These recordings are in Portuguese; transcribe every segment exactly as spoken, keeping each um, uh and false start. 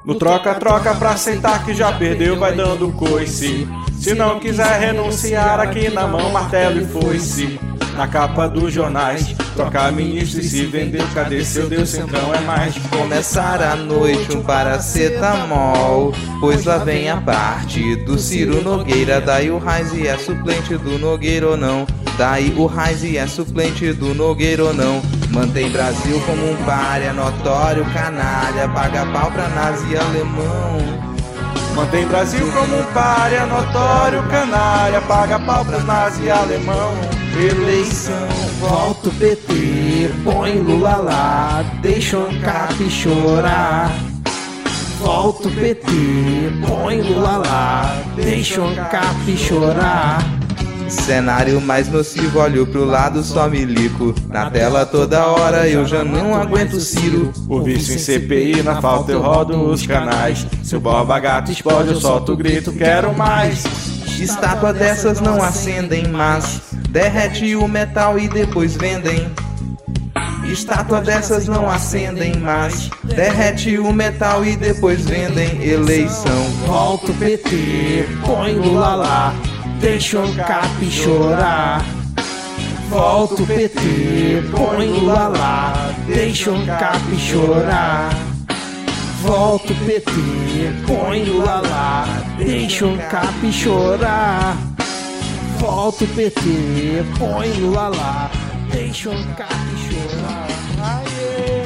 No troca-troca pra aceitar que já perdeu vai dando coice. Se não quiser renunciar, aqui na mão martelo e foice. Na capa dos jornais, trocar ministro e se vender, cadê seu Deus Centrão é mais. Começar a noite um paracetamol, pois lá vem a parte do Ciro Nogueira. Daí o Reis é suplente do Nogueira ou não? Daí o Reis é suplente do Nogueira ou não? Mantém Brasil como um pária, notório canalha, paga pau pra nazi alemão. Mantém Brasil como um pária, notório canalha, paga pau pros nazi alemão. Eleição, volta o P T, põe Lula lá, deixa o ANCAP chorar. Volta o P T, põe Lula lá, deixa o ANCAP chorar. Cenário mais nocivo, olho pro lado, só milico. Na tela toda hora, eu já não aguento o Ciro. O vício em C P I, na falta eu rodo os canais. Se o Borba Gato explode, eu solto o grito, quero mais. Estátua dessas não acendem, mas derrete o metal e depois vendem. Estátua dessas não acendem, mas derrete o metal e depois vendem. Eleição, volta o P T, põe Lula lá, deixa o ANCAP chorar. Volta o P T, põe Lula lá, deixa o ANCAP chorar. Volta o P T, põe Lula lá, deixa o ANCAP chorar. Volta o P T, põe Lula lá, deixa o ANCAP chorar. Aê!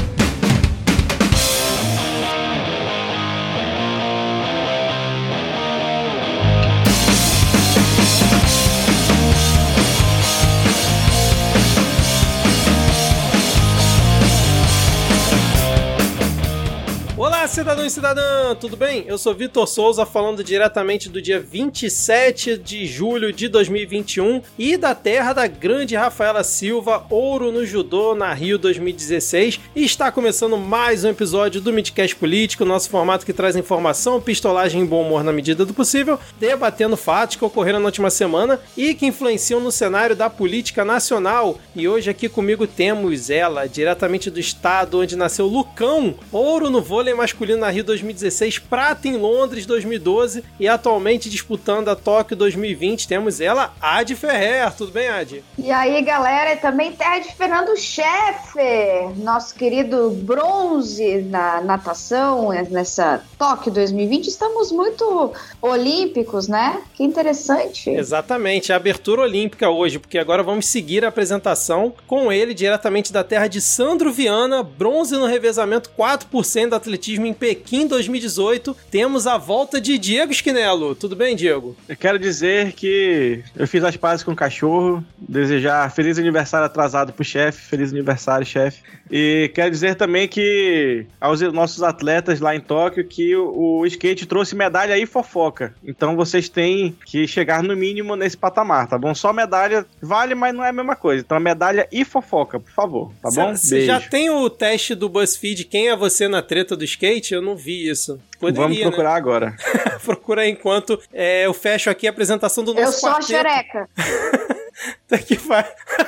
Olá, cidadão e cidadã, tudo bem? Eu sou Vitor Souza, falando diretamente do dia vinte e sete de julho de dois mil e vinte e um e da terra da grande Rafaela Silva, ouro no judô na Rio dois mil e dezesseis, e está começando mais um episódio do Midcast Político, nosso formato que traz informação, pistolagem e bom humor na medida do possível, debatendo fatos que ocorreram na última semana e que influenciam no cenário da política nacional. E hoje aqui comigo temos ela, diretamente do estado onde nasceu Lucão, ouro no vôlei masculino na Rio dois mil e dezesseis, prata em Londres dois mil e doze e atualmente disputando a Tóquio dois mil e vinte, temos ela, Adi Ferrer. Tudo bem, Adi? E aí, galera, também terra de Fernando Scheffer, nosso querido bronze na natação, nessa Tóquio dois mil e vinte. Estamos muito olímpicos, né? Que interessante. Exatamente, a abertura olímpica hoje, porque agora vamos seguir a apresentação com ele, diretamente da terra de Sandro Viana, bronze no revezamento quatro por cento do atletismo em Pequim dois mil e dezoito. Temos a volta de Diego Schinello. Tudo bem, Diego? Eu quero dizer que eu fiz as pazes com o cachorro, desejar feliz aniversário atrasado pro chefe, feliz aniversário, chefe. E quero dizer também que aos nossos atletas lá em Tóquio que o, o skate trouxe medalha e fofoca. Então vocês têm que chegar no mínimo nesse patamar, tá bom? Só medalha vale, mas não é a mesma coisa. Então medalha e fofoca, por favor, tá bom? Você já tem o teste do BuzzFeed, quem é você na treta do skate? Eu não vi isso. Poderia, Vamos procurar, né? Agora. Procura aí enquanto é, eu fecho aqui a apresentação do nosso Eu sou quarteto. a xereca. Tá que vai.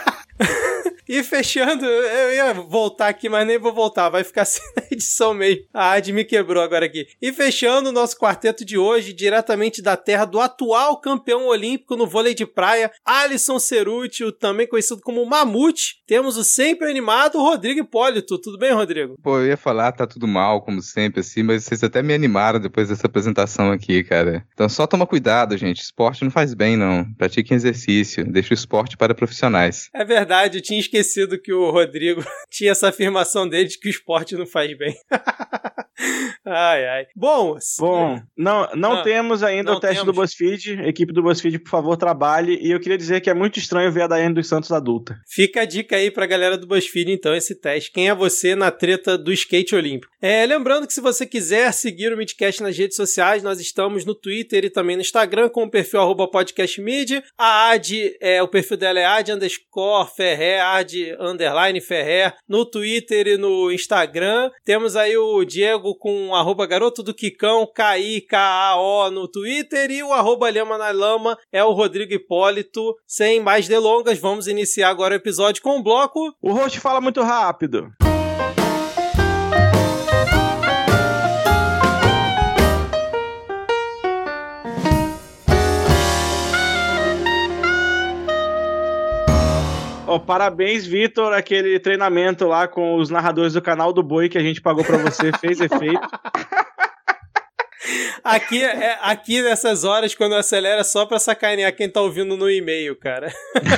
E fechando, eu ia voltar aqui, mas nem vou voltar, vai ficar sem a edição mesmo. A Adi me quebrou agora aqui. E fechando o nosso quarteto de hoje, diretamente da terra do atual campeão olímpico no vôlei de praia, Alisson Ceruti, também conhecido como Mamute, temos o sempre animado Rodrigo Hipólito. Tudo bem, Rodrigo? Pô, eu ia falar, tá tudo mal, como sempre, assim, mas vocês até me animaram depois dessa apresentação aqui, cara. Então só toma cuidado, gente, esporte não faz bem, não. Pratiquem exercício, deixa o esporte para profissionais. É verdade, eu tinha esquecido que o Rodrigo tinha essa afirmação dele de que o esporte não faz bem. Ai, ai. Bom, Bom, não, não ah, temos ainda não o teste temos. do BuzzFeed. Equipe do BuzzFeed, por favor, trabalhe. E eu queria dizer que é muito estranho ver a Daiane dos Santos adulta. Fica a dica aí pra galera do BuzzFeed, então, esse teste. Quem é você na treta do skate olímpico? É, lembrando que se você quiser seguir o Midcast nas redes sociais, nós estamos no Twitter e também no Instagram com o perfil arroba podcastmid. A Adi, é, o perfil dela é Adi underscore Ferrer, Adi underline Ferrer, no Twitter e no Instagram. Temos aí o Diego com arroba garoto do Kikão, K I K A O no Twitter, e o arroba Lhama na Lama é o Rodrigo Hipólito. Sem mais delongas, vamos iniciar agora o episódio com o bloco... O host fala muito rápido. Ó, parabéns, Vitor, aquele treinamento lá com os narradores do canal do Boi que a gente pagou pra você, fez efeito. Aqui, é, aqui nessas horas, quando acelera, só pra sacanear quem tá ouvindo no e-mail, cara.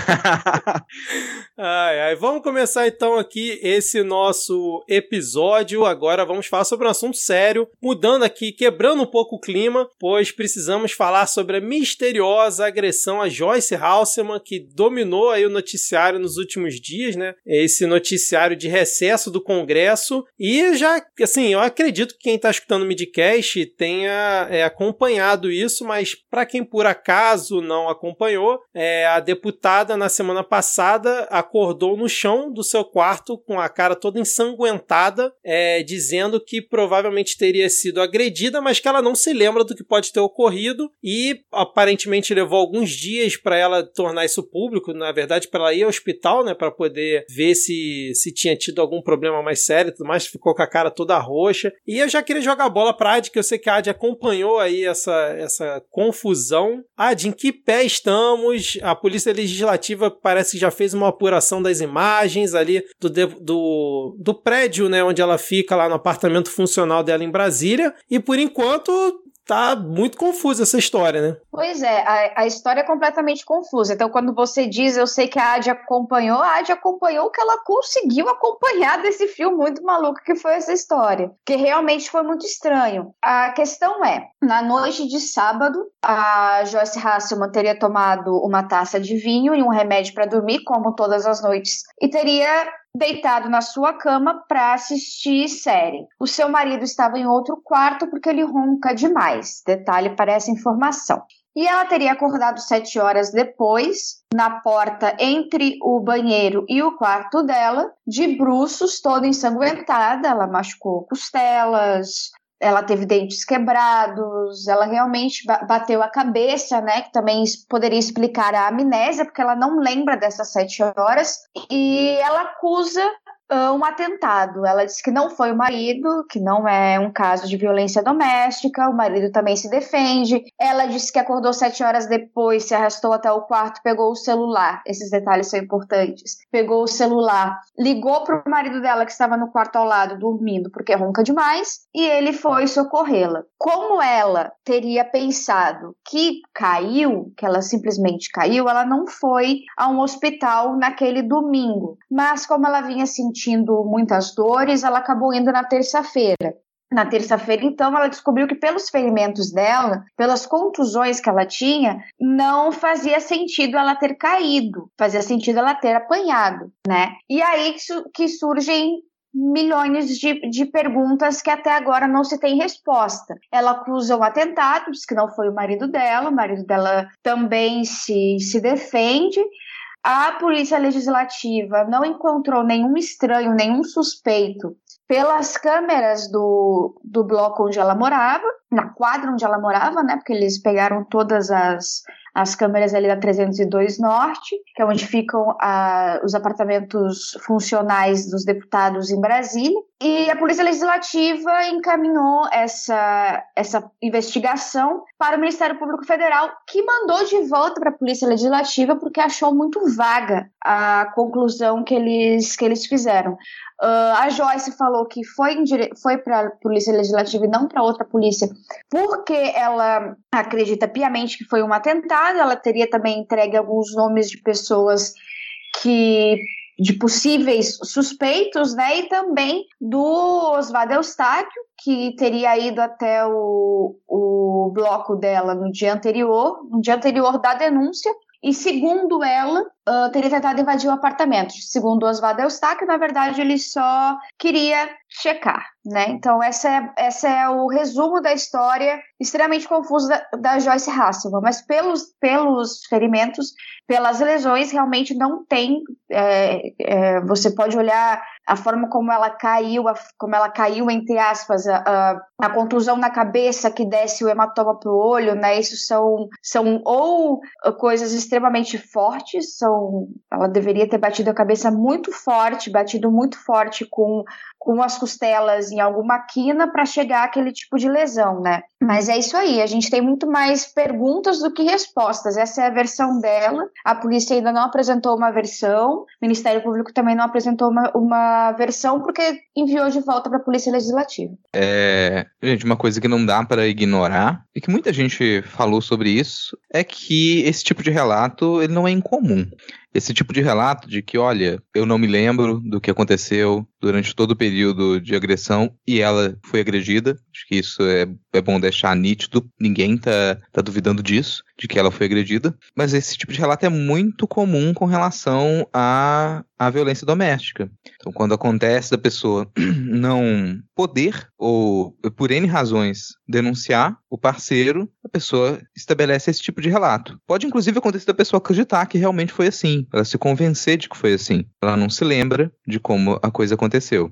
ai, ai. Vamos começar então aqui esse nosso episódio. Agora vamos falar sobre um assunto sério, mudando aqui, quebrando um pouco o clima, pois precisamos falar sobre a misteriosa agressão a Joyce Hasselman, que dominou aí o noticiário nos últimos dias, né? Esse noticiário de recesso do Congresso. E já, assim, eu acredito que quem tá escutando o Midcast tenha é, acompanhado isso, mas para quem por acaso não acompanhou, é, a deputada na semana passada acordou no chão do seu quarto com a cara toda ensanguentada, é, dizendo que provavelmente teria sido agredida, mas que ela não se lembra do que pode ter ocorrido e aparentemente levou alguns dias para ela tornar isso público, na verdade para ela ir ao hospital, né, para poder ver se, se tinha tido algum problema mais sério e tudo mais, ficou com a cara toda roxa. E eu já queria jogar a bola pra Adi, que eu sei que a Adi acompanhou aí essa, essa confusão. Adi, em que pé estamos? A Polícia Legislativa parece que já fez uma apuração das imagens ali do, do, do prédio, né, onde ela fica lá no apartamento funcional dela em Brasília, e por enquanto tá muito confusa essa história, né? Pois é, a, a história é completamente confusa. Então, quando você diz, eu sei que a Adi acompanhou, a Adi acompanhou o que ela conseguiu acompanhar desse fio muito maluco que foi essa história. Que realmente foi muito estranho. A questão é, na noite de sábado, a Joyce Hasselman teria tomado uma taça de vinho e um remédio para dormir, como todas as noites, e teria deitado na sua cama para assistir série. O seu marido estava em outro quarto porque ele ronca demais. Detalhe para essa informação. E ela teria acordado sete horas depois, na porta entre o banheiro e o quarto dela, de bruços, toda ensanguentada. Ela machucou costelas, ela teve dentes quebrados, ela realmente bateu a cabeça, né, que também poderia explicar a amnésia, porque ela não lembra dessas sete horas, e ela acusa uh, um atentado. Ela disse que não foi o marido, que não é um caso de violência doméstica, o marido também se defende. Ela disse que acordou sete horas depois, se arrastou até o quarto, pegou o celular, esses detalhes são importantes, pegou o celular, ligou para o marido dela que estava no quarto ao lado, dormindo, porque ronca demais, e ele foi socorrê-la. Como ela teria pensado que caiu, que ela simplesmente caiu, ela não foi a um hospital naquele domingo, mas como ela vinha sentindo muitas dores, ela acabou indo na terça-feira. Na terça-feira, então, ela descobriu que pelos ferimentos dela, pelas contusões que ela tinha, não fazia sentido ela ter caído, fazia sentido ela ter apanhado, né? E aí que, su- que surgem milhões de, de perguntas que até agora não se tem resposta. Ela acusa um atentado, diz que não foi o marido dela, o marido dela também se, se defende. A Polícia Legislativa não encontrou nenhum estranho, nenhum suspeito pelas câmeras do, do bloco onde ela morava, na quadra onde ela morava, né? Porque eles pegaram todas as, as câmeras ali da trezentos e dois Norte, que é onde ficam a, os apartamentos funcionais dos deputados em Brasília. E a Polícia Legislativa encaminhou essa, essa investigação para o Ministério Público Federal, que mandou de volta para a Polícia Legislativa porque achou muito vaga a conclusão que eles, que eles fizeram. Uh, a Joyce falou que foi, dire... foi para a Polícia Legislativa e não para outra polícia, porque ela acredita piamente que foi um atentado. Ela teria também entregue alguns nomes de pessoas que... de possíveis suspeitos, né, e também do Oswaldo Eustáquio, que teria ido até o, o bloco dela no dia anterior, no dia anterior da denúncia, e segundo ela, uh, teria tentado invadir o apartamento. Segundo o Oswaldo Eustáquio, na verdade, ele só queria checar, né? Então, esse é, esse é o resumo da história extremamente confusa da, da Joyce Hasselman. Mas pelos, pelos ferimentos, pelas lesões, realmente não tem... É, é, você pode olhar a forma como ela caiu, a, como ela caiu, entre aspas, a, a, a contusão na cabeça que desce o hematoma para o olho, né? Isso são, são ou coisas extremamente fortes, são agressão, ela deveria ter batido a cabeça muito forte, batido muito forte com, com as costelas em alguma quina para chegar àquele tipo de lesão, né? Mas é isso aí, a gente tem muito mais perguntas do que respostas. Essa é a versão dela, a polícia ainda não apresentou uma versão, o Ministério Público também não apresentou uma, uma versão porque enviou de volta para a Polícia Legislativa. É, gente, uma coisa que não dá para ignorar, e que muita gente falou sobre isso, é que esse tipo de relato ele não é incomum. Esse tipo de relato de que, olha, eu não me lembro do que aconteceu durante todo o período de agressão e ela foi agredida. Acho que isso é, é bom deixar nítido. Ninguém tá, tá duvidando disso, de que ela foi agredida. Mas esse tipo de relato é muito comum com relação à, à violência doméstica. Então, quando acontece da pessoa não poder, ou por N razões, denunciar o parceiro, a pessoa estabelece esse tipo de relato. Pode, inclusive, acontecer da pessoa acreditar que realmente foi assim. Ela se convencer de que foi assim. Ela não se lembra de como a coisa aconteceu.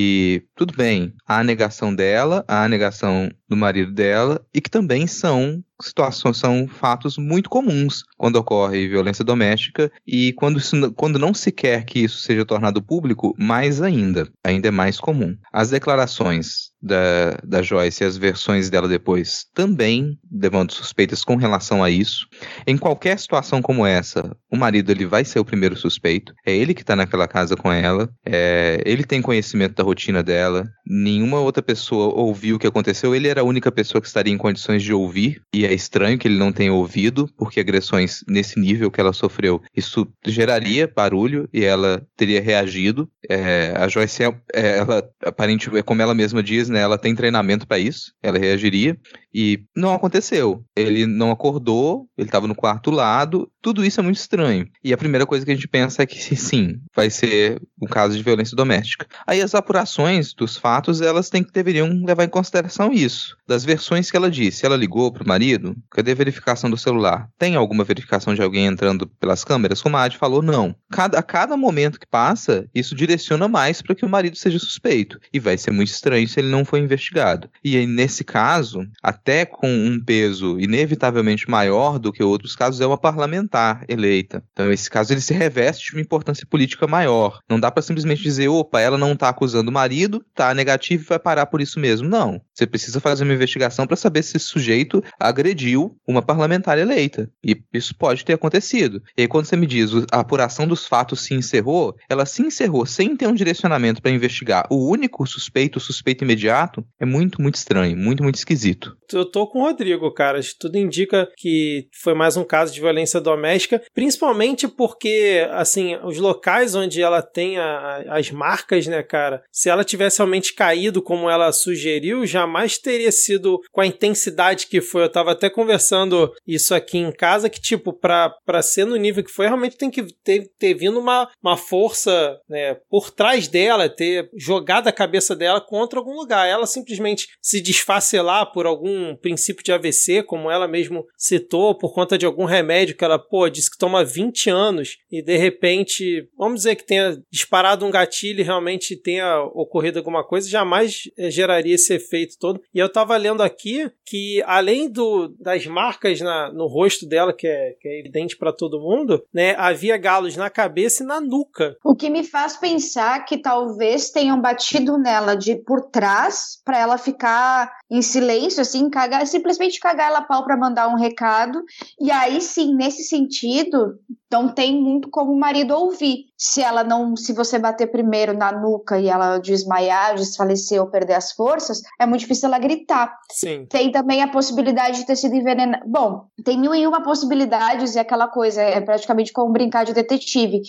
E tudo bem, há a negação dela, há a negação do marido dela, e que também são situações, são fatos muito comuns quando ocorre violência doméstica, e quando, isso, quando não se quer que isso seja tornado público, mais ainda, ainda é mais comum. As declarações da, da Joyce e as versões dela depois também levantam suspeitas com relação a isso. Em qualquer situação como essa, o marido ele vai ser o primeiro suspeito, é ele que está naquela casa com ela, é, ele tem conhecimento da rotina dela, nenhuma outra pessoa ouviu o que aconteceu, ele era a única pessoa que estaria em condições de ouvir, e é estranho que ele não tenha ouvido, porque agressões nesse nível que ela sofreu, isso geraria barulho e ela teria reagido. É, a Joyce, é, ela, aparentemente, como ela mesma diz, né, ela tem treinamento para isso, ela reagiria, e não aconteceu. Ele não acordou, ele estava no quarto lado, tudo isso é muito estranho. E a primeira coisa que a gente pensa é que sim, vai ser um caso de violência doméstica. Aí as apurações dos fatos, elas têm que, deveriam levar em consideração isso. Das versões que ela disse, ela ligou pro marido, cadê a verificação do celular? Tem alguma verificação de alguém entrando pelas câmeras? Como a Adi falou, não. Cada, a cada momento que passa, isso direciona mais para que o marido seja suspeito. E vai ser muito estranho se ele não for investigado. E aí, nesse caso, até com um peso inevitavelmente maior do que outros casos, é uma parlamentar eleita. Então, esse caso, ele se reveste de uma importância política maior. Não dá para simplesmente dizer, opa, ela não está acusando o marido, tá negativo e vai parar por isso mesmo. Não. Você precisa fazer uma investigação para saber se esse sujeito agrediu uma parlamentar eleita. E isso pode ter acontecido. E aí, quando você me diz a apuração dos fatos se encerrou, ela se encerrou sem ter um direcionamento para investigar o único suspeito, o suspeito imediato, é muito, muito estranho, muito, muito esquisito. Eu tô com o Rodrigo, cara. Tudo indica que foi mais um caso de violência doméstica, principalmente porque, assim, os locais onde ela tem a, as marcas, né, cara, se ela tivesse realmente caído como ela sugeriu, jamais teria sido com a intensidade que foi. Eu tava até conversando isso aqui em casa, que, tipo, pra, pra ser no nível que foi, realmente tem que ter, ter vindo uma, uma força, né, por trás dela, ter jogado a cabeça dela contra algum lugar. Ela simplesmente se desfacelar por algum princípio de A V C, como ela mesmo citou, por conta de algum remédio que ela, pô, disse que toma vinte anos e, de repente, vamos dizer que tenha disparado um gatilho e realmente tenha ocorrido alguma coisa, jamais é, geraria esse efeito todo. E eu tava lendo aqui que, além do, das marcas na, no rosto dela, que é, que é evidente para todo mundo, né, havia galos na cabeça e na nuca. O que me faz pensar que talvez tenham batido nela de por trás para ela ficar em silêncio, assim, cagar, simplesmente cagar ela a pau para mandar um recado. E aí sim, nesse sentido, não tem muito como o marido ouvir. Se ela não, se você bater primeiro na nuca e ela desmaiar, desfalecer ou perder as forças, é muito difícil ela gritar. Sim. Tem também a possibilidade de ter sido envenenada. Bom, tem mil e uma possibilidades e aquela coisa, é praticamente como brincar de detetive.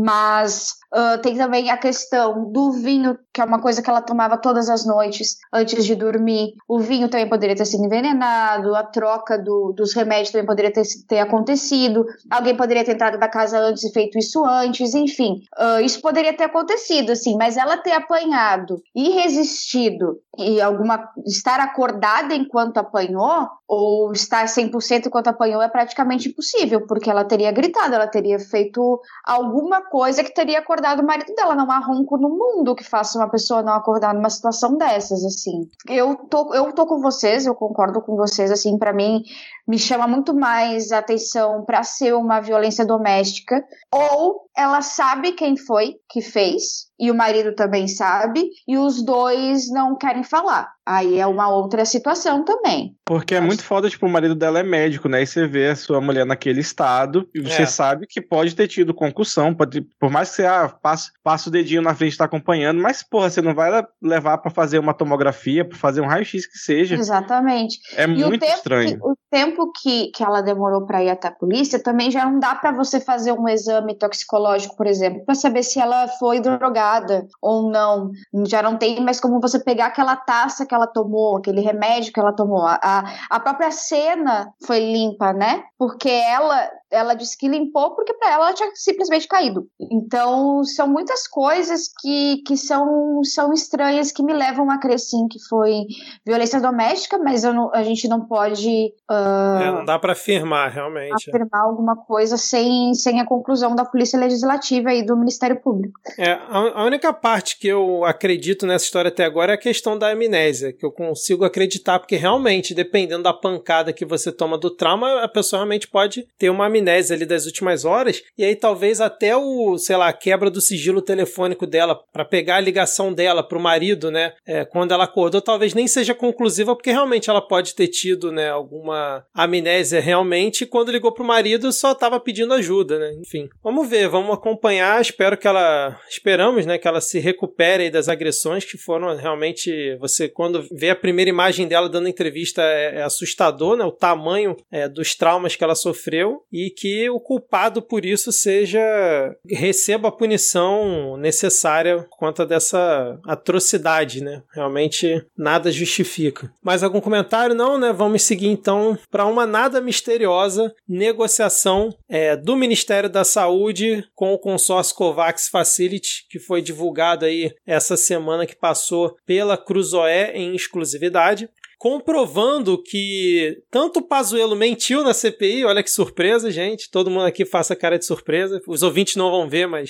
Mas uh, tem também a questão do vinho, que é uma coisa que ela tomava todas as noites antes de dormir. O vinho também poderia ter sido envenenado, a troca do, dos remédios também poderia ter, ter acontecido. Alguém poderia ter entrado da casa antes e feito isso antes, enfim. Uh, isso poderia ter acontecido, assim, mas ela ter apanhado e resistido e alguma, estar acordada enquanto apanhou, ou estar cem por cento enquanto apanhou, é praticamente impossível, porque ela teria gritado, ela teria feito alguma coisa que teria acordado o marido dela. Não há ronco no mundo que faça uma pessoa não acordar numa situação dessas, assim. Eu tô, eu tô com vocês, eu concordo com vocês, assim, pra mim, me chama muito mais a atenção pra ser uma violência doméstica doméstica, ou ela sabe quem foi que fez, e o marido também sabe, e os dois não querem falar. Aí é uma outra situação também. Porque é muito foda, tipo, o marido dela é médico, né? E você vê a sua mulher naquele estado, e você É. sabe que pode ter tido concussão, pode, por mais que você ah, passe, passe o dedinho na frente e tá acompanhando, mas, porra, você não vai levar pra fazer uma tomografia, pra fazer um raio-x que seja. Exatamente. É e muito o tempo estranho. Que, o tempo que, que ela demorou pra ir até a polícia, também já não dá pra você fazer um exame toxicológico, por exemplo, pra saber se ela foi drogada ou não. Já não tem mais como você pegar aquela taça que ela tomou, aquele remédio que ela tomou. A, a, a própria cena foi limpa, né? Porque ela, ela disse que limpou porque pra ela ela tinha simplesmente caído. Então, são muitas coisas que, que são, são estranhas, que me levam a crer, sim, que foi violência doméstica, mas eu não, a gente não pode uh, É, não dá pra afirmar, realmente. afirmar alguma coisa sem, sem a conclusão da Polícia Legislativa e do Ministério Público. É, a, a única parte que eu acredito nessa história até agora é a questão da amnésia, que eu consigo acreditar, porque realmente, dependendo da pancada que você toma do trauma, a pessoa realmente pode ter uma amnésia ali das últimas horas, e aí talvez até o, sei lá, a quebra do sigilo telefônico dela, pra pegar a ligação dela pro marido, né, é, quando ela acordou, talvez nem seja conclusiva, porque realmente ela pode ter tido, né, alguma amnésia realmente, e quando ligou pro marido só tava pedindo ajuda, né, enfim. Vamos ver, vamos acompanhar, espero que ela, esperamos, né, que ela se recupere aí das agressões que foram realmente, você quando vê a primeira imagem dela dando entrevista é, é assustador, né, o tamanho é, dos traumas que ela sofreu, e que o culpado por isso seja, receba a punição necessária por conta dessa atrocidade, né, realmente nada justifica. Mais algum comentário? Não, né, vamos seguir então para uma nada misteriosa negociação é, do Ministério da Saúde com o consórcio COVAX Facility, que foi divulgado aí essa semana que passou pela Cruzoé em exclusividade, comprovando que tanto o Pazuello mentiu na C P I, olha que surpresa, gente, todo mundo aqui faça cara de surpresa, os ouvintes não vão ver, mas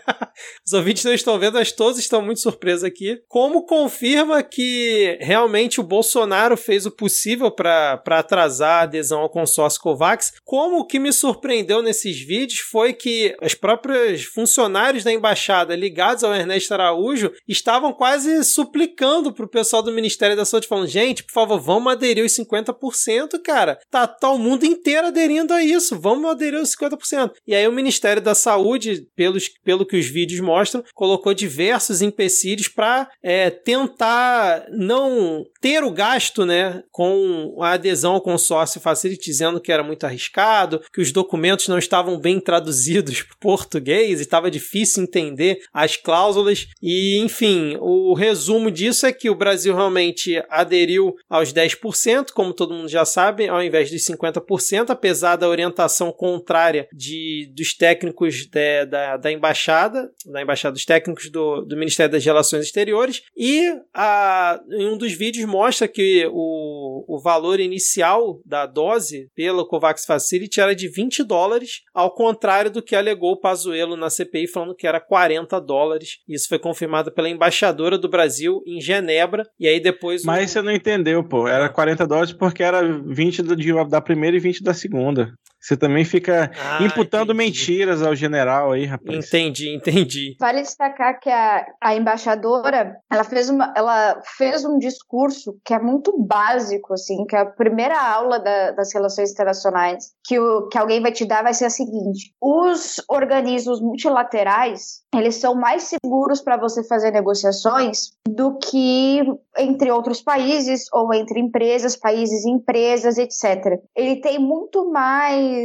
os ouvintes não estão vendo, mas todos estão muito surpresos aqui, como confirma que realmente o Bolsonaro fez o possível para atrasar a adesão ao consórcio COVAX, como o que me surpreendeu nesses vídeos foi que os próprios funcionários da embaixada ligados ao Ernesto Araújo estavam quase suplicando para o pessoal do Ministério da Saúde, falando, gente, por favor, vamos aderir os cinquenta por cento, cara. Tá, tá o mundo inteiro aderindo a isso. Vamos aderir os cinquenta por cento. E aí o Ministério da Saúde, pelos, pelo que os vídeos mostram, colocou diversos empecilhos para é, tentar não ter o gasto, né, com a adesão ao consórcio Facility, dizendo que era muito arriscado, que os documentos não estavam bem traduzidos para o português e estava difícil entender as cláusulas. E, enfim, o resumo disso é que o Brasil realmente aderiu aos dez por cento, como todo mundo já sabe, ao invés dos cinquenta por cento, apesar da orientação contrária de, dos técnicos de, da, da embaixada, da embaixada dos técnicos do, do Ministério das Relações Exteriores, e a, em um dos vídeos mostra que o, o valor inicial da dose pela COVAX Facility era de vinte dólares, ao contrário do que alegou o Pazuello na C P I, falando que era quarenta dólares. Isso foi confirmado pela embaixadora do Brasil em Genebra, e aí depois... Mas o... você não entendeu, pô. Era quarenta dólares porque era vinte da primeira e vinte da segunda. Você também fica ah, imputando entendi. mentiras ao general aí, rapaz. Entendi, entendi. Vale destacar que a, a embaixadora, ela fez, uma, ela fez um discurso que é muito básico, assim, que a primeira aula da, das relações internacionais que, o, que alguém vai te dar vai ser a seguinte: os organismos multilaterais, eles são mais seguros para você fazer negociações do que entre outros países ou entre empresas, países e empresas, etcétera. Ele tem muito mais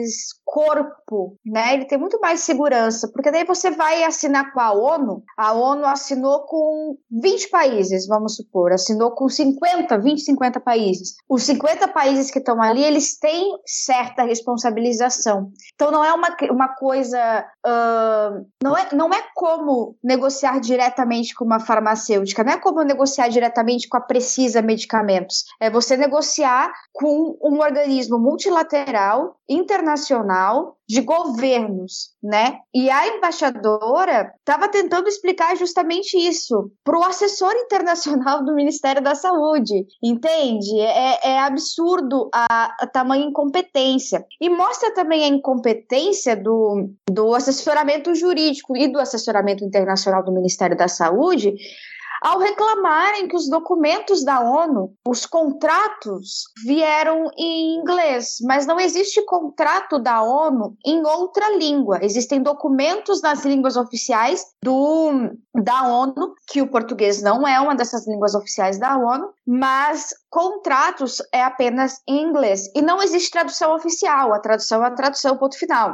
corpo, né? Ele tem muito mais segurança, porque daí você vai assinar com a ONU, a ONU assinou com vinte países, vamos supor, assinou com cinquenta, vinte, cinquenta países. Os cinquenta países que estão ali, eles têm certa responsabilização. Então não é uma, uma coisa, uh, não, é, não é como negociar diretamente com uma farmacêutica, não é como negociar diretamente com a Precisa Medicamentos, é você negociar com um organismo multilateral, internacional, internacional de governos, né? E a embaixadora estava tentando explicar justamente isso para o assessor internacional do Ministério da Saúde, entende? É, é absurdo a, a tamanha incompetência. E mostra também a incompetência do, do assessoramento jurídico e do assessoramento internacional do Ministério da Saúde, ao reclamarem que os documentos da ONU, os contratos, vieram em inglês, mas não existe contrato da ONU em outra língua. Existem documentos nas línguas oficiais do, da ONU, que o português não é uma dessas línguas oficiais da ONU, mas contratos é apenas em inglês. E não existe tradução oficial, a tradução é a tradução, ponto final.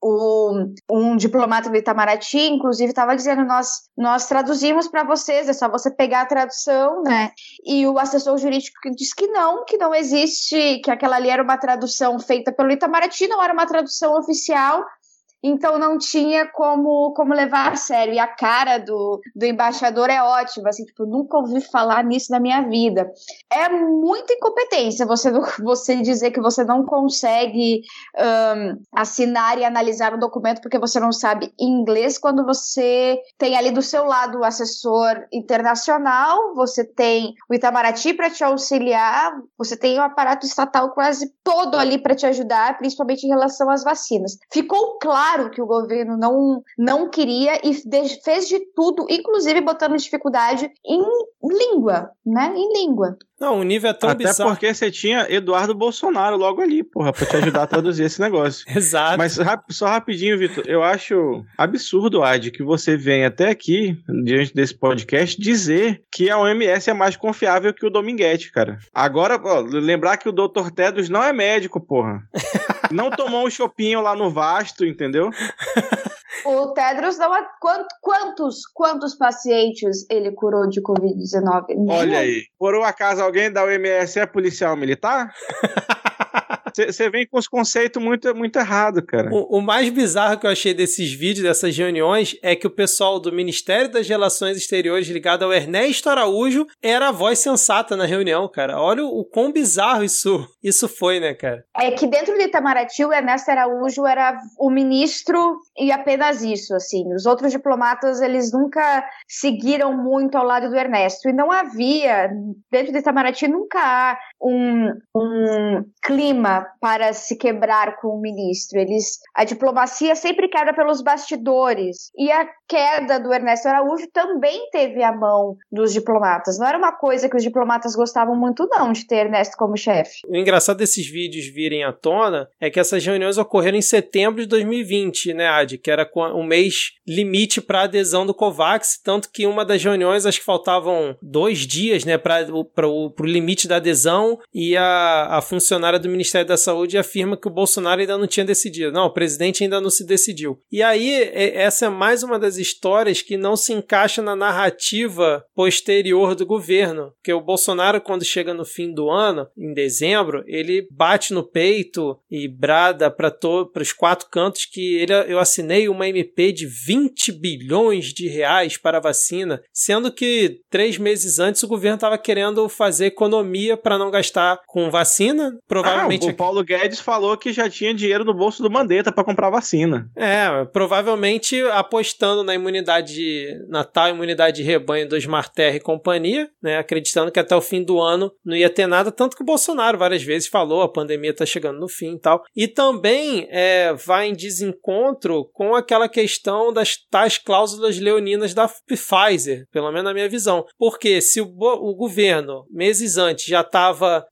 O, um diplomata do Itamaraty, inclusive, estava dizendo, nós, nós traduzimos para vocês, é só você pegar a tradução, né? E o assessor jurídico disse que não, que não existe, que aquela ali era uma tradução feita pelo Itamaraty, não era uma tradução oficial, então não tinha como, como levar a sério. E a cara do, do embaixador é ótima, assim, tipo, nunca ouvi falar nisso na minha vida. É muita incompetência você, você dizer que você não consegue um, assinar e analisar um documento porque você não sabe inglês, quando você tem ali do seu lado o assessor internacional, você tem o Itamaraty para te auxiliar, você tem o aparato estatal quase todo ali para te ajudar, principalmente em relação às vacinas. Ficou claro que o governo não, não queria e de, fez de tudo, inclusive botando dificuldade em língua, né? Em língua. Não, o nível é tão Até bizarro. porque você tinha Eduardo Bolsonaro logo ali, porra, pra te ajudar a traduzir esse negócio. Exato. Mas só rapidinho, Vitor, eu acho absurdo, Ad, que você venha até aqui, diante desse podcast, dizer que a O M S é mais confiável que o Dominguete, cara. Agora, ó, lembrar que o doutor Tedros não é médico, porra. Não tomou um chopinho lá no Vasto, entendeu? O Tedros não... Quantos, quantos, quantos pacientes ele curou de covid dezenove? Olha aí. Por um acaso alguém da O M S é policial militar? Você vem com os conceitos muito, muito errados, cara. O, o mais bizarro que eu achei desses vídeos, dessas reuniões, é que o pessoal do Ministério das Relações Exteriores ligado ao Ernesto Araújo era a voz sensata na reunião, cara. Olha o, o quão bizarro isso, isso foi, né, cara? É que dentro do Itamaraty, o Ernesto Araújo era o ministro e apenas isso, assim. Os outros diplomatas, eles nunca seguiram muito ao lado do Ernesto. E não havia, dentro do Itamaraty, nunca há um, um clima para se quebrar com o ministro. Eles, a diplomacia sempre quebra pelos bastidores. E a queda do Ernesto Araújo também teve a mão dos diplomatas. Não era uma coisa que os diplomatas gostavam muito, não, de ter Ernesto como chefe. O engraçado desses vídeos virem à tona é que essas reuniões ocorreram em setembro de dois mil e vinte, né, Adi? Que era um mês limite para adesão do COVAX, tanto que uma das reuniões, acho que faltavam dois dias, né, para o limite da adesão, e a, a funcionária do Ministério da Saúde afirma que o Bolsonaro ainda não tinha decidido. Não, o presidente ainda não se decidiu. E aí, essa é mais uma das histórias que não se encaixa na narrativa posterior do governo. Porque o Bolsonaro, quando chega no fim do ano, em dezembro, ele bate no peito e brada para os quatro cantos que ele, eu assinei uma M P de vinte bilhões de reais para a vacina, sendo que três meses antes o governo estava querendo fazer economia para não gastar com vacina. Provavelmente... Ah, o Paulo Guedes falou que já tinha dinheiro no bolso do Mandetta para comprar vacina. É, provavelmente apostando na imunidade, na tal imunidade de rebanho do Smarter e companhia, né, acreditando que até o fim do ano não ia ter nada, tanto que o Bolsonaro várias vezes falou, a pandemia está chegando no fim e tal. E também é, vai em desencontro com aquela questão das tais cláusulas leoninas da Pfizer, pelo menos na minha visão. Porque se o, o governo, meses antes, já estava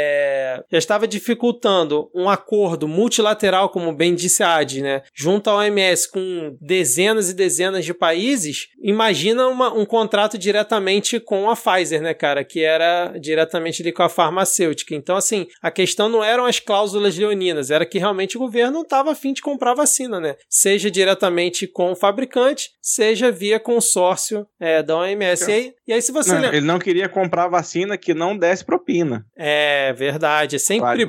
é, já estava dificultando um acordo multilateral, como bem disse a Adi, né, junto à O M S com dezenas e dezenas de países, imagina uma, um contrato diretamente com a Pfizer, né, cara, que era diretamente ali com a farmacêutica. Então, assim, a questão não eram as cláusulas leoninas, era que realmente o governo não estava a fim de comprar vacina, né, seja diretamente com o fabricante, seja via consórcio é, da O M S. E aí, e aí se você não, lembra... Ele não queria comprar vacina que não desse propina. É verdade, é sempre vale, bom vale pontuar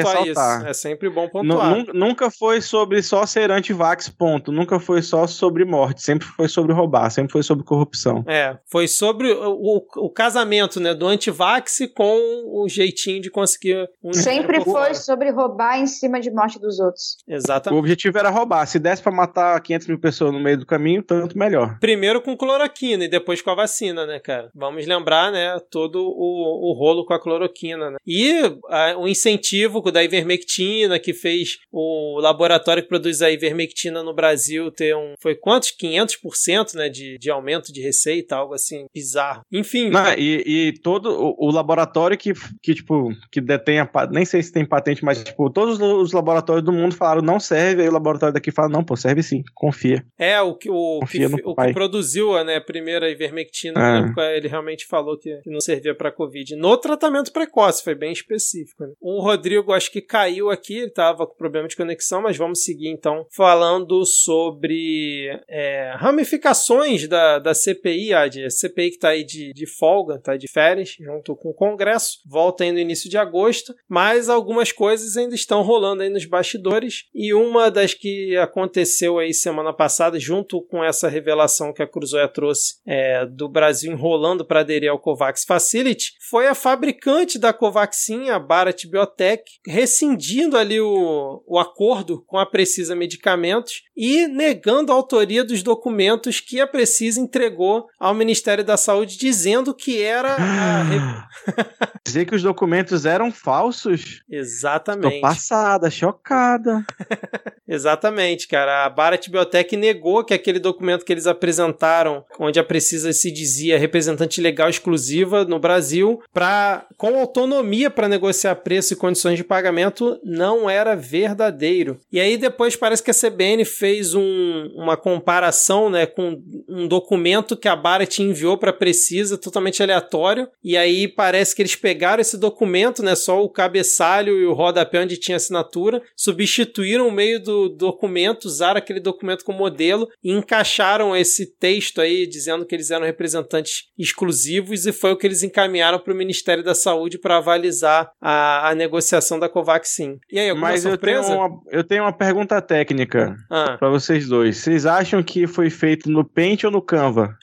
pontuar ressaltar. isso. É sempre bom pontuar. Nu- Nunca foi sobre só ser anti-vax, ponto. Nunca foi só sobre morte. Sempre foi sobre roubar. Sempre foi sobre corrupção. É, foi sobre o, o, o casamento, né, do anti-vax com o jeitinho de conseguir um Sempre dinheiro por foi fora. sobre roubar em cima de morte dos outros. O Exatamente. objetivo era roubar. Se desse pra matar quinhentas mil pessoas no meio do caminho, tanto melhor. Primeiro com cloroquina e depois com a vacina, né, cara? Vamos lembrar, né, todo o, o rolo com a cloroquina, né? E a, o incentivo da ivermectina, que fez o laboratório que produz a ivermectina no Brasil ter um... Foi quantos? quinhentos por cento, né, de, de aumento de receita, algo assim, bizarro. Enfim. Não, e, e todo o, o laboratório que, que, tipo, que detém a... pa- Nem sei se tem patente, mas, tipo, todos os laboratórios do mundo falaram não serve, aí o laboratório daqui fala, não, pô, serve sim, confia. É, o que, o, que, Confia no o que pai. produziu a, né, a primeira ivermectina, É. na época, ele realmente falou que, que não servia pra Covid. No tratamento precoce, foi bem específico. Né? O Rodrigo, acho que caiu aqui, ele tava com problema de conexão, mas vamos seguir então, falando sobre é, ramificações da, da C P I, a de- C P I que tá aí de, de folga, tá de férias, junto com o Congresso, volta aí no início de agosto, mas algumas coisas ainda estão rolando aí nos bastidores, e uma das que aconteceu aí semana passada, junto com essa revelação que a Cruzoia trouxe é, do Brasil enrolando para aderir ao COVAX Facility, foi a fabricante da Covaxin, a Bharat Biotech, rescindindo ali o, o acordo com a Precisa Medicamentos e negando a autoria dos documentos que a Precisa entregou ao Ministério da Saúde, dizendo que era a... re- Dizer que os documentos eram falsos? Exatamente. Tô passada, chocada. Exatamente, cara. A Bharat Biotech negou que aquele documento que eles apresentaram, onde a Precisa se dizia representante legal exclusiva no Brasil, pra, com autonomia para negociar preço e condições de pagamento, não era verdadeiro. E aí depois parece que a C B N fez um, uma comparação, né, com um documento que a Bharat enviou para a Precisa, totalmente aleatório, e aí parece que eles pegaram esse documento, né, só o cabeçalho e o rodapé onde tinha assinatura, substituíram o meio do documento, usaram aquele documento como modelo e encaixaram esse texto aí dizendo que eles eram representantes exclusivos, e foi o que eles encaminharam para o Ministério da Saúde para avalizar a, a negociação da Covaxin. E aí, alguma Mas eu tenho, surpresa? uma, eu tenho uma pergunta técnica Ah. pra vocês dois. Vocês acham que foi feito no Paint ou no Canva?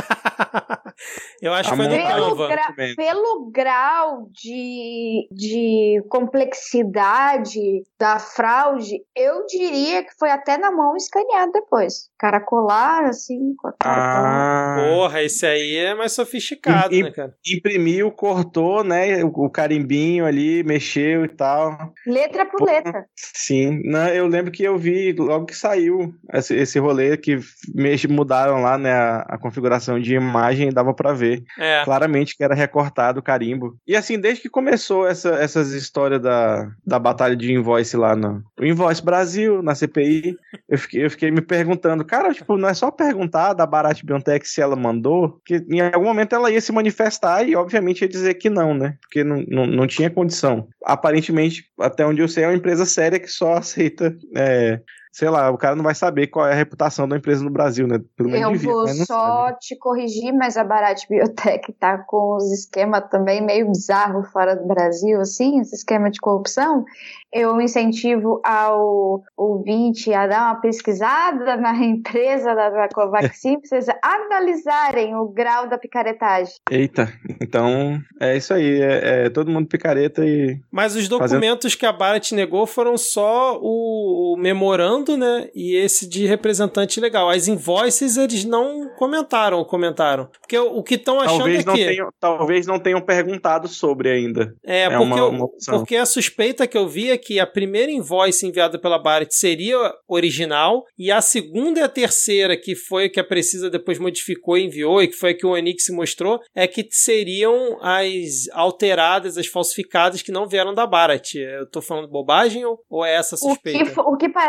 Eu acho A que foi no montagem- Pelo, Canva. gra- documento. pelo grau de, de complexidade da fraude, eu diria que foi até na mão escaneado depois. Caracolar, assim, com a cartão. Ah, Porra, esse aí é mais sofisticado, E- né, cara? imprimiu, cortou, né? O, o carimbinho ali, mexeu e tal. Letra por Porra. letra. Sim, não, eu lembro que eu vi logo que saiu esse, esse rolê que mex, mudaram lá, né, a, a configuração de imagem, dava pra ver É. claramente que era recortado o carimbo. E assim, desde que começou essa, essas histórias da, da batalha de invoice lá no, no Invoice Brasil, na C P I, eu fiquei, eu fiquei me perguntando, cara, tipo, não é só perguntar da Bharat Biotech se ela mandou, que em algum momento ela ia se manifestar e obviamente ia dizer que não, né, porque não, não, não tinha condição. Aparentemente, até onde eu sei, é uma empresa séria que só aceita, é, sei lá, o cara não vai saber qual é a reputação da empresa no Brasil, né? Pelo menos Eu devia, vou mas não só sabe. te corrigir, mas a Bharat Biotech tá com os esquemas também meio bizarro fora do Brasil, assim, esse esquema de corrupção. Eu incentivo ao ouvinte a dar uma pesquisada na empresa da, da Covaxin, pra vocês analisarem o grau da picaretagem. Eita, então é isso aí, é, é todo mundo picareta e... Mas os documentos que a Bharat negou foram só o, o memorando, né? E esse de representante legal. As invoices eles não comentaram ou comentaram. Porque o, o que estão achando Talvez é não, que... tenham, talvez não tenham perguntado sobre ainda. É, É porque, uma- eu- uma opção. porque a suspeita que eu vi é que a primeira invoice enviada pela Bharat seria original, e a segunda e a terceira, que foi a que a Precisa depois modificou e enviou, e que foi a que o Onix mostrou, é que seriam as alteradas, as falsificadas que não vieram da Bharat. Eu tô falando bobagem ou, ou é essa O que, suspeita? fo- o que parece que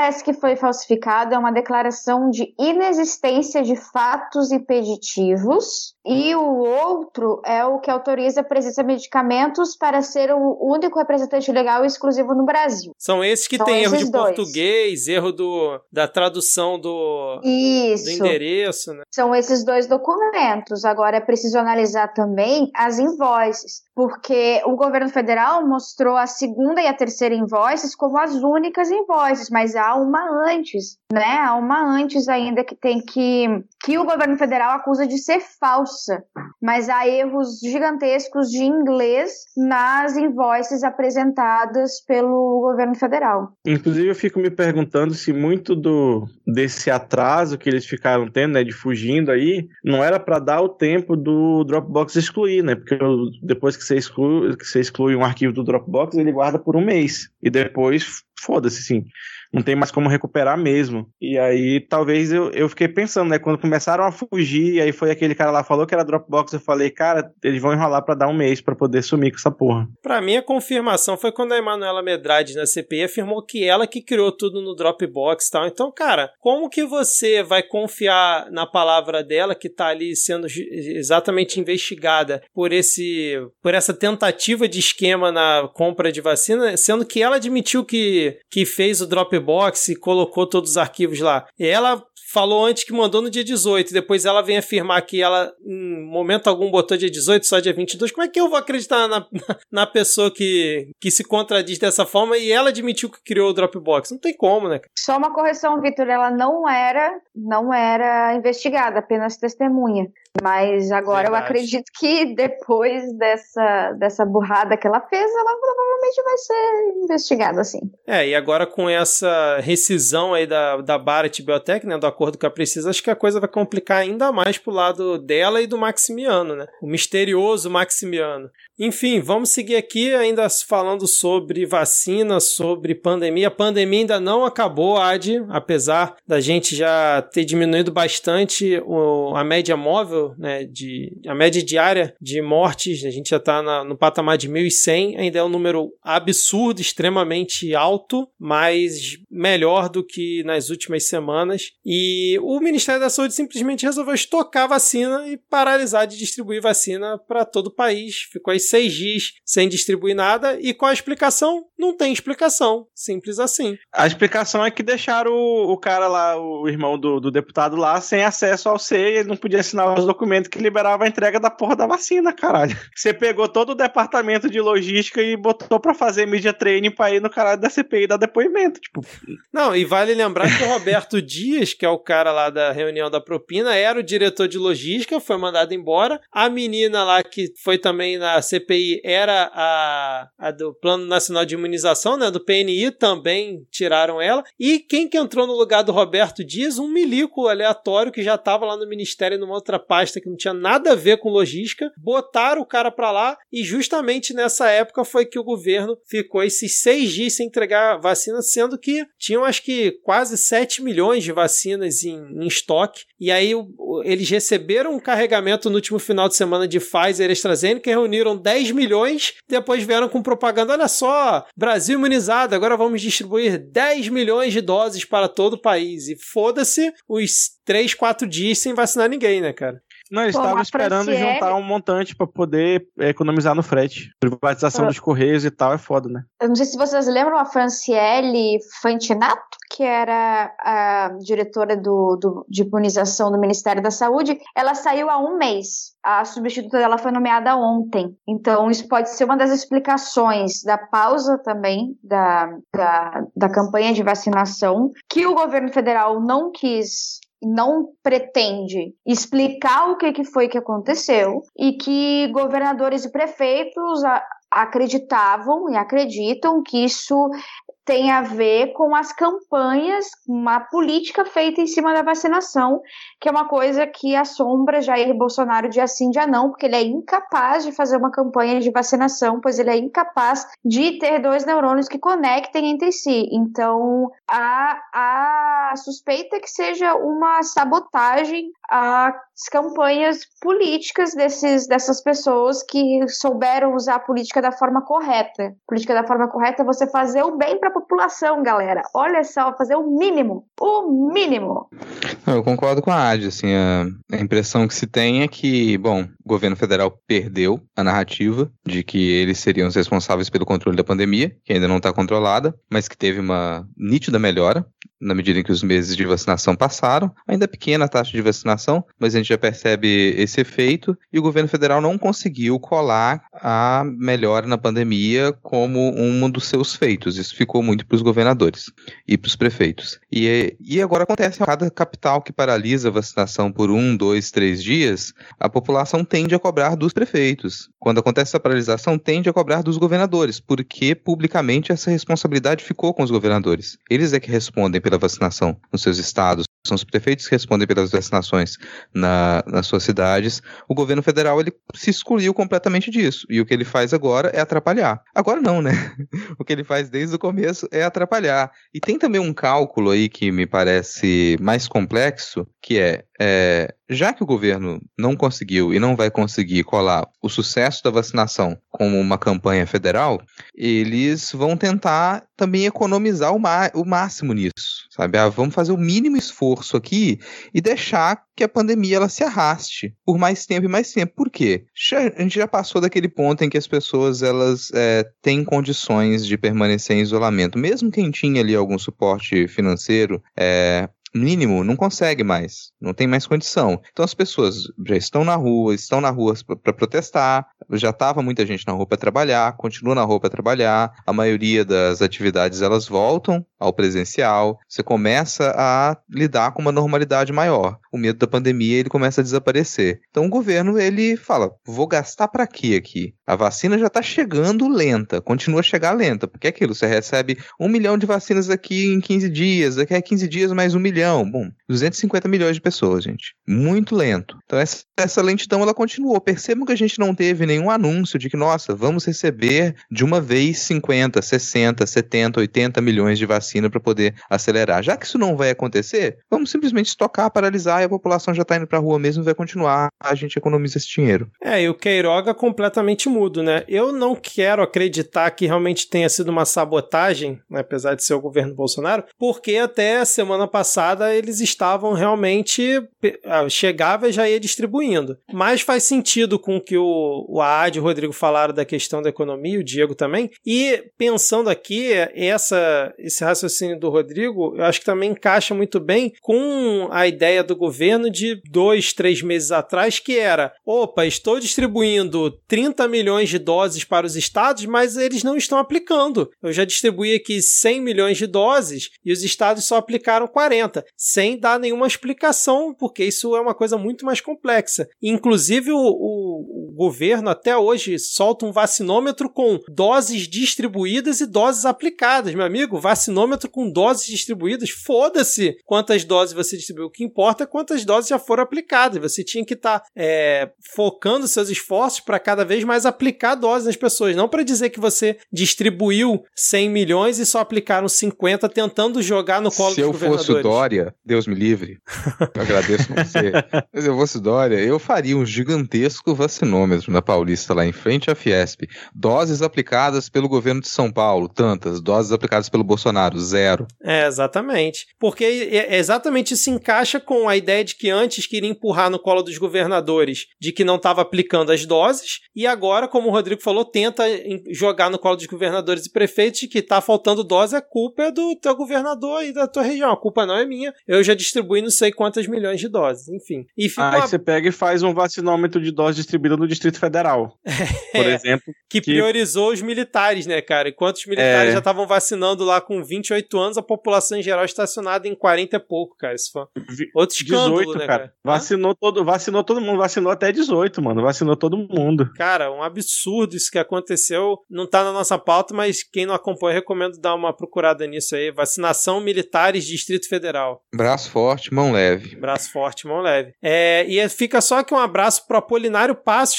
foi falsificado é uma declaração de inexistência de fatos impeditivos, e o outro é o que autoriza a presença de medicamentos para ser o único representante legal e exclusivo no Brasil. São esses que São tem erro esses de dois. português, erro do, da tradução do, Isso. do endereço, né? São esses dois documentos. Agora é preciso analisar também as invoices, porque o governo federal mostrou a segunda e a terceira invoices como as únicas invoices, mas há uma antes, né? Há uma antes ainda que tem que que o governo federal acusa de ser falsa, mas há erros gigantescos de inglês nas invoices apresentadas pelo governo federal. Inclusive, eu fico me perguntando se muito do, desse atraso que eles ficaram tendo, né, de fugindo aí, não era para dar o tempo do Dropbox excluir, né? Porque depois que você exclui, que você exclui um arquivo do Dropbox, ele guarda por um mês. E depois, foda-se, sim. Não tem mais como recuperar mesmo. E aí, talvez, eu, eu fiquei pensando, né? Quando começaram a fugir, aí foi aquele cara lá, falou que era Dropbox, eu falei, cara, eles vão enrolar pra dar um mês pra poder sumir com essa porra. Pra mim, a confirmação foi quando a Emanuela Medrade, na C P I, afirmou que ela que criou tudo no Dropbox e tal. Então, cara, como que você vai confiar na palavra dela, que tá ali sendo exatamente investigada por, esse, por essa tentativa de esquema na compra de vacina, sendo que ela admitiu que, que fez o Dropbox Box e colocou todos os arquivos lá. E ela falou antes que mandou no dia dezoito, depois ela vem afirmar que ela, em momento algum, botou dia dezoito, só dia vinte e dois. Como é que eu vou acreditar na, na, na pessoa que, que se contradiz dessa forma e ela admitiu que criou o Dropbox? Não tem como, né? Só uma correção, Vitor, ela não era, não era investigada, apenas testemunha. Mas agora Verdade. Eu acredito que depois dessa, dessa burrada que ela fez, ela provavelmente vai ser investigada, assim. É, e agora com essa rescisão aí da, da Bharat Biotech, né, do acordo com a Precisa, acho que a coisa vai complicar ainda mais pro lado dela e do Maximiano, né? O misterioso Maximiano. Enfim, vamos seguir aqui ainda falando sobre vacina, sobre pandemia. A pandemia ainda não acabou, Adi, apesar da gente já ter diminuído bastante o, a média móvel, né, de, a média diária de mortes. A gente já está no patamar de mil e cem, ainda é um número absurdo, extremamente alto, mas melhor do que nas últimas semanas. E o Ministério da Saúde simplesmente resolveu estocar vacina e paralisar de distribuir vacina para todo o país. Ficou aí seis dias sem distribuir nada. E qual a explicação? Não tem explicação. Simples assim. A explicação é que deixaram o, o cara lá, o irmão do, do deputado lá, sem acesso ao C e ele não podia assinar os documentos que liberava a entrega da porra da vacina, caralho. Você pegou todo o departamento de logística e botou pra fazer media training pra ir no caralho da C P I dar depoimento, tipo... Não, e vale lembrar que o Roberto Dias, que é o cara lá da reunião da propina, era o diretor de logística, foi mandado embora. A menina lá que foi também na C P I era a, a do Plano Nacional de Imunização, né, do P N I, também tiraram ela. E quem que entrou no lugar do Roberto Dias? Um milico aleatório que já tava lá no Ministério numa outra pasta que não tinha nada a ver com logística, botaram o cara pra lá e justamente nessa época foi que o governo ficou esses seis dias sem entregar vacina, sendo que tinham acho que quase sete milhões de vacinas em, em estoque, e aí o, eles receberam um carregamento no último final de semana de Pfizer e AstraZeneca, reuniram dez milhões, depois vieram com propaganda, olha só, Brasil imunizado, agora vamos distribuir dez milhões de doses para todo o país, e foda-se os três, quatro dias sem vacinar ninguém, né, cara? Não, eles estavam esperando Franciele... juntar um montante pra poder economizar no frete. Privatização ah. dos Correios e tal é foda, né? Eu não sei se vocês lembram a Franciele Fantinato, que era a diretora do, do, de imunização do Ministério da Saúde. Ela saiu há um mês. A substituta dela foi nomeada ontem. Então, isso pode ser uma das explicações da pausa também da, da, da campanha de vacinação, que o governo federal não quis... não pretende explicar o que, que foi que aconteceu e que governadores e prefeitos a, acreditavam e acreditam que isso tem a ver com as campanhas, uma política feita em cima da vacinação, que é uma coisa que assombra Jair Bolsonaro dia sim, dia não, porque ele é incapaz de fazer uma campanha de vacinação, pois ele é incapaz de ter dois neurônios que conectem entre si. Então, a, a suspeita é que seja uma sabotagem às campanhas políticas desses, dessas pessoas que souberam usar a política da forma correta. A política da forma correta é você fazer o bem para a população, galera. Olha só, fazer o mínimo, o mínimo. Eu concordo com a Adi, assim, a, a impressão que se tem é que, bom, o governo federal perdeu a narrativa de que eles seriam os responsáveis pelo controle da pandemia, que ainda não está controlada, mas que teve uma nítida melhora na medida em que os meses de vacinação passaram. Ainda é pequena a taxa de vacinação, mas a gente já percebe esse efeito, e o governo federal não conseguiu colar a melhora na pandemia como um dos seus feitos. Isso ficou muito para os governadores e para os prefeitos. E, e agora acontece, cada capital que paralisa a vacinação por um, dois, três dias, a população tende a cobrar dos prefeitos. Quando acontece essa paralisação, tende a cobrar dos governadores, porque publicamente essa responsabilidade ficou com os governadores. Eles é que respondem pela vacinação nos seus estados, são os prefeitos que respondem pelas vacinações na, nas suas cidades. O governo federal, ele se excluiu completamente disso, e o que ele faz agora é atrapalhar. Agora não, né? O que ele faz desde o começo é atrapalhar. E tem também um cálculo aí que me parece mais complexo, que é, é já que o governo não conseguiu e não vai conseguir colar o sucesso da vacinação como uma campanha federal, eles vão tentar também economizar o, má, o máximo nisso, sabe? Ah, vamos fazer o mínimo esforço aqui e deixar que a pandemia ela se arraste por mais tempo e mais tempo. Por quê? A gente já passou daquele ponto em que as pessoas elas é, têm condições de permanecer em isolamento. Mesmo quem tinha ali algum suporte financeiro, é, mínimo, não consegue mais, não tem mais condição. Então as pessoas já estão na rua, estão na rua para protestar, já estava muita gente na rua para trabalhar, continua na rua para trabalhar, a maioria das atividades elas voltam ao presencial, você começa a lidar com uma normalidade maior. O medo da pandemia ele começa a desaparecer. Então o governo ele fala, vou gastar para quê aqui? A vacina já está chegando lenta, continua a chegar lenta, porque é aquilo, você recebe um milhão de vacinas aqui em quinze dias, daqui a quinze dias mais um milhão. Bom, duzentos e cinquenta milhões de pessoas, gente. Muito lento. Então essa, essa lentidão ela continuou. Percebam que a gente não teve nenhum anúncio de que, nossa, vamos receber de uma vez cinquenta, sessenta, setenta, oitenta milhões de vacina para poder acelerar. Já que isso não vai acontecer, vamos simplesmente estocar, paralisar e a população já está indo para a rua mesmo, vai continuar, a gente economiza esse dinheiro. É, e o Queiroga completamente mudo, né? Eu não quero acreditar que realmente tenha sido uma sabotagem, né, apesar de ser o governo Bolsonaro, porque até a semana passada eles estavam realmente, chegava e já ia distribuindo. Mas faz sentido com o que o, o Adi e o Rodrigo falaram da questão da economia, o Diego também, e pensando aqui, essa, esse raciocínio do Rodrigo, eu acho que também encaixa muito bem com a ideia do governo de dois, três meses atrás, que era, opa, estou distribuindo trinta milhões de doses para os estados, mas eles não estão aplicando. Eu já distribuí aqui cem milhões de doses e os estados só aplicaram quarenta. Sem dar nenhuma explicação, porque isso é uma coisa muito mais complexa. Inclusive, o, o, o governo até hoje solta um vacinômetro com doses distribuídas e doses aplicadas. Meu amigo, vacinômetro com doses distribuídas, foda-se quantas doses você distribuiu. O que importa é quantas doses já foram aplicadas. Você tinha que estar tá, é, focando seus esforços para cada vez mais aplicar doses nas pessoas, não para dizer que você distribuiu cem milhões e só aplicaram cinquenta, tentando jogar no colo dos governadores. Se eu fosse o Dória, Deus me livre, eu agradeço você, mas eu fosse o Dória, eu faria um gigantesco vacinômetro na Paulista, lá em frente à Fiesp. Doses aplicadas pelo governo de São Paulo, tantas. Doses aplicadas pelo Bolsonaro, zero. É, exatamente. Porque exatamente isso encaixa com a ideia de que antes queria empurrar no colo dos governadores de que não estava aplicando as doses, e agora, como o Rodrigo falou, tenta jogar no colo dos governadores e prefeitos de que está faltando dose, a culpa é do teu governador e da tua região. A culpa não é minha, eu já distribuí não sei quantas milhões de doses, enfim. E fica Aí uma... você pega e faz um vacinômetro de doses distribuída no Distrito Federal, é, por exemplo. Que, que priorizou os militares, né, cara? Enquanto os militares é... já estavam vacinando lá com vinte e oito anos, a população em geral estacionada em quarenta e pouco, cara. Isso foi outro escândalo, dezoito, né, cara? cara? Vacinou todo, vacinou todo mundo, vacinou até dezoito, mano. Vacinou todo mundo. Cara, um absurdo isso que aconteceu. Não tá na nossa pauta, mas quem não acompanha, eu recomendo dar uma procurada nisso aí. Vacinação militares Distrito Federal. Braço forte, mão leve. Braço forte, mão leve. É, e fica só aqui um abraço pro Apolinário Passos,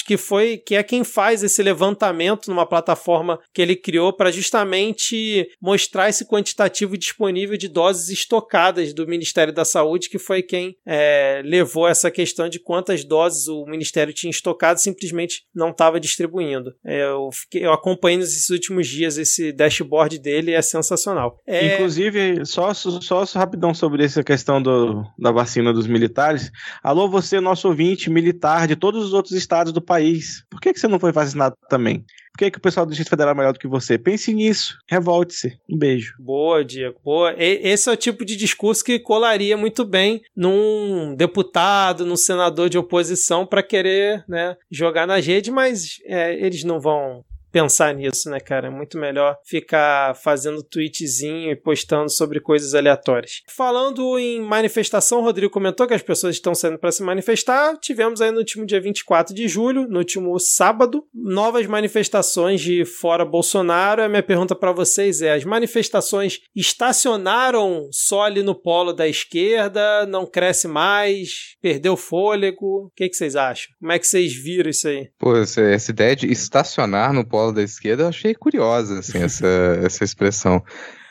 Marcos, que foi que é quem faz esse levantamento numa plataforma que ele criou para justamente mostrar esse quantitativo disponível de doses estocadas do Ministério da Saúde, que foi quem é, levou essa questão de quantas doses o Ministério tinha estocado, simplesmente não estava distribuindo. É, eu, fiquei, eu acompanhei nesses últimos dias esse dashboard dele, é sensacional. É... Inclusive, só, só, só rapidão sobre essa questão do, da vacina dos militares. Alô, você, nosso ouvinte militar de todos os outros estados do país. Por que, que você não foi vacinado também? Por que, que o pessoal do Distrito Federal é melhor do que você? Pense nisso. Revolte-se. Um beijo. Boa, Diego. Boa. E, esse é o tipo de discurso que colaria muito bem num deputado, num senador de oposição para querer, né, jogar na rede, mas é, eles não vão pensar nisso, né, cara? É muito melhor ficar fazendo tweetzinho e postando sobre coisas aleatórias. Falando em manifestação, o Rodrigo comentou que as pessoas estão saindo para se manifestar. Tivemos aí no último dia vinte e quatro de julho, no último sábado, novas manifestações de fora Bolsonaro. A minha pergunta para vocês é: as manifestações estacionaram só ali no polo da esquerda? Não cresce mais? Perdeu fôlego? O que, que vocês acham? Como é que vocês viram isso aí? Pô, essa ideia de estacionar no polo da esquerda eu achei curiosa, assim, essa, essa expressão.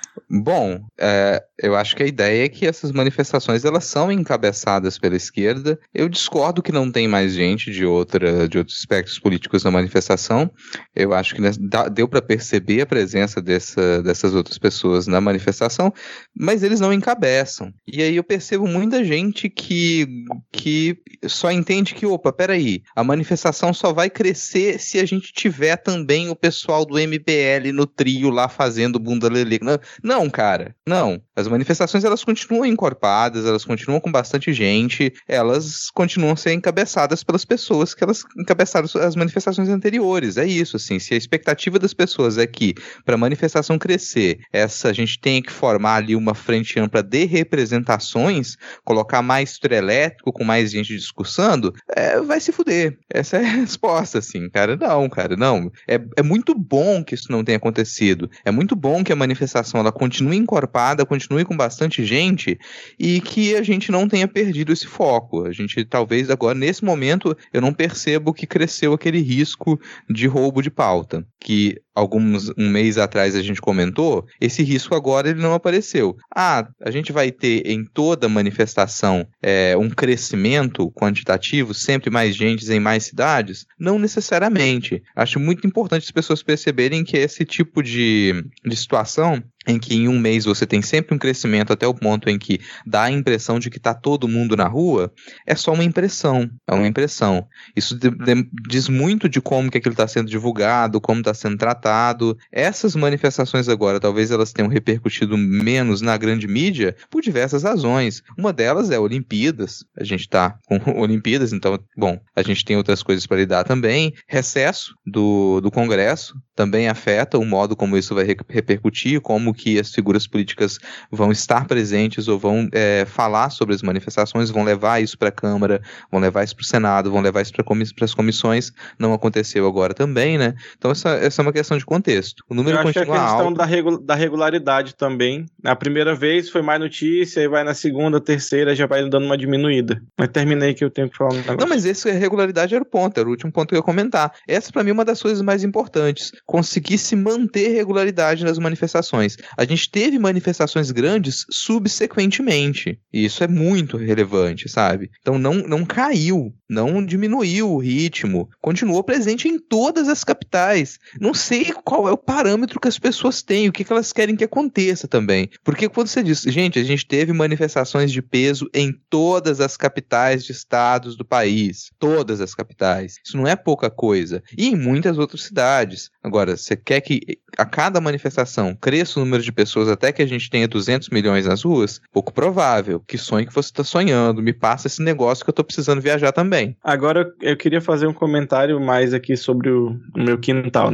Bom, é, eu acho que a ideia é que essas manifestações elas são encabeçadas pela esquerda. Eu discordo que não tem mais gente de, outra, de outros espectros políticos na manifestação. Eu acho que deu para perceber a presença dessa, dessas outras pessoas na manifestação, mas eles não encabeçam. E aí eu percebo muita gente que, que só entende que, opa, peraí, a manifestação só vai crescer se a gente tiver também o pessoal do M B L no trio lá fazendo bunda lelê. Não, Não, cara, não. As manifestações, elas continuam encorpadas, elas continuam com bastante gente, elas continuam a ser encabeçadas pelas pessoas que elas encabeçaram as manifestações anteriores. É isso, assim, se a expectativa das pessoas é que, para a manifestação crescer, essa, a gente tem que formar ali uma frente ampla de representações, colocar mais trio elétrico, com mais gente discursando, é, vai se fuder. Essa é a resposta, assim, cara. Não, cara, não. É, é muito bom que isso não tenha acontecido. É muito bom que a manifestação ela continue encorpada, continue com bastante gente e que a gente não tenha perdido esse foco. A gente, talvez, agora, nesse momento, eu não percebo que cresceu aquele risco de roubo de pauta, que alguns, um mês atrás a gente comentou. Esse risco agora ele não apareceu. Ah, a gente vai ter em toda manifestação é, um crescimento quantitativo, sempre mais gente em mais cidades? Não necessariamente. Acho muito importante as pessoas perceberem que esse tipo de, de situação em que em um mês você tem sempre um crescimento até o ponto em que dá a impressão de que está todo mundo na rua, é só uma impressão, é uma impressão. Isso de, de, diz muito de como que aquilo está sendo divulgado, como está sendo tratado. Essas manifestações agora, talvez elas tenham repercutido menos na grande mídia por diversas razões. Uma delas é Olimpíadas, a gente está com Olimpíadas, então, bom, a gente tem outras coisas para lidar também. Recesso do, do Congresso também afeta o modo como isso vai repercutir, como que as figuras políticas vão estar presentes ou vão é, falar sobre as manifestações, vão levar isso para a Câmara, vão levar isso para o Senado, vão levar isso para comiss- as comissões. Não aconteceu agora também, né? Então essa, essa é uma questão de contexto. O número Eu acho continua que é a questão alto. Da, regu- da regularidade também. Na primeira vez foi mais notícia, aí vai na segunda, terceira, já vai dando uma diminuída. Mas terminei que eu tenho que falar um negócio. Não, mas esse, a regularidade era o ponto, era o último ponto que eu ia comentar. Essa, para mim, é uma das coisas mais importantes. Conseguir se manter regularidade nas manifestações. A gente teve manifestações grandes subsequentemente. E isso é muito relevante, sabe? Então não, não caiu, não diminuiu o ritmo. Continuou presente em todas as capitais. Não sei qual é o parâmetro que as pessoas têm, o que, que elas querem que aconteça também. Porque quando você diz, gente, a gente teve manifestações de peso em todas as capitais de estados do país. Todas as capitais. Isso não é pouca coisa. E em muitas outras cidades. Agora, você quer que a cada manifestação cresça o número de pessoas até que a gente tenha duzentos milhões nas ruas? Pouco provável. Que sonho que você está sonhando. Me passa esse negócio que eu estou precisando viajar também. Agora eu queria fazer um comentário mais aqui sobre o, o meu quintal, né?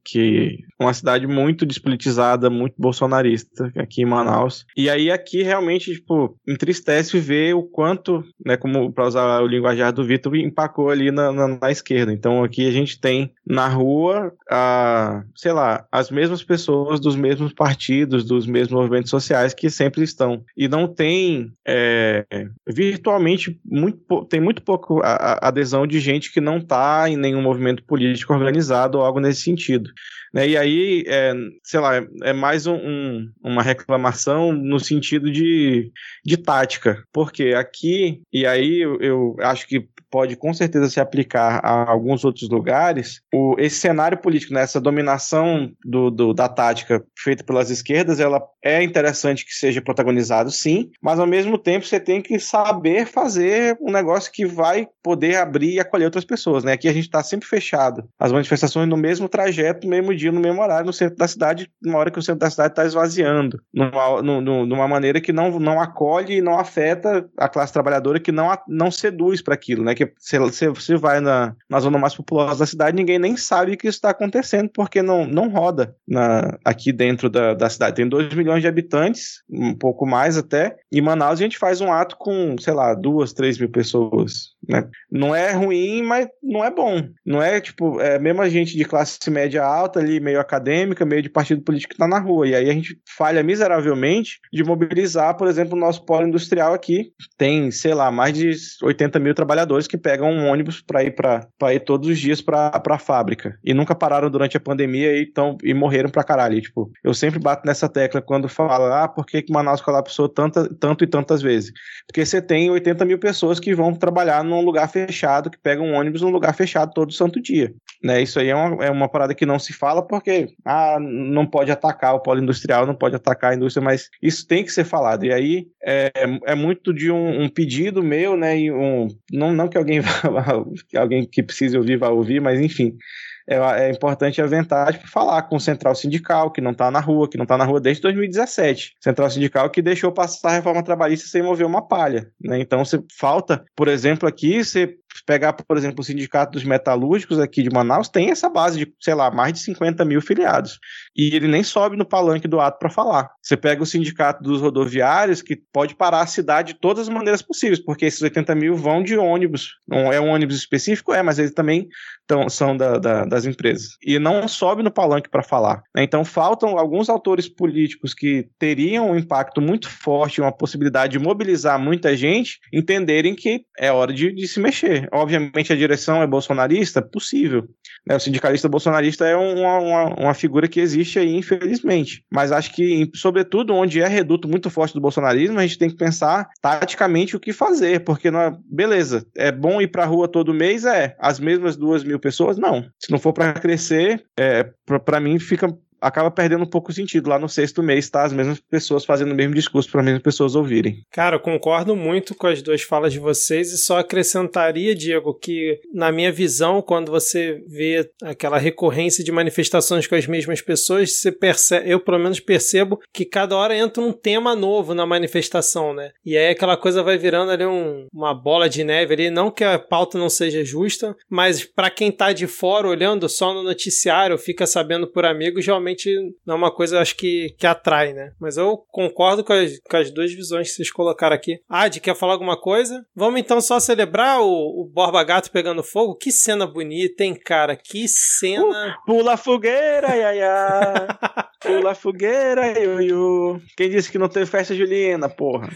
Que uma cidade muito despolitizada, muito bolsonarista aqui em Manaus. E aí aqui realmente, tipo, entristece ver o quanto, né, como para usar o linguajar do Vitor, empacou ali na, na, na esquerda. Então aqui a gente tem na rua, a, sei lá, as mesmas pessoas dos mesmos partidos, dos mesmos movimentos sociais que sempre estão. E não tem, é, virtualmente, muito, tem muito pouco a, a adesão de gente que não está em nenhum movimento político organizado ou algo nesse sentido. Né? E aí, é, sei lá, é mais um, um, uma reclamação no sentido de, de tática, porque aqui, e aí eu, eu acho que pode com certeza se aplicar a alguns outros lugares, o, esse cenário político, né, essa dominação do, do, da tática feita pelas esquerdas, ela é interessante que seja protagonizado, sim, mas ao mesmo tempo você tem que saber fazer um negócio que vai poder abrir e acolher outras pessoas, né? Aqui a gente está sempre fechado. As manifestações no mesmo trajeto, no mesmo dia, no mesmo horário, no centro da cidade, numa hora que o centro da cidade está esvaziando, numa, numa, numa maneira que não, não acolhe e não afeta a classe trabalhadora, que não, não seduz para aquilo, né? Que você, você vai na, na zona mais populosa da cidade, ninguém nem sabe que isso está acontecendo, porque não, não roda na, aqui dentro da, da cidade. Tem dois milhões de habitantes, um pouco mais até, e em Manaus a gente faz um ato com, sei lá, duas, três mil pessoas, né? Não é ruim, mas não é bom. Não é, tipo, é mesmo a gente de classe média alta ali, meio acadêmica, meio de partido político que tá na rua. E aí a gente falha miseravelmente de mobilizar, por exemplo, o nosso polo industrial aqui. Tem, sei lá, mais de oitenta mil trabalhadores que pegam um ônibus para ir, pra, pra ir todos os dias pra, pra fábrica. E nunca pararam durante a pandemia e, tão, e morreram pra caralho. E, tipo, eu sempre bato nessa tecla quando falo, ah, por que que Manaus colapsou tanta, tanto e tantas vezes? Porque você tem oitenta mil pessoas que vão trabalhar num lugar fechado, que pegam um ônibus num lugar fechado todo santo dia. Né? Isso aí é uma, é uma parada que não se fala porque ah, não pode atacar o polo industrial, não pode atacar a indústria, mas isso tem que ser falado. E aí é, é muito de um, um pedido meu, né? E um, não, não que alguém vá, que alguém que precise ouvir vá ouvir, mas enfim. É, é importante aventar, tipo, falar com o Central Sindical, que não está na rua, que não está na rua desde dois mil e dezessete. Central Sindical que deixou passar a reforma trabalhista sem mover uma palha. Né? Então, você falta, por exemplo, aqui, você pegar, por exemplo, o Sindicato dos Metalúrgicos aqui de Manaus, tem essa base de, sei lá, mais de cinquenta mil filiados. E ele nem sobe no palanque do ato para falar. Você pega o Sindicato dos Rodoviários, que pode parar a cidade de todas as maneiras possíveis, porque esses oitenta mil vão de ônibus. Não é um ônibus específico? É, mas eles também tão, são da, da, das empresas. E não sobe no palanque para falar. Né? Então, faltam alguns autores políticos que teriam um impacto muito forte, uma possibilidade de mobilizar muita gente, entenderem que é hora de, de se mexer. Obviamente a direção é bolsonarista? Possível. Né? O sindicalista bolsonarista é uma, uma, uma figura que existe aí, infelizmente. Mas acho que, sobretudo, onde é reduto muito forte do bolsonarismo, a gente tem que pensar taticamente o que fazer, porque, não é, beleza, é bom ir pra rua todo mês? É. As mesmas duas mil pessoas? Não. Se não for para crescer, é, para mim fica... acaba perdendo um pouco o sentido. Lá no sexto mês, tá? As mesmas pessoas fazendo o mesmo discurso para as mesmas pessoas ouvirem. Cara, eu concordo muito com as duas falas de vocês e só acrescentaria, Diego, que na minha visão, quando você vê aquela recorrência de manifestações com as mesmas pessoas, você percebe, eu pelo menos percebo que cada hora entra um tema novo na manifestação, né? E aí aquela coisa vai virando ali um, uma bola de neve ali, não que a pauta não seja justa, mas para quem tá de fora olhando só no noticiário, fica sabendo por amigos, realmente não é uma coisa, acho que, que atrai, né? Mas eu concordo com as, com as duas visões que vocês colocaram aqui. Adi, quer falar alguma coisa? Vamos então só celebrar o, o Borba Gato pegando fogo? Que cena bonita, hein, cara? Que cena... Uh, pula a fogueira, iaiá. Pula a fogueira, iuiu. Quem disse que não teve festa julina, porra?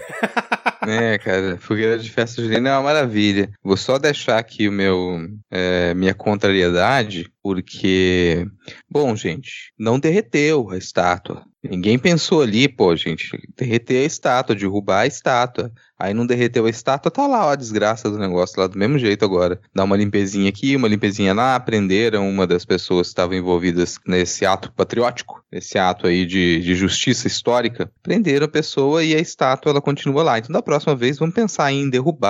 É, cara, fogueira de festa junina é uma maravilha. Vou só deixar aqui o meu, é, minha contrariedade, porque, bom, gente, não derreteu a estátua. Ninguém pensou ali, pô, gente, derreter a estátua, derrubar a estátua. Aí não derreteu a estátua, tá lá ó, a desgraça do negócio, lá do mesmo jeito agora. Dá uma limpezinha aqui, uma limpezinha lá, prenderam uma das pessoas que estavam envolvidas nesse ato patriótico, nesse ato aí de, de justiça histórica. Prenderam a pessoa e a estátua, ela continua lá. Então da próxima vez vamos pensar em derrubar,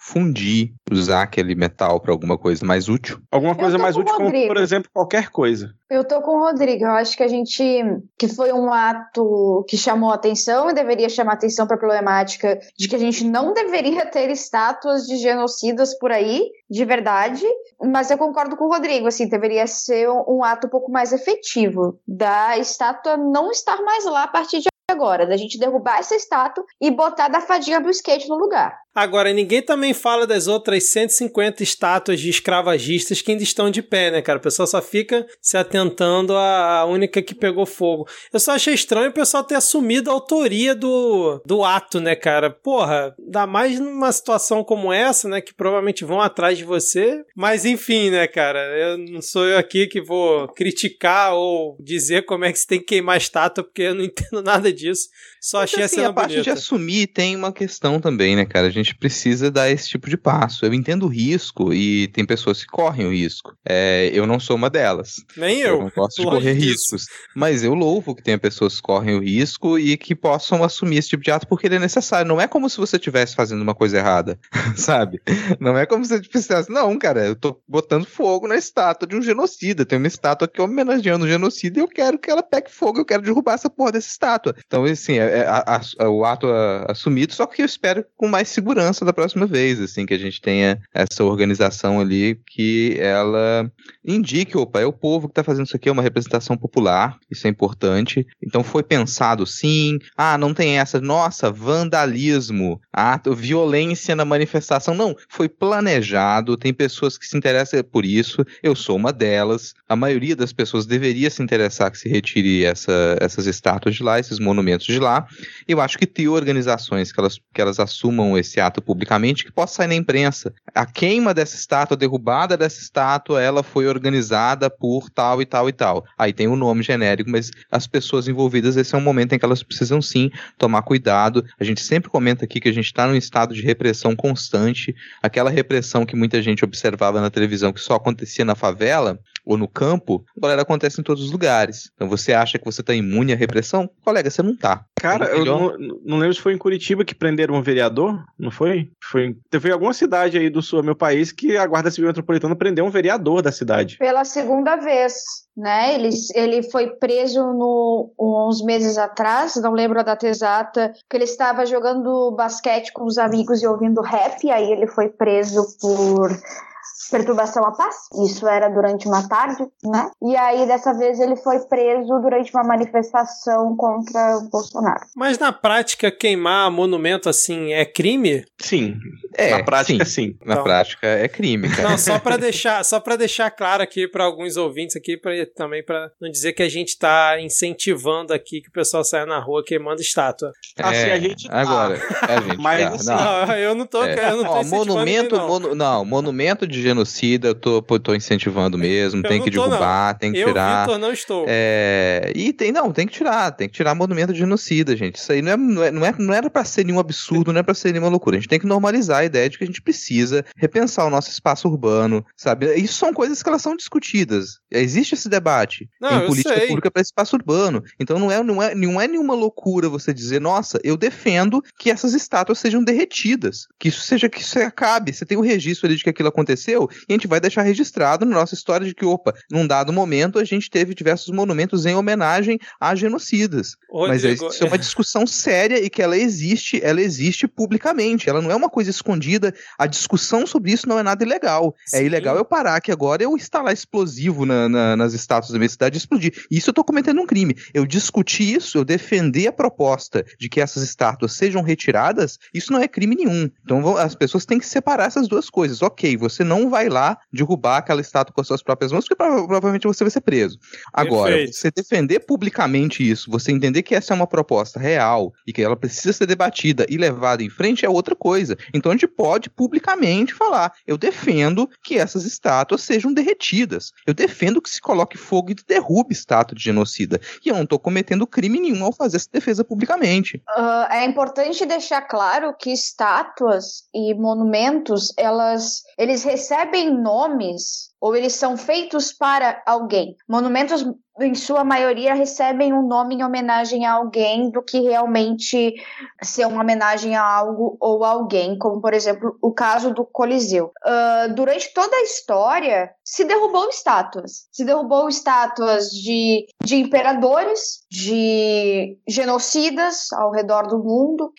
fundir, usar aquele metal para alguma coisa mais útil. Alguma coisa mais útil, como, por exemplo, qualquer coisa. Eu tô com o Rodrigo. Eu acho que a gente... que foi um ato que chamou atenção e deveria chamar atenção para a problemática de que a gente não deveria ter estátuas de genocidas por aí, de verdade. Mas eu concordo com o Rodrigo, assim, deveria ser um, um ato um pouco mais efetivo da estátua não estar mais lá a partir de agora, da gente derrubar essa estátua e botar da fadinha do skate no lugar. Agora, ninguém também fala das outras cento e cinquenta estátuas de escravagistas que ainda estão de pé, né, cara? O pessoal só fica se atentando à única que pegou fogo. Eu só achei estranho o pessoal ter assumido a autoria do, do ato, né, cara? Porra, ainda mais numa situação como essa, né, que provavelmente vão atrás de você. Mas, enfim, né, cara? Eu não sou eu aqui que vou criticar ou dizer como é que você tem que queimar estátua, porque eu não entendo nada disso. Só Mas, achei assim, a cena a parte bonita. de assumir tem uma questão também, né, cara? A gente precisa dar esse tipo de passo. Eu entendo o risco e tem pessoas que correm o risco. É, eu não sou uma delas. Nem eu. Eu não gosto de Longe correr disso. riscos. Mas eu louvo que tenha pessoas que correm o risco e que possam assumir esse tipo de ato porque ele é necessário. Não é como se você estivesse fazendo uma coisa errada, sabe? Não é como se você precisasse... Não, cara, eu tô botando fogo na estátua de um genocida. Tem uma estátua aqui homenageando um genocida e eu quero que ela pegue fogo. Eu quero derrubar essa porra dessa estátua. Então, assim, é, é, a, a, o ato a, assumido, só que eu espero com mais segurança da próxima vez, assim, que a gente tenha essa organização ali que ela indique, opa, é o povo que tá fazendo isso aqui, é uma representação popular, isso é importante. Então foi pensado sim, ah, não tem essa, nossa, vandalismo, ato, violência na manifestação, não, foi planejado, tem pessoas que se interessam por isso, eu sou uma delas, a maioria das pessoas deveria se interessar que se retire essa, essas estátuas de lá, esses monumentos de lá. Eu acho que ter organizações que elas, que elas assumam esse ato publicamente, que possa sair na imprensa. A queima dessa estátua, a derrubada dessa estátua, ela foi organizada por tal e tal e tal. Aí tem o um nome genérico, mas as pessoas envolvidas, esse é um momento em que elas precisam sim tomar cuidado. A gente sempre comenta aqui que a gente está num estado de repressão constante. Aquela repressão que muita gente observava na televisão, que só acontecia na favela ou no campo, agora acontece em todos os lugares. Então você acha que você está imune à repressão? Colega, você não tá. Cara, eu não, não lembro se foi em Curitiba que prenderam um vereador, não foi? Foi teve alguma cidade aí do sul do meu país que a Guarda Civil Metropolitana prendeu um vereador da cidade. Pela segunda vez, né? Ele, ele foi preso no, uns meses atrás, não lembro a data exata, que ele estava jogando basquete com os amigos e ouvindo rap, e aí ele foi preso por perturbação à paz. Isso era durante uma tarde, né? E aí, dessa vez, ele foi preso durante uma manifestação contra o Bolsonaro. Mas na prática, queimar monumento assim é crime? Sim. É, na prática, sim. sim. Na então, prática é crime, cara. Não, só pra deixar, só para deixar claro aqui para alguns ouvintes aqui, pra, também para não dizer que a gente tá incentivando aqui que o pessoal saia na rua queimando estátua. É, assim, a gente tá. Agora, a gente Mas, tá. assim, Não. Não, eu não tô, É. eu não tô Ó, incentivando monumento, ninguém, não. monu, não, monumento de genocida, eu tô, pô, tô incentivando mesmo, Eu tem não que tô, derrubar, não. tem que Eu, tirar. Vitor, não estou. É, e tem, não, tem que tirar, tem que tirar monumento de genocida, gente. Isso aí não, é, não, é, não, é, não era pra ser nenhum absurdo, não é pra ser nenhuma loucura. A gente tem que normalizar a ideia de que a gente precisa repensar o nosso espaço urbano, sabe? Isso são coisas que elas são discutidas. Existe esse debate Não, em política sei. pública para espaço urbano. Então não é, não, é, não é nenhuma loucura você dizer, nossa, eu defendo que essas estátuas sejam derretidas, que isso seja, que isso acabe. Você tem o registro ali de que aquilo aconteceu e a gente vai deixar registrado na nossa história de que, opa, num dado momento a gente teve diversos monumentos em homenagem a genocidas. Rodrigo, Mas isso é uma discussão séria e que ela existe, ela existe publicamente. Ela não é uma coisa escondida. A discussão sobre isso não é nada ilegal. Sim. É ilegal eu parar aqui agora eu instalar explosivo na, na, nas estátuas da minha cidade e explodir. Isso eu tô cometendo um crime. Eu discutir isso, eu defender a proposta de que essas estátuas sejam retiradas, isso não é crime nenhum. Então as pessoas têm que separar essas duas coisas. Ok, você não vai lá derrubar aquela estátua com as suas próprias mãos, porque provavelmente você vai ser preso. Agora, Perfeito. Você defender publicamente isso, você entender que essa é uma proposta real e que ela precisa ser debatida e levada em frente é outra coisa. Então a gente pode publicamente falar, eu defendo que essas estátuas sejam derretidas. Eu defendo que se coloque fogo e derrube estátua de genocida. E eu não estou cometendo crime nenhum ao fazer essa defesa publicamente. Uh, é importante deixar claro que estátuas e monumentos, elas, eles recebem nomes ou eles são feitos para alguém. Monumentos, em sua maioria, recebem um nome em homenagem a alguém do que realmente ser uma homenagem a algo ou alguém, como, por exemplo, o caso do Coliseu. Uh, durante toda a história, se derrubou estátuas. Se derrubou estátuas de, de imperadores, de genocidas ao redor do mundo,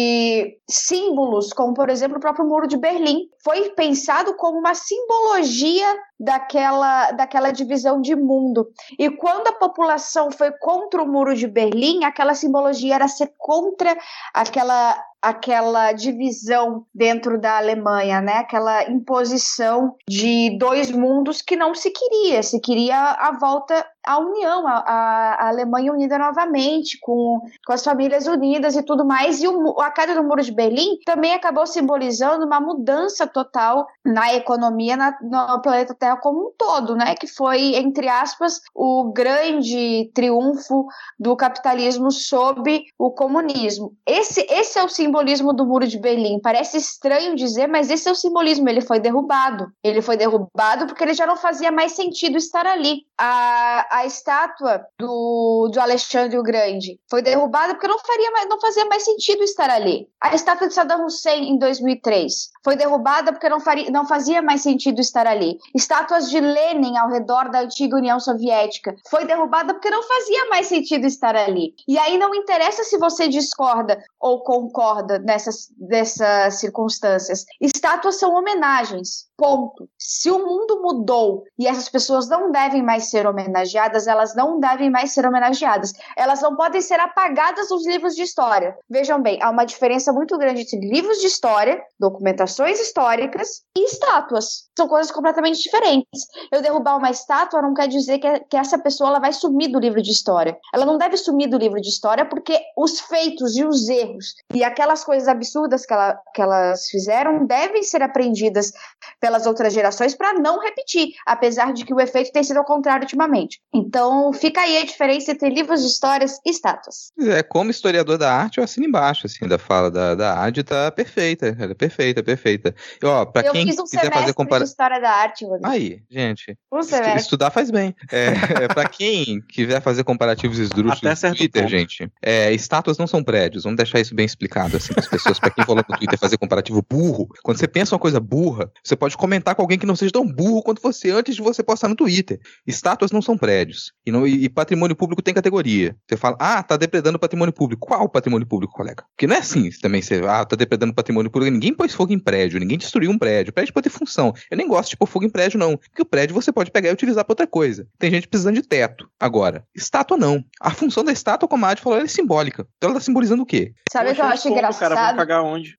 de símbolos, como, por exemplo, o próprio Muro de Berlim. Foi pensado como uma simbologia daquela, daquela divisão de mundo. E quando a população foi contra o Muro de Berlim, aquela simbologia era ser contra aquela, aquela divisão dentro da Alemanha, né? Aquela imposição de dois mundos que não se queria. Se queria a volta à união, a, a Alemanha unida novamente, com, com as famílias unidas e tudo mais. E o, a queda do Muro de Berlim também acabou simbolizando uma mudança total na economia na, no planeta Terra como um todo, né? Que foi, entre aspas, o grande triunfo do capitalismo sobre o comunismo. Esse, esse é o simbolismo do Muro de Berlim. Parece estranho dizer, mas esse é o simbolismo. Ele foi derrubado. Ele foi derrubado porque ele já não fazia mais sentido estar ali. A, a estátua do, do Alexandre o Grande foi derrubada porque não, faria mais, não fazia mais sentido estar ali. A estátua de Saddam Hussein em dois mil e três foi derrubada porque não, faria, não fazia mais sentido estar ali. Estátuas de Lenin ao redor da antiga União Soviética foi derrubada porque não fazia mais sentido estar ali. E aí não interessa se você discorda ou concorda nessas, nessas circunstâncias. Estátuas são homenagens. Ponto. Se o mundo mudou e essas pessoas não devem mais ser homenageadas, elas não devem mais ser homenageadas. Elas não podem ser apagadas dos livros de história. Vejam bem, há uma diferença muito grande entre livros de história, documentações históricas e estátuas. São coisas completamente diferentes. Eu derrubar uma estátua não quer dizer que, que essa pessoa ela vai sumir do livro de história. Ela não deve sumir do livro de história porque os feitos e os erros e aquelas coisas absurdas que, ela, que elas fizeram devem ser aprendidas pelas outras gerações para não repetir, apesar de que o efeito tem sido ao contrário ultimamente. Então, fica aí a diferença entre livros de histórias e estátuas. É, como historiador da arte, eu assino embaixo, assim, da fala da, da arte, tá perfeita, ela é perfeita, perfeita. E, ó, pra eu quem fiz um quiser fazer compara... de história da arte, Rodrigo. Aí, gente, um estu- estudar faz bem. É, é, pra quem quiser fazer comparativos esdrúxulos no Twitter, ponto. gente, é, estátuas não são prédios, vamos deixar isso bem explicado, assim, para as pessoas, pra quem for lá no Twitter fazer comparativo burro, quando você pensa uma coisa burra, você pode comentar com alguém que não seja tão burro quanto você antes de você postar no Twitter. Estátuas não são prédios. E, não, e, e patrimônio público tem categoria. Você fala, ah, tá depredando o patrimônio público. Qual patrimônio público, colega? Porque não é assim também, você, ah, tá depredando o patrimônio público. Ninguém pôs fogo em prédio, ninguém destruiu um prédio. O prédio pode ter função. Eu nem gosto de pôr fogo em prédio, não. Porque o prédio você pode pegar e utilizar pra outra coisa. Tem gente precisando de teto. Agora, estátua não. A função da estátua, como a Adi falou, ela é simbólica. Então ela tá simbolizando o quê? Sabe o que eu acho engraçado? Cara, vamos cagar onde?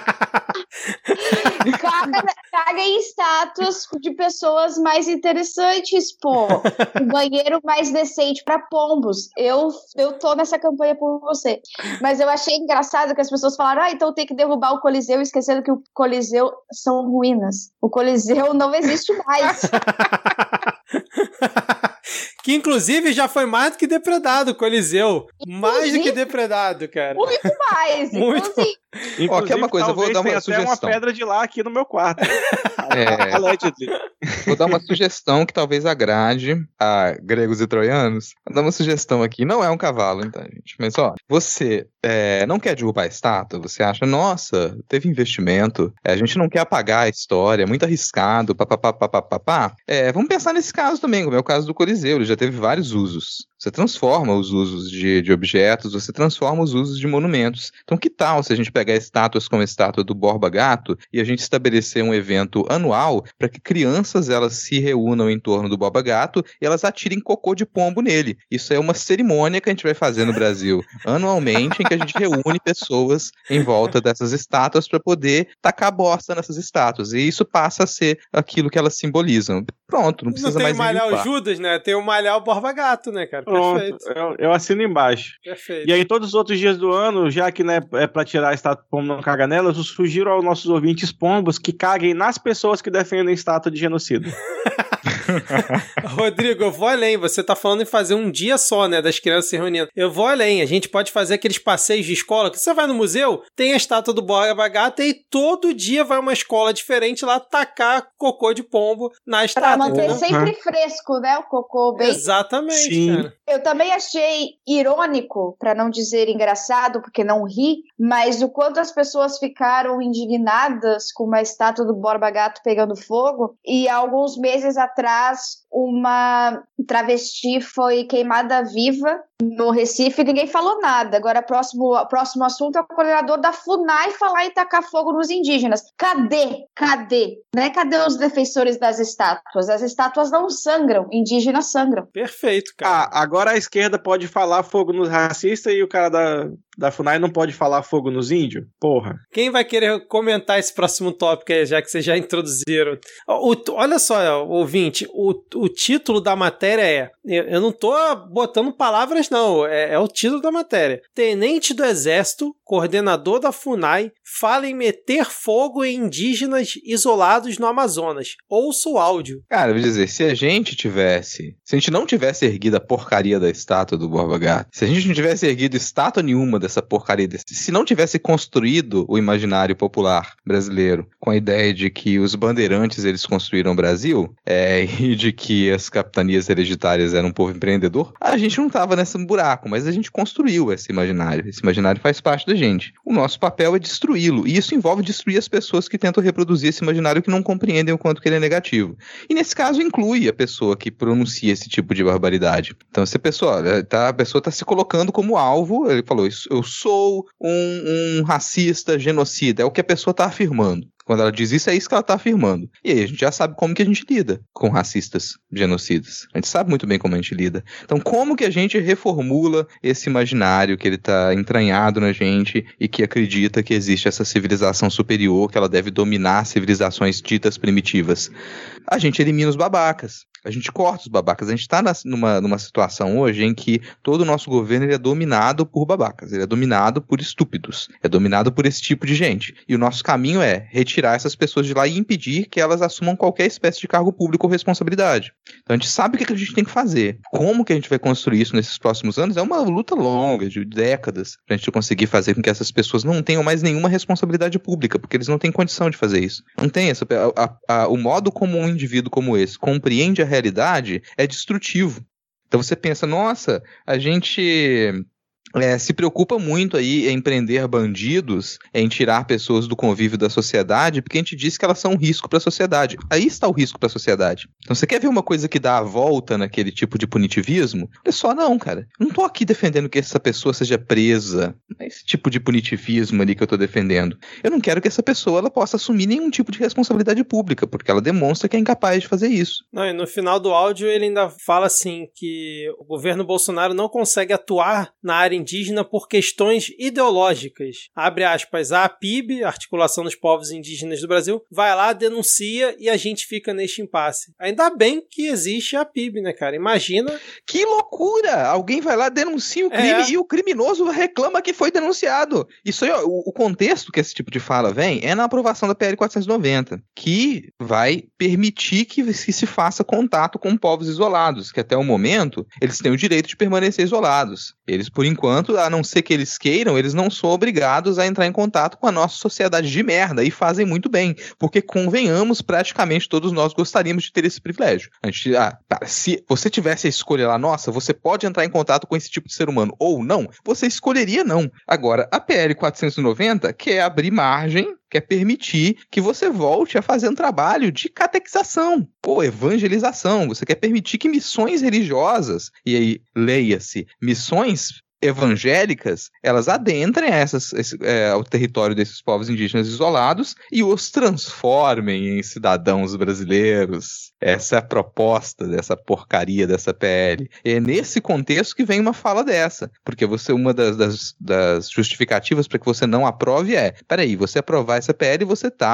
Caga, caga em estátuas de pessoas mais interessantes, pô. Um banheiro mais decente pra pombos. Eu, eu tô nessa campanha por você. Mas eu achei engraçado que as pessoas falaram, ah, então tem que derrubar o Coliseu, esquecendo que o Coliseu são ruínas. O Coliseu não existe mais. Que inclusive já foi mais do que depredado o Coliseu. Inclusive, mais do que depredado, cara. Muito mais. Muito. Então, assim, Ó, quer uma coisa, eu vou dar uma sugestão. Até uma pedra de lá aqui no meu quarto. É, vou dar uma sugestão que talvez agrade a gregos e troianos. Vou dar uma sugestão aqui. Não é um cavalo, então, gente. Mas, ó, você é, não quer derrubar a estátua? Você acha, nossa, teve investimento, é, a gente não quer apagar a história, é muito arriscado, papapá, papapá. É, vamos pensar nesse caso também, como é o caso do Coliseu, ele já teve vários usos. Você transforma os usos de, de objetos, você transforma os usos de monumentos. Então, que tal se a gente pegar estátuas como a estátua do Borba Gato e a gente estabelecer um evento anual para que crianças elas se reúnam em torno do Borba Gato e elas atirem cocô de pombo nele. Isso é uma cerimônia que a gente vai fazer no Brasil anualmente, em que a gente reúne pessoas em volta dessas estátuas para poder tacar bosta nessas estátuas. E isso passa a ser aquilo que elas simbolizam. Pronto, não precisa mais mais Tem o malhar limpar. o Judas, né? Tem o malhar o Borba Gato, né, cara? Pronto, Perfeito. eu, eu assino embaixo. Perfeito. E aí, todos os outros dias do ano, já que né, é pra tirar a estátua do pombo não caga nela, eu sugiro aos nossos ouvintes pombos que caguem nas pessoas que defendem estátua de genocídio. Rodrigo, eu vou além. Você tá falando em fazer um dia só, né, das crianças se reunindo. Eu vou além. A gente pode fazer aqueles passeios passeios de escola, que você vai no museu, tem a estátua do Borba Gato e todo dia vai uma escola diferente lá tacar cocô de pombo na estátua. Pra manter né? sempre fresco, né? O cocô bem... Exatamente, Sim. cara. Eu também achei irônico, pra não dizer engraçado, porque não ri, mas o quanto as pessoas ficaram indignadas com uma estátua do Borba Gato pegando fogo, e há alguns meses atrás uma travesti foi queimada viva no Recife e ninguém falou nada. Agora, próximo, próximo assunto é o coordenador da FUNAI falar em tacar fogo nos indígenas. Cadê? Cadê? Né? Cadê os defensores das estátuas? As estátuas não sangram, indígenas sangram. Perfeito, cara. Ah, agora a esquerda pode falar fogo nos racistas e o cara da, da FUNAI não pode falar fogo nos índios? Porra. Quem vai querer comentar esse próximo tópico aí, já que vocês já introduziram? O, olha só, ouvinte, o, o título da matéria é... Eu, eu não tô botando palavras, não. É, é o título da matéria. Tenente do Exército, coordenador da FUNAI, fala em meter fogo em indígenas isolados no Amazonas. Ouça o áudio. Cara, eu vou dizer, se a gente tivesse... Se a gente não tivesse erguido a porcaria da estátua do Borba Gato, se a gente não tivesse erguido estátua nenhuma dessa porcaria, desse, se não tivesse construído o imaginário popular brasileiro com a ideia de que os bandeirantes eles construíram o Brasil é, e de que as capitanias hereditárias eram um povo empreendedor, a gente não tava nesse buraco, mas a gente construiu esse imaginário. Esse imaginário faz parte da gente. O nosso papel é destruí-lo, e isso envolve destruir as pessoas que tentam reproduzir esse imaginário que não compreendem o quanto que ele é negativo. E nesse caso inclui a pessoa que pronuncia esse tipo de barbaridade. Então, se a pessoa, tá, a pessoa está se colocando como alvo, ele falou, eu sou um, um racista genocida, é o que a pessoa está afirmando. Quando ela diz isso, é isso que ela está afirmando. E aí a gente já sabe como que a gente lida com racistas genocidas. A gente sabe muito bem como a gente lida. Então, como que a gente reformula esse imaginário que ele está entranhado na gente e que acredita que existe essa civilização superior, que ela deve dominar civilizações ditas primitivas? A gente elimina os babacas. A gente corta os babacas. A gente está numa, numa situação hoje em que todo o nosso governo ele é dominado por babacas. Ele é dominado por estúpidos. É dominado por esse tipo de gente. E o nosso caminho é retirar essas pessoas de lá e impedir que elas assumam qualquer espécie de cargo público ou responsabilidade. Então a gente sabe o que a gente tem que fazer. Como que a gente vai construir isso nesses próximos anos? É uma luta longa, de décadas, para a gente conseguir fazer com que essas pessoas não tenham mais nenhuma responsabilidade pública, porque eles não têm condição de fazer isso. Não tem essa... A, a, a, o modo como um indivíduo como esse compreende a realidade é destrutivo. Então você pensa, nossa, a gente é, se preocupa muito aí em prender bandidos, em tirar pessoas do convívio da sociedade, porque a gente diz que elas são um risco para a sociedade. Aí está o risco para a sociedade. Então você quer ver uma coisa que dá a volta naquele tipo de punitivismo? Olha só, não, cara. Eu não tô aqui defendendo que essa pessoa seja presa. Não é esse tipo de punitivismo ali que eu tô defendendo. Eu não quero que essa pessoa ela possa assumir nenhum tipo de responsabilidade pública, porque ela demonstra que é incapaz de fazer isso. Não, e no final do áudio ele ainda fala assim que o governo Bolsonaro não consegue atuar na área indígena por questões ideológicas. Abre aspas, a APIB, Articulação dos Povos Indígenas do Brasil, vai lá, denuncia e a gente fica neste impasse. Ainda bem que existe a APIB, né, cara? Imagina... Que loucura! Alguém vai lá, denuncia o crime é. e o criminoso reclama que foi denunciado. Isso aí, ó, o, o contexto que esse tipo de fala vem é na aprovação da P L quatrocentos e noventa, que vai permitir que, que se faça contato com povos isolados, que até o momento eles têm o direito de permanecer isolados. Eles, por enquanto, a não ser que eles queiram, eles não são obrigados a entrar em contato com a nossa sociedade de merda, e fazem muito bem, porque, convenhamos, praticamente todos nós gostaríamos de ter esse privilégio. A gente, ah, cara, se você tivesse a escolha lá, nossa, você pode entrar em contato com esse tipo de ser humano, ou não, você escolheria não. Agora, a P L quatrocentos e noventa quer abrir margem, quer permitir que você volte a fazer um trabalho de catequização ou evangelização. Você quer permitir que missões religiosas, e aí leia-se, missões evangélicas, elas adentrem a essas, esse, é, ao território desses povos indígenas isolados e os transformem em cidadãos brasileiros. Essa é a proposta dessa porcaria dessa P L. E é nesse contexto que vem uma fala dessa, porque você, uma das, das, das justificativas para que você não aprove é, peraí, você aprovar essa P L, você está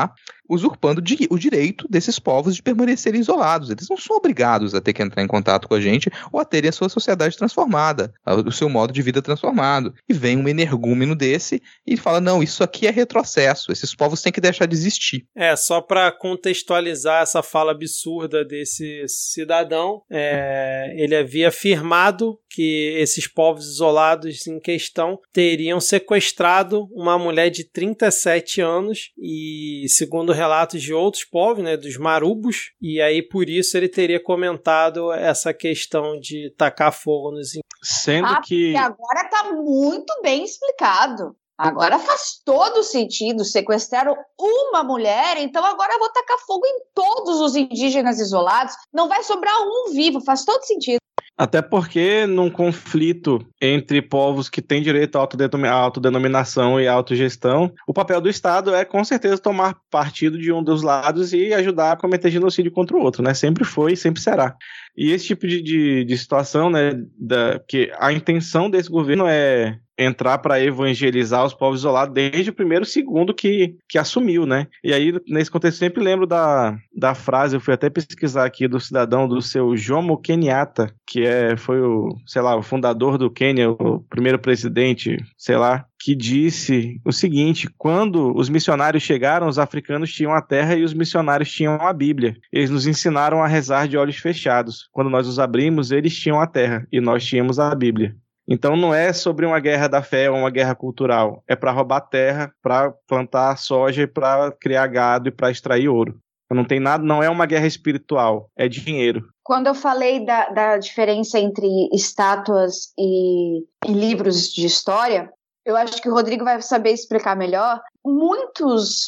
usurpando di- o direito desses povos de permanecerem isolados. Eles não são obrigados a ter que entrar em contato com a gente ou a terem a sua sociedade transformada, o seu modo de vida transformado. E vem um energúmeno desse e fala, não, isso aqui é retrocesso, esses povos têm que deixar de existir. É, só para contextualizar essa fala absurda desse cidadão, é, ele havia afirmado que esses povos isolados em questão teriam sequestrado uma mulher de trinta e sete anos e, segundo relatos de outros povos, né, dos marubos, e aí por isso ele teria comentado essa questão de tacar fogo nos... Sendo ah, que... agora tá muito bem explicado. Agora faz todo sentido. Sequestraram uma mulher, então agora eu vou tacar fogo em todos os indígenas isolados. Não vai sobrar um vivo, faz todo sentido. Até porque num conflito entre povos que têm direito à autodenominação e à autogestão, o papel do Estado é com certeza tomar partido de um dos lados e ajudar a cometer genocídio contra o outro, né? Sempre foi e sempre será. E esse tipo de, de, de situação, né, da, que a intenção desse governo é entrar para evangelizar os povos isolados desde o primeiro segundo que, que assumiu, né? E aí, nesse contexto, eu sempre lembro da, da frase, eu fui até pesquisar aqui, do cidadão, do seu Jomo Kenyatta, que é, foi o, sei lá, o fundador do Quênia, o primeiro presidente, sei lá, que disse o seguinte: quando os missionários chegaram, os africanos tinham a terra e os missionários tinham a Bíblia. Eles nos ensinaram a rezar de olhos fechados. Quando nós os abrimos, eles tinham a terra e nós tínhamos a Bíblia. Então não é sobre uma guerra da fé ou uma guerra cultural. É para roubar terra, para plantar soja, para criar gado e para extrair ouro. Não tem nada, não é uma guerra espiritual, é dinheiro. Quando eu falei da, da diferença entre estátuas e, e livros de história, eu acho que o Rodrigo vai saber explicar melhor. Muitos,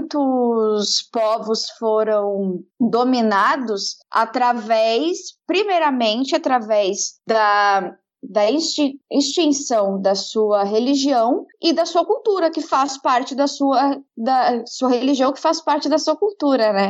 muitos povos foram dominados através, primeiramente, através da, da exti- extinção da sua religião e da sua cultura, que faz parte da sua, da sua religião, que faz parte da sua cultura, né?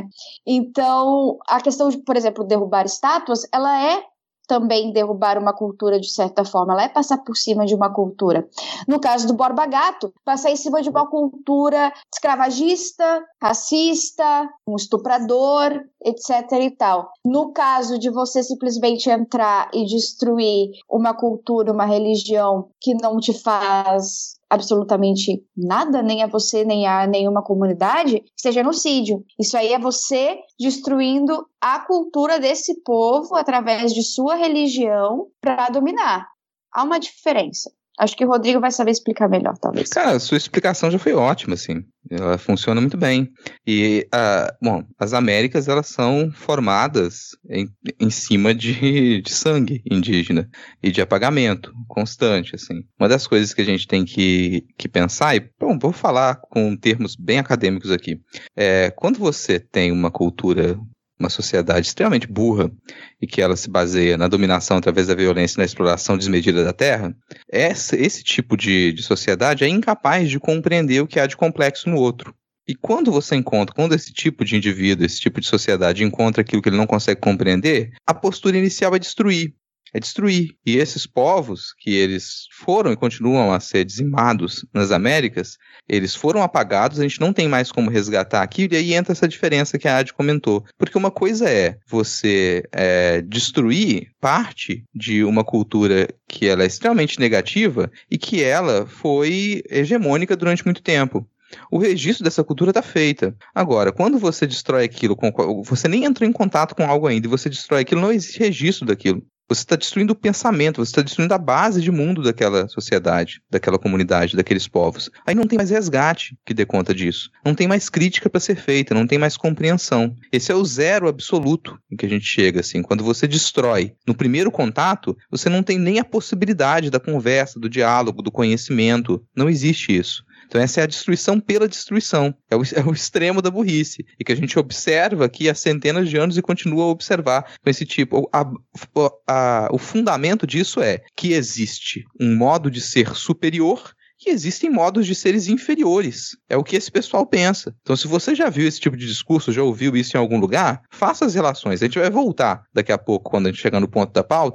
Então, a questão de, por exemplo, derrubar estátuas, ela é também derrubar uma cultura de certa forma, ela é passar por cima de uma cultura. No caso do Borba Gato, passar em cima de uma cultura escravagista, racista, um estuprador, etc e tal. No caso de você simplesmente entrar e destruir uma cultura, uma religião que não te faz absolutamente nada, nem a você, nem a nenhuma comunidade, isso é genocídio. Isso aí é você destruindo a cultura desse povo através de sua religião para dominar. Há uma diferença. Acho que o Rodrigo vai saber explicar melhor, talvez. Cara, a sua explicação já foi ótima, assim. Ela funciona muito bem. E, uh, bom, as Américas, elas são formadas em, em cima de, de sangue indígena e de apagamento constante, assim. Uma das coisas que a gente tem que, que pensar, e, bom, vou falar com termos bem acadêmicos aqui, é, quando você tem uma cultura, uma sociedade extremamente burra e que ela se baseia na dominação através da violência e na exploração desmedida da terra, esse, esse tipo de, de sociedade é incapaz de compreender o que há de complexo no outro. E quando você encontra, quando esse tipo de indivíduo, esse tipo de sociedade encontra aquilo que ele não consegue compreender, a postura inicial é destruir. É destruir. E esses povos, que eles foram e continuam a ser dizimados nas Américas, eles foram apagados, a gente não tem mais como resgatar aqui, e aí entra essa diferença que a Adi comentou. Porque uma coisa é você é, destruir parte de uma cultura que ela é extremamente negativa e que ela foi hegemônica durante muito tempo. O registro dessa cultura está feita. Agora, quando você destrói aquilo, com, você nem entrou em contato com algo ainda, e você destrói aquilo, não existe registro daquilo. Você está destruindo o pensamento, você está destruindo a base de mundo daquela sociedade, daquela comunidade, daqueles povos. Aí não tem mais resgate que dê conta disso. Não tem mais crítica para ser feita, não tem mais compreensão. Esse é o zero absoluto em que a gente chega, assim. Quando você destrói no primeiro contato, você não tem nem a possibilidade da conversa, do diálogo, do conhecimento. Não existe isso. Então essa é a destruição pela destruição, é o, é o extremo da burrice, e que a gente observa aqui há centenas de anos e continua a observar com esse tipo. A, a, a, o fundamento disso é que existe um modo de ser superior e existem modos de seres inferiores. É o que esse pessoal pensa. Então, se você já viu esse tipo de discurso, já ouviu isso em algum lugar, faça as relações. A gente vai voltar daqui a pouco, quando a gente chegar no ponto da pauta,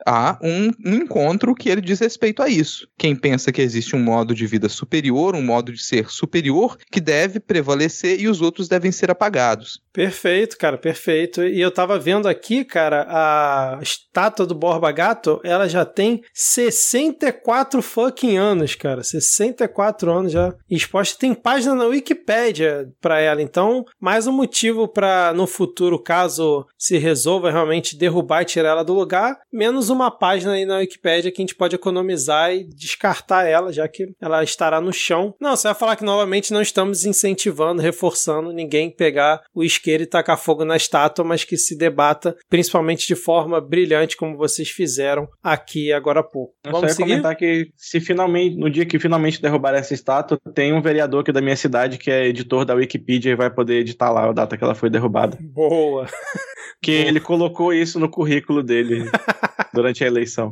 há um, um encontro que ele diz respeito a isso. Quem pensa que existe um modo de vida superior, um modo de ser superior, que deve prevalecer e os outros devem ser apagados. Perfeito, cara, perfeito. E eu tava vendo aqui, cara, a estátua do Borba Gato, ela já tem sessenta e quatro fucking anos, cara. sessenta e quatro anos já exposta. Tem página na Wikipédia pra ela. Então, mais um motivo pra, no futuro, caso se resolva realmente derrubar e tirar ela do lugar, menos uma página aí na Wikipédia que a gente pode economizar e descartar ela, já que ela estará no chão. Não, você vai falar que novamente não estamos incentivando, reforçando ninguém pegar o isqueiro e tacar fogo na estátua, mas que se debata principalmente de forma brilhante, como vocês fizeram aqui agora há pouco. Eu Vamos só ia seguir? comentar que se finalmente, no dia que finalmente derrubar essa estátua, tem um vereador aqui da minha cidade que é editor da Wikipedia e vai poder editar lá a data que ela foi derrubada. Boa! Que Boa. ele colocou isso no currículo dele durante a eleição.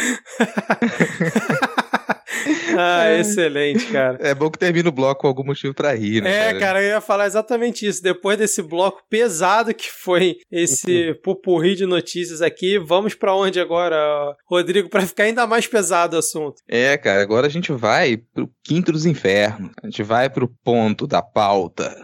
Ah, excelente, cara. É bom que termina o bloco com algum motivo pra rir, né? É, cara, eu ia falar exatamente isso. Depois desse bloco pesado que foi esse pupurri de notícias aqui, vamos pra onde agora, Rodrigo, pra ficar ainda mais pesado o assunto? É, cara, agora a gente vai pro quinto dos infernos. A gente vai pro ponto da pauta.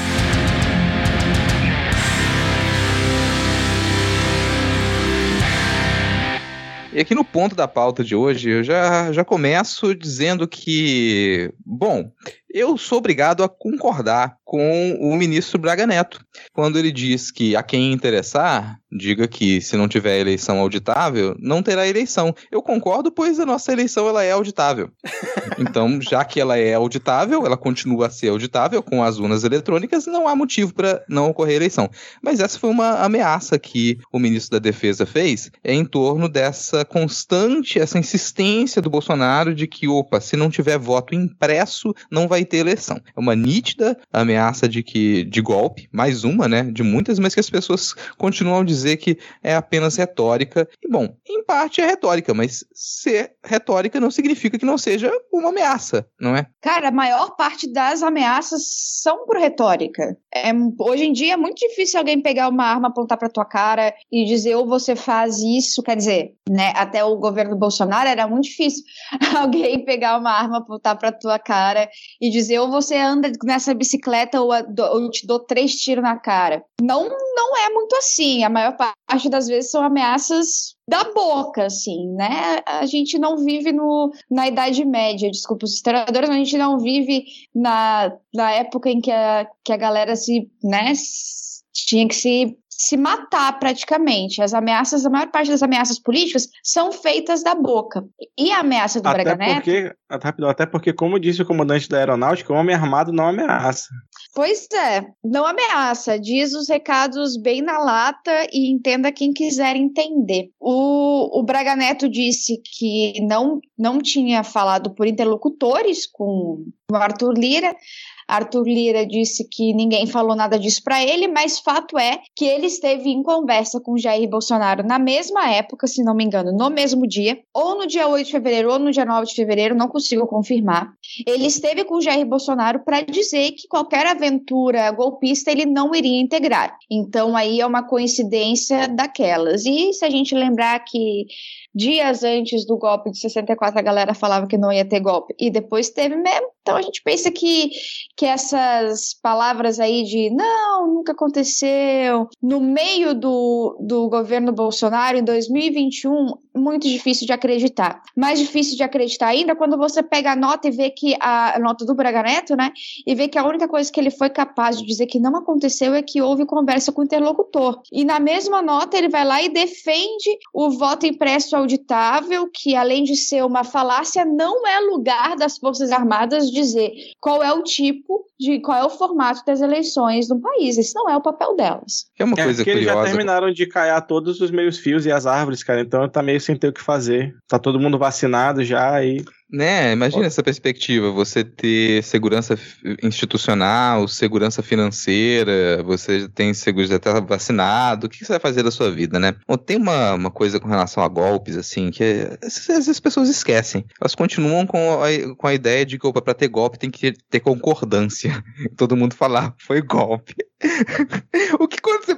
E aqui no ponto da pauta de hoje, eu já, já começo dizendo que, bom, eu sou obrigado a concordar com o ministro Braga Neto, quando ele diz que a quem interessar, diga que se não tiver eleição auditável, não terá eleição. Eu concordo, pois a nossa eleição ela é auditável. Então, já que ela é auditável, ela continua a ser auditável com as urnas eletrônicas, não há motivo para não ocorrer eleição. Mas essa foi uma ameaça que o ministro da Defesa fez em torno dessa constante, essa insistência do Bolsonaro de que, opa, se não tiver voto impresso, não vai ter eleição. É uma nítida ameaça de que de golpe, mais uma, né, de muitas, mas que as pessoas continuam a dizer que é apenas retórica. E, bom, em parte é retórica, mas ser retórica não significa que não seja uma ameaça, não é? Cara, a maior parte das ameaças são por retórica. É, hoje em dia é muito difícil alguém pegar uma arma, apontar pra tua cara e dizer ou você faz isso, quer dizer, né, até o governo Bolsonaro era muito difícil alguém pegar uma arma, apontar pra tua cara e dizer ou você anda nessa bicicleta ou eu te dou três tiros na cara. Não, não é muito assim. A maior parte das vezes são ameaças da boca, assim, né? A gente não vive no, na Idade Média, desculpa os historiadores, a gente não vive na, na época em que a, que a galera se, né, tinha que se se matar praticamente. As ameaças, a maior parte das ameaças políticas são feitas da boca. E a ameaça do até é Braga Neto... Porque, rapidão, até porque, como disse o comandante da aeronáutica, o homem armado não ameaça. Pois é, não ameaça, diz os recados bem na lata e entenda quem quiser entender. O, o Braga Neto disse que não, não tinha falado por interlocutores com o Arthur Lira. Arthur Lira disse que ninguém falou nada disso para ele, mas fato é que ele esteve em conversa com Jair Bolsonaro na mesma época, se não me engano, no mesmo dia, ou no dia oito de fevereiro ou no dia nove de fevereiro, não consigo confirmar. Ele esteve com Jair Bolsonaro para dizer que qualquer aventura golpista ele não iria integrar. Então aí é uma coincidência daquelas. E se a gente lembrar que dias antes do golpe de sessenta e quatro a galera falava que não ia ter golpe e depois teve mesmo, então a gente pensa que, que essas palavras aí de não, nunca aconteceu, no meio do, do governo Bolsonaro em dois mil e vinte e um, muito difícil de acreditar. Mais difícil de acreditar ainda quando você pega a nota e vê que a, a nota do Braga Neto, né, e vê que a única coisa que ele foi capaz de dizer que não aconteceu é que houve conversa com o interlocutor. E na mesma nota ele vai lá e defende o voto impresso auditável, que além de ser uma falácia, não é lugar das Forças Armadas dizer qual é o tipo de, qual é o formato das eleições no país. Esse não é o papel delas. É uma É, coisa porque eles curiosa. já terminaram de caiar todos os meios fios e as árvores, cara, então tá meio sem ter o que fazer. Tá todo mundo vacinado já e... Né, imagina essa perspectiva, você ter segurança institucional, segurança financeira, você tem seguro de estar vacinado, o que você vai fazer da sua vida, né? Bom, tem uma, uma coisa com relação a golpes, assim, que é, às vezes as pessoas esquecem. Elas continuam com a, com a ideia de que, opa, pra ter golpe tem que ter concordância. Todo mundo falar, foi golpe. O que quando você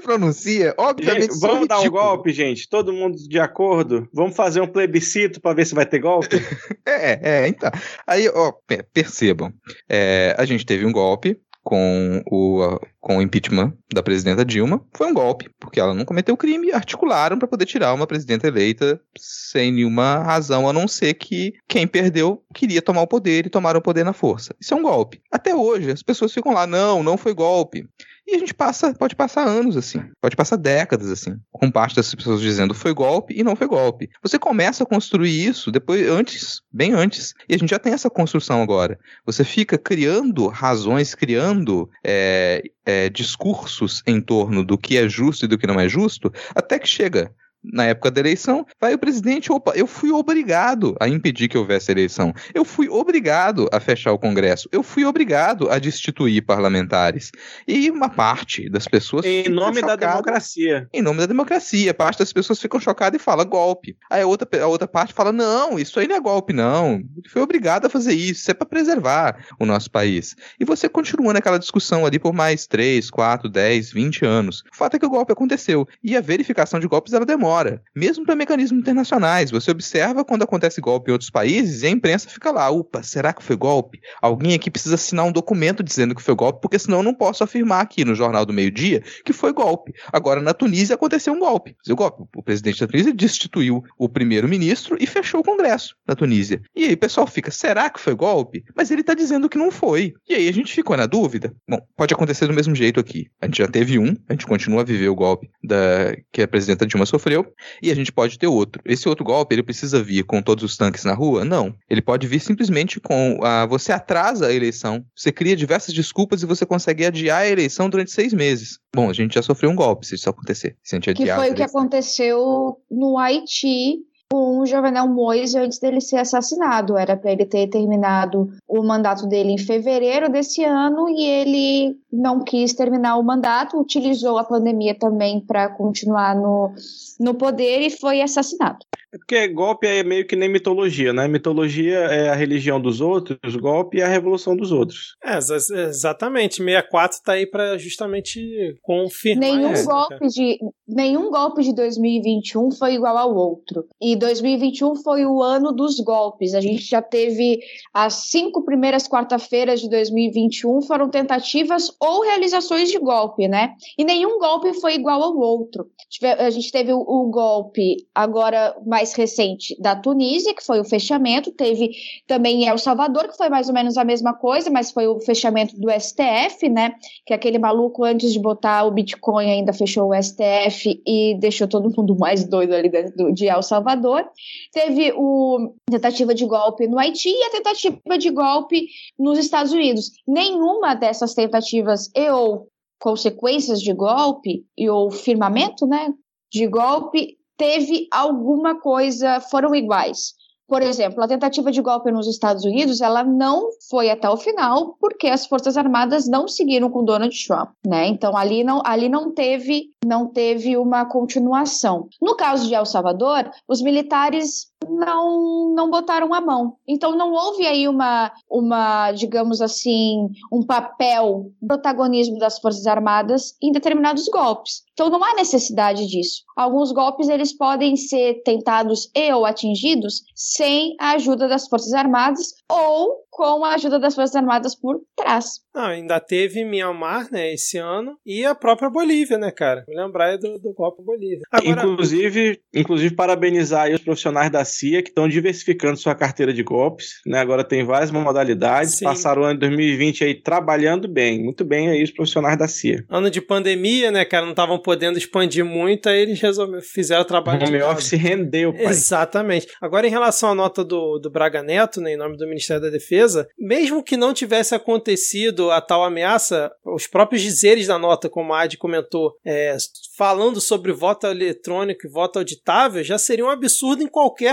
pronuncia, obviamente... Gente, vamos dar um golpe, gente? Todo mundo de acordo? Vamos fazer um plebiscito para ver se vai ter golpe? é, é, então. Aí, ó, percebam, é, a gente teve um golpe com o, com o impeachment da presidenta Dilma. Foi um golpe, porque ela não cometeu crime, articularam para poder tirar uma presidenta eleita sem nenhuma razão, a não ser que quem perdeu queria tomar o poder e tomaram o poder na força. Isso é um golpe. Até hoje, as pessoas ficam lá, não, não foi golpe. E a gente passa, pode passar anos assim, pode passar décadas assim, com parte das pessoas dizendo foi golpe e não foi golpe. Você começa a construir isso depois, antes, bem antes, e a gente já tem essa construção agora. Você fica criando razões, criando é, é, discursos em torno do que é justo e do que não é justo, até que chega na época da eleição, vai o presidente, opa, eu fui obrigado a impedir que houvesse eleição, eu fui obrigado a fechar o Congresso, eu fui obrigado a destituir parlamentares. E uma parte das pessoas... Em nome da democracia. Em nome da democracia. Parte das pessoas ficam chocadas e fala golpe. Aí a outra, a outra parte fala, não, isso aí não é golpe, não. Ele foi obrigado a fazer isso, isso é para preservar o nosso país. E você continua naquela discussão ali por mais três, quatro, dez, vinte anos. O fato é que o golpe aconteceu. E a verificação de golpes, ela demora. Mesmo para mecanismos internacionais, você observa quando acontece golpe em outros países e a imprensa fica lá, upa, será que foi golpe? Alguém aqui precisa assinar um documento dizendo que foi golpe, porque senão eu não posso afirmar aqui no Jornal do Meio-Dia que foi golpe. Agora, na Tunísia aconteceu um golpe. O golpe, o presidente da Tunísia destituiu o primeiro-ministro e fechou o Congresso na Tunísia. E aí o pessoal fica, será que foi golpe? Mas ele está dizendo que não foi. E aí a gente ficou na dúvida. Bom, pode acontecer do mesmo jeito aqui. A gente já teve um, a gente continua a viver o golpe da, que a presidenta Dilma sofreu, e a gente pode ter outro. Esse outro golpe, ele precisa vir com todos os tanques na rua? Não. Ele pode vir simplesmente com... Uh, você atrasa a eleição, você cria diversas desculpas e você consegue adiar a eleição durante seis meses. Bom, a gente já sofreu um golpe se isso acontecer. Se a gente que foi o que aconteceu no Haiti com o Jovenel Moïse antes dele ser assassinado. Era para ele ter terminado o mandato dele em fevereiro desse ano e ele não quis terminar o mandato, utilizou a pandemia também para continuar no, no poder e foi assassinado. É porque golpe é meio que nem mitologia, né? Mitologia é a religião dos outros, golpe é a revolução dos outros. É, exatamente. sessenta e quatro tá aí para justamente confirmar nenhum isso. Golpe de, nenhum golpe de dois mil e vinte e um foi igual ao outro. E dois mil e vinte e um foi o ano dos golpes. A gente já teve as cinco primeiras quarta-feiras de dois mil e vinte e um foram tentativas ou realizações de golpe, né? E nenhum golpe foi igual ao outro. A gente teve o, o golpe agora mais recente da Tunísia, que foi o fechamento, teve também em El Salvador, que foi mais ou menos a mesma coisa, mas foi o fechamento do S T F, né, que aquele maluco antes de botar o Bitcoin ainda fechou o S T F e deixou todo mundo mais doido ali de, de El Salvador. Teve o tentativa de golpe no Haiti e a tentativa de golpe nos Estados Unidos. Nenhuma dessas tentativas e ou consequências de golpe e ou firmamento, né, de golpe teve alguma coisa, foram iguais. Por exemplo, a tentativa de golpe nos Estados Unidos, ela não foi até o final porque as Forças Armadas não seguiram com Donald Trump, né? Então ali não, ali não teve, não teve uma continuação. No caso de El Salvador, os militares não, não botaram a mão. Então não houve aí uma, uma, digamos assim, um papel, um protagonismo das Forças Armadas em determinados golpes. Então não há necessidade disso. Alguns golpes eles podem ser tentados e ou atingidos sem a ajuda das Forças Armadas ou com a ajuda das Forças Armadas por trás. Não, ainda teve Myanmar, né, esse ano, e a própria Bolívia, né, cara? Me lembrar aí do, do golpe Bolívia. Agora... Inclusive, inclusive, parabenizar aí os profissionais da C I A que estão diversificando sua carteira de golpes, né? Agora tem várias modalidades, Sim. passaram o ano de dois mil e vinte aí trabalhando bem, muito bem aí os profissionais da C I A. Ano de pandemia, né, cara? Não estavam podendo expandir muito, aí eles resolveram, fizeram o trabalho de home office rendeu, pai. Exatamente. Agora, em relação à nota do, do Braga Neto, né, em nome do Ministério da Defesa, mesmo que não tivesse acontecido a tal ameaça, os próprios dizeres da nota, como a Adi comentou, é, falando sobre voto eletrônico e voto auditável, já seria um absurdo em qualquer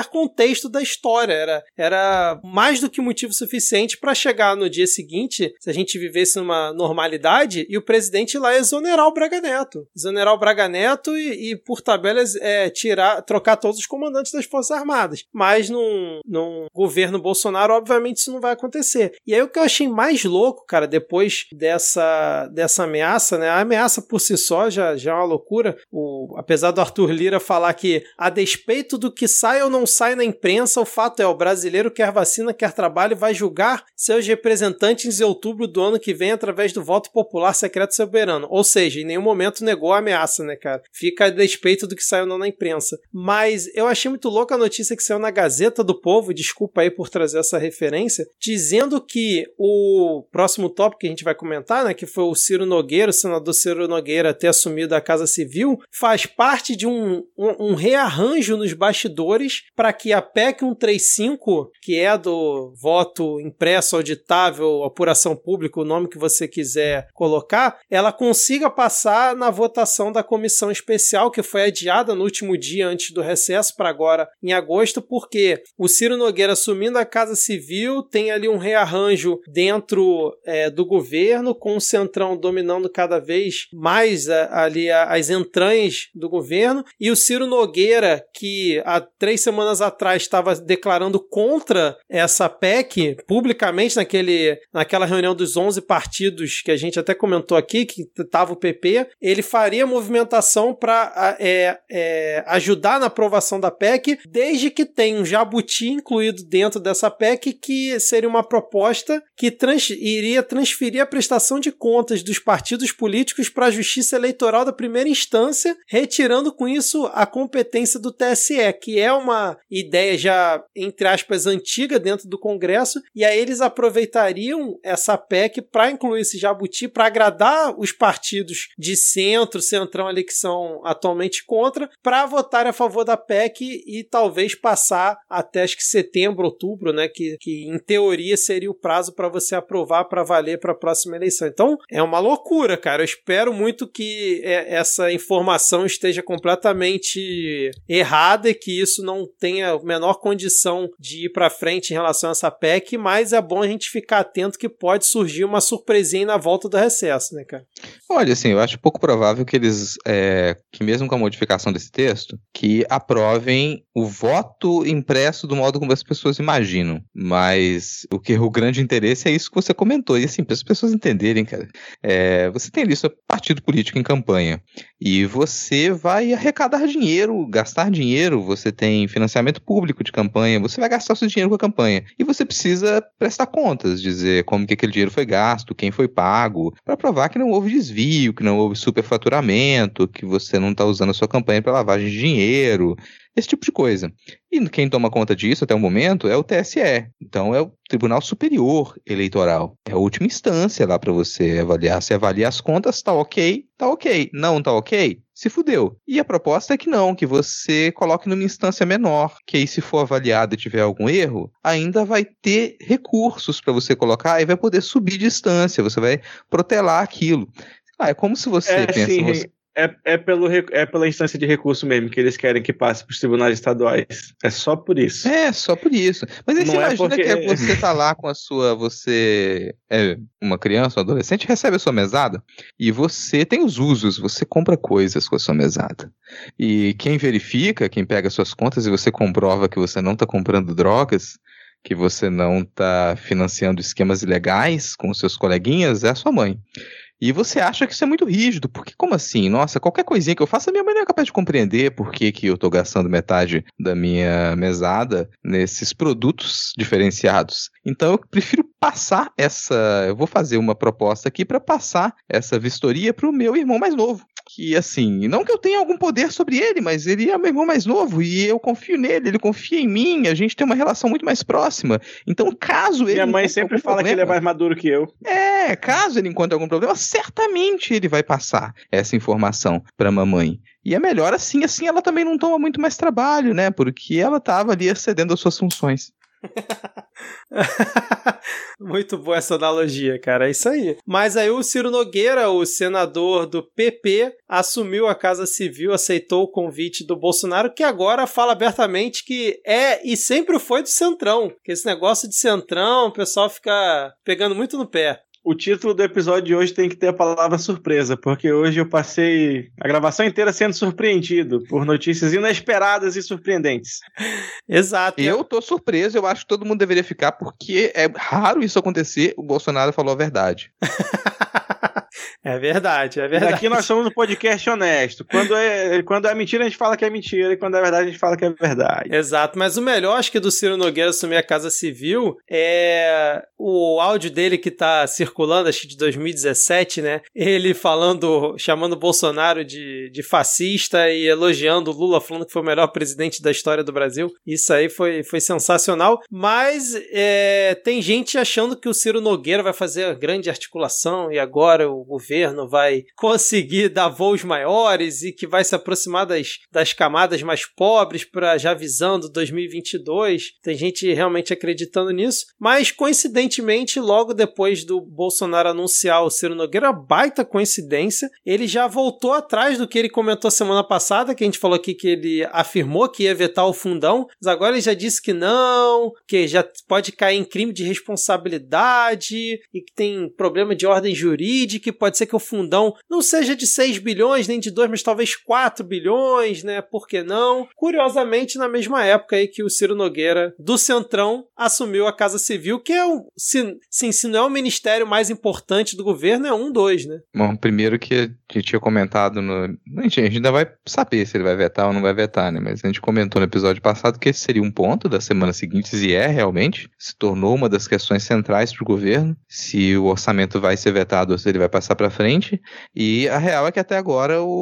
qualquer contexto da história. Era, era mais do que motivo suficiente para chegar no dia seguinte, se a gente vivesse numa normalidade, e o presidente ir lá exonerar o Braga Neto. Exonerar o Braga Neto e, e por tabelas, é, tirar, trocar todos os comandantes das Forças Armadas. Mas num, num governo Bolsonaro, obviamente, isso não vai acontecer. E aí o que eu achei mais louco, cara, depois dessa, dessa ameaça, né? A ameaça por si só já, já é uma loucura. O, apesar do Arthur Lira falar que, a despeito do que sai ou não sai na imprensa, o fato é, o brasileiro quer vacina, quer trabalho, vai julgar seus representantes em outubro do ano que vem através do voto popular secreto soberano. Ou seja, em nenhum momento negou a ameaça, né, cara? Fica a despeito do que sai ou não na imprensa. Mas eu achei muito louca a notícia que saiu na Gazeta do Povo, desculpa aí por trazer essa referência, dizendo que o próximo tópico que a gente vai comentar, né, que foi o Ciro Nogueira, o senador Ciro Nogueira ter assumido a Casa Civil, faz parte de um, um, um rearranjo nos bastidores para que a P E C cento e trinta e cinco, que é do voto impresso, auditável, apuração pública, o nome que você quiser colocar, ela consiga passar na votação da comissão especial, que foi adiada no último dia antes do recesso para agora em agosto, porque o Ciro Nogueira assumindo a Casa Civil tem ali um rearranjo dentro é, do governo, com o Centrão dominando cada vez mais a, ali a, as entranhas do governo, e o Ciro Nogueira, que há três semanas atrás estava declarando contra essa P E C publicamente naquele, naquela reunião dos onze partidos que a gente até comentou aqui, que estava o P P, ele faria movimentação para é, é, ajudar na aprovação da P E C, desde que tenha um jabuti incluído dentro dessa P E C, que seria uma proposta que trans, iria transferir a prestação de contas dos partidos políticos para a Justiça Eleitoral da primeira instância, retirando com isso a competência do T S E, que é uma ideia já, entre aspas, antiga dentro do Congresso, e aí eles aproveitariam essa P E C para incluir esse jabuti, para agradar os partidos de centro, centrão ali que são atualmente contra, para votar a favor da P E C e talvez passar até acho que setembro, outubro, né, que, que em teoria seria o prazo para você aprovar para valer para a próxima eleição. Então é uma loucura, cara. Eu espero muito que essa informação esteja completamente errada e que isso não tenha a menor condição de ir para frente em relação a essa P E C, mas é bom a gente ficar atento que pode surgir uma surpresinha na volta do recesso, né, cara? Olha, assim, eu acho pouco provável que eles, é, que mesmo com a modificação desse texto, que aprovem o voto impresso do modo como as pessoas imaginam. Mas o que o grande interesse é isso que você comentou. E assim, para as pessoas entenderem, cara, é, você tem ali seu partido político em campanha e você vai arrecadar dinheiro, gastar dinheiro, você tem financiamento público de campanha, você vai gastar o seu dinheiro com a campanha. E você precisa prestar contas, dizer como que aquele dinheiro foi gasto, quem foi pago, para provar que não houve desvio, que não houve superfaturamento, que você não está usando a sua campanha para lavagem de dinheiro, esse tipo de coisa. E quem toma conta disso até o momento é o T S E. Então é o Tribunal Superior Eleitoral. É a última instância lá para você avaliar. Se avalia as contas, tá ok, tá ok. Não tá ok, se fudeu. E a proposta é que não, que você coloque numa instância menor, que aí se for avaliado e tiver algum erro, ainda vai ter recursos para você colocar e vai poder subir de instância, você vai protelar aquilo. Ah, é como se você é, pensa... Sim, você... É, é, pelo, é pela instância de recurso mesmo que eles querem que passe para os tribunais estaduais. É só por isso. É, só por isso. Mas aí Não você é imagina porque... que você tá lá com a sua... Você é uma criança, um adolescente, recebe a sua mesada e você tem os usos, você compra coisas com a sua mesada. E quem verifica, quem pega suas contas e você comprova que você não tá comprando drogas, que você não tá financiando esquemas ilegais com os seus coleguinhas, é a sua mãe. E você acha que isso é muito rígido, porque como assim? Nossa, qualquer coisinha que eu faça, a minha mãe não é capaz de compreender por que, que eu tô gastando metade da minha mesada nesses produtos diferenciados. Então eu prefiro passar essa... Eu vou fazer uma proposta aqui para passar essa vistoria pro meu irmão mais novo. Que assim, não que eu tenha algum poder sobre ele, mas ele é meu irmão mais novo e eu confio nele, ele confia em mim, a gente tem uma relação muito mais próxima. Então caso ele... Minha mãe sempre fala problema, que ele é mais maduro que eu. É, caso ele encontre algum problema, certamente ele vai passar essa informação pra mamãe. E é melhor assim, assim ela também não toma muito mais trabalho, né? Porque ela tava ali excedendo as suas funções. Muito boa essa analogia, cara, é isso aí. Mas aí o Ciro Nogueira, o senador do P P, assumiu a Casa Civil, aceitou o convite do Bolsonaro, que agora fala abertamente que é e sempre foi do Centrão, que esse negócio de Centrão, o pessoal fica pegando muito no pé. O título do episódio de hoje tem que ter a palavra surpresa, porque hoje eu passei a gravação inteira sendo surpreendido por notícias inesperadas e surpreendentes. Exato. Eu tô surpreso, eu acho que todo mundo deveria ficar, porque é raro isso acontecer, o Bolsonaro falou a verdade. É verdade, é verdade. Aqui nós somos um podcast honesto. Quando é, quando é mentira, a gente fala que é mentira, e quando é verdade, a gente fala que é verdade. Exato, mas o melhor, acho que do Ciro Nogueira assumir a Casa Civil é o áudio dele que tá circulando, acho que de dois mil e dezessete, né? Ele falando, chamando o Bolsonaro de, de fascista e elogiando o Lula, falando que foi o melhor presidente da história do Brasil. Isso aí foi, foi sensacional, mas é, tem gente achando que o Ciro Nogueira vai fazer a grande articulação e agora o governo vai conseguir dar voos maiores e que vai se aproximar das, das camadas mais pobres para já visando dois mil e vinte e dois. Tem gente realmente acreditando nisso, mas coincidentemente, logo depois do Bolsonaro anunciar o Ciro Nogueira, baita coincidência, ele já voltou atrás do que ele comentou semana passada, que a gente falou aqui que ele afirmou que ia vetar o fundão, mas agora ele já disse que não, que já pode cair em crime de responsabilidade e que tem problema de ordem jurídica, que pode ser que o fundão não seja de seis bilhões, nem de dois, mas talvez quatro bilhões, né? Por que não? Curiosamente, na mesma época aí que o Ciro Nogueira, do Centrão, assumiu a Casa Civil, que é o, se, sim, se não é o ministério mais importante do governo, é um, dois, né? Bom, primeiro que a gente tinha comentado no... A gente ainda vai saber se ele vai vetar ou não vai vetar, né? Mas a gente comentou no episódio passado que esse seria um ponto das semanas seguintes, e é realmente, se tornou uma das questões centrais para o governo, se o orçamento vai ser vetado ou se ele vai passar para frente, e a real é que até agora o,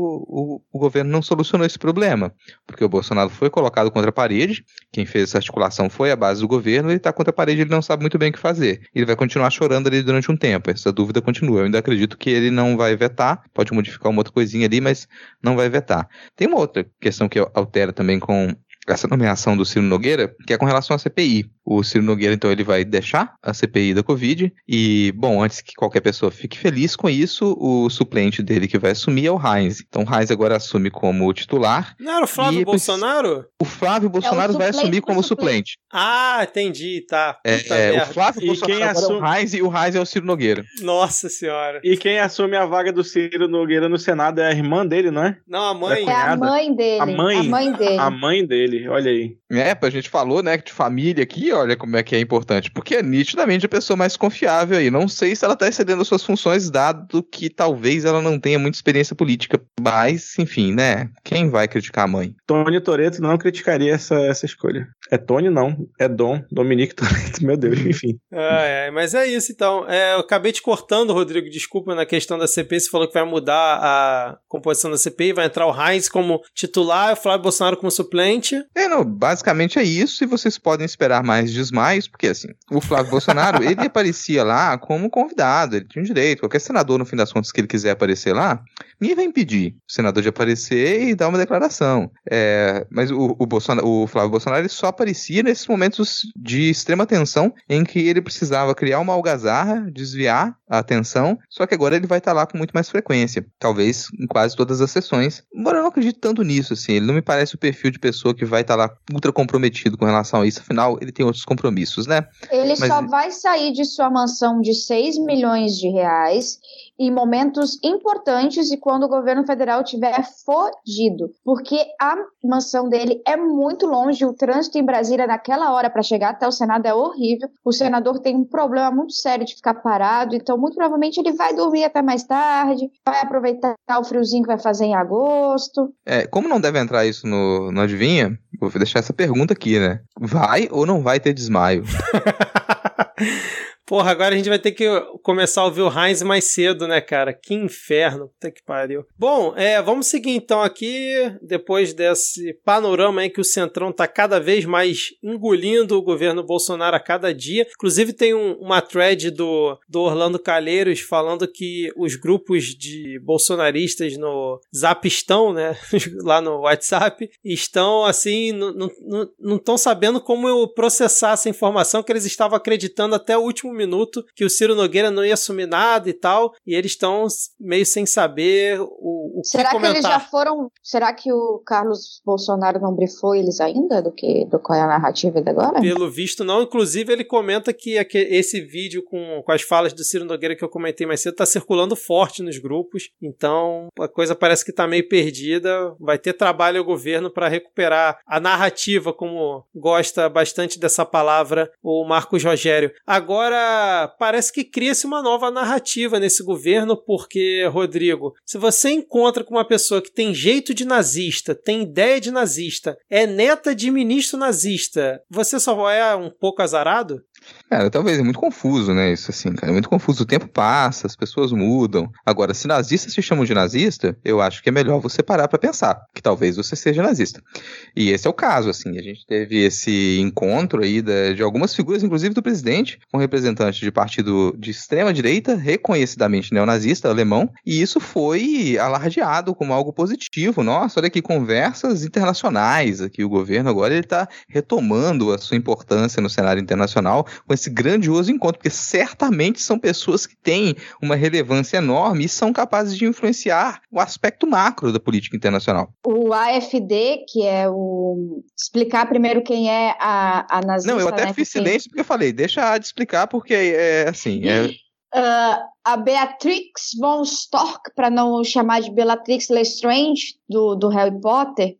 o, o governo não solucionou esse problema, porque o Bolsonaro foi colocado contra a parede, quem fez essa articulação foi a base do governo, ele está contra a parede, ele não sabe muito bem o que fazer, ele vai continuar chorando ali durante um tempo, essa dúvida continua, eu ainda acredito que ele não vai vetar, pode modificar uma outra coisinha ali, mas não vai vetar. Tem uma outra questão que altera também com essa nomeação do Ciro Nogueira, que é com relação à C P I. O Ciro Nogueira, então, ele vai deixar a C P I da Covid e, bom, antes que qualquer pessoa fique feliz com isso, o suplente dele que vai assumir é o Heinz. Então, o Heinz agora assume como titular. Não era o Flávio e, Bolsonaro? O Flávio Bolsonaro é o vai assumir como suplente. suplente. Ah, entendi, tá. É, é o Flávio e Bolsonaro quem assume... assume... é o Heinz e o Heinz é o Ciro Nogueira. Nossa senhora. E quem assume a vaga do Ciro Nogueira no Senado é a irmã dele, não é? Não, a mãe. É a mãe dele. A mãe, a mãe dele. A mãe dele, olha aí. É, a gente falou, né, de família aqui, olha como é que é importante, porque é nitidamente a pessoa mais confiável aí. Não sei se ela tá excedendo as suas funções, dado que talvez ela não tenha muita experiência política, mas, enfim, né, quem vai criticar a mãe? Tony Toretto não criticaria essa, essa escolha. É Tony não, é Dom, Dominique Toretto, meu Deus, enfim. Ah, é, mas é isso então. É, eu acabei te cortando, Rodrigo, desculpa, na questão da C P I, você falou que vai mudar a composição da C P I, vai entrar o Heinz como titular, o Flávio Bolsonaro como suplente. É, não, basicamente é isso, e vocês podem esperar mais desmaios, porque assim, o Flávio Bolsonaro, ele aparecia lá como convidado, ele tinha um direito, qualquer senador, no fim das contas, que ele quiser aparecer lá, ninguém vai impedir o senador de aparecer e dar uma declaração. É, mas o, o, Bolsonaro, o Flávio Bolsonaro, ele só aparecia nesses momentos de extrema tensão, em que ele precisava criar uma algazarra, desviar a atenção, só que agora ele vai estar lá com muito mais frequência, talvez em quase todas as sessões, embora eu não acredite tanto nisso, assim, ele não me parece o perfil de pessoa que vai estar lá ultra comprometido com relação a isso, afinal, ele tem outros compromissos, né? Ele Mas... só vai sair de sua mansão de seis milhões de reais em momentos importantes e quando o governo federal tiver fodido, porque a mansão dele é muito longe, o trânsito em Brasília naquela hora para chegar até o Senado é horrível, o senador tem um problema muito sério de ficar parado, então muito provavelmente ele vai dormir até mais tarde, vai aproveitar o friozinho que vai fazer em agosto. É, como não deve entrar isso no, no Adivinha, vou deixar essa pergunta aqui, né? Vai ou não vai ter desmaio? Porra, agora a gente vai ter que começar a ouvir o Heinz mais cedo, né, cara? Que inferno, puta que pariu. Bom, é, vamos seguir então aqui, depois desse panorama aí que o Centrão tá cada vez mais engolindo o governo Bolsonaro a cada dia. Inclusive tem um, uma thread do, do Orlando Calheiros falando que os grupos de bolsonaristas no Zapistão, né, lá no WhatsApp, estão assim, não estão sabendo como processar essa informação, que eles estavam acreditando até o último minuto que o Ciro Nogueira não ia assumir nada e tal, e eles estão meio sem saber o, o que será comentar. Que eles já foram, será que o Carlos Bolsonaro não brifou eles ainda do que do qual é a narrativa de agora? Pelo visto não, inclusive ele comenta que esse vídeo com, com as falas do Ciro Nogueira que eu comentei mais cedo está circulando forte nos grupos, então a coisa parece que está meio perdida, vai ter trabalho ao governo para recuperar a narrativa, como gosta bastante dessa palavra o Marcos Rogério. Agora parece que cria-se uma nova narrativa nesse governo, porque, Rodrigo, se você encontra com uma pessoa que tem jeito de nazista, tem ideia de nazista, é neta de ministro nazista, você só é um pouco azarado? Cara, talvez é muito confuso, né, isso assim, cara, é muito confuso, o tempo passa, as pessoas mudam. Agora, se nazistas se chamam de nazista, eu acho que é melhor você parar pra pensar, que talvez você seja nazista. E esse é o caso, assim, a gente teve esse encontro aí de, de algumas figuras, inclusive do presidente, com representante de partido de extrema-direita, reconhecidamente neonazista, alemão, e isso foi alardeado como algo positivo. Nossa, olha que conversas internacionais aqui, o governo agora ele tá retomando a sua importância no cenário internacional, com esse grandioso encontro, porque certamente são pessoas que têm uma relevância enorme e são capazes de influenciar o aspecto macro da política internacional. O A F D, que é o... Explicar primeiro quem é a, a nazista... Não, eu até né, fiz que... silêncio porque eu falei, deixa a de explicar, porque é assim... É... Uh, a Beatrix von Storch, para não chamar de Bellatrix Lestrange, do, do Harry Potter,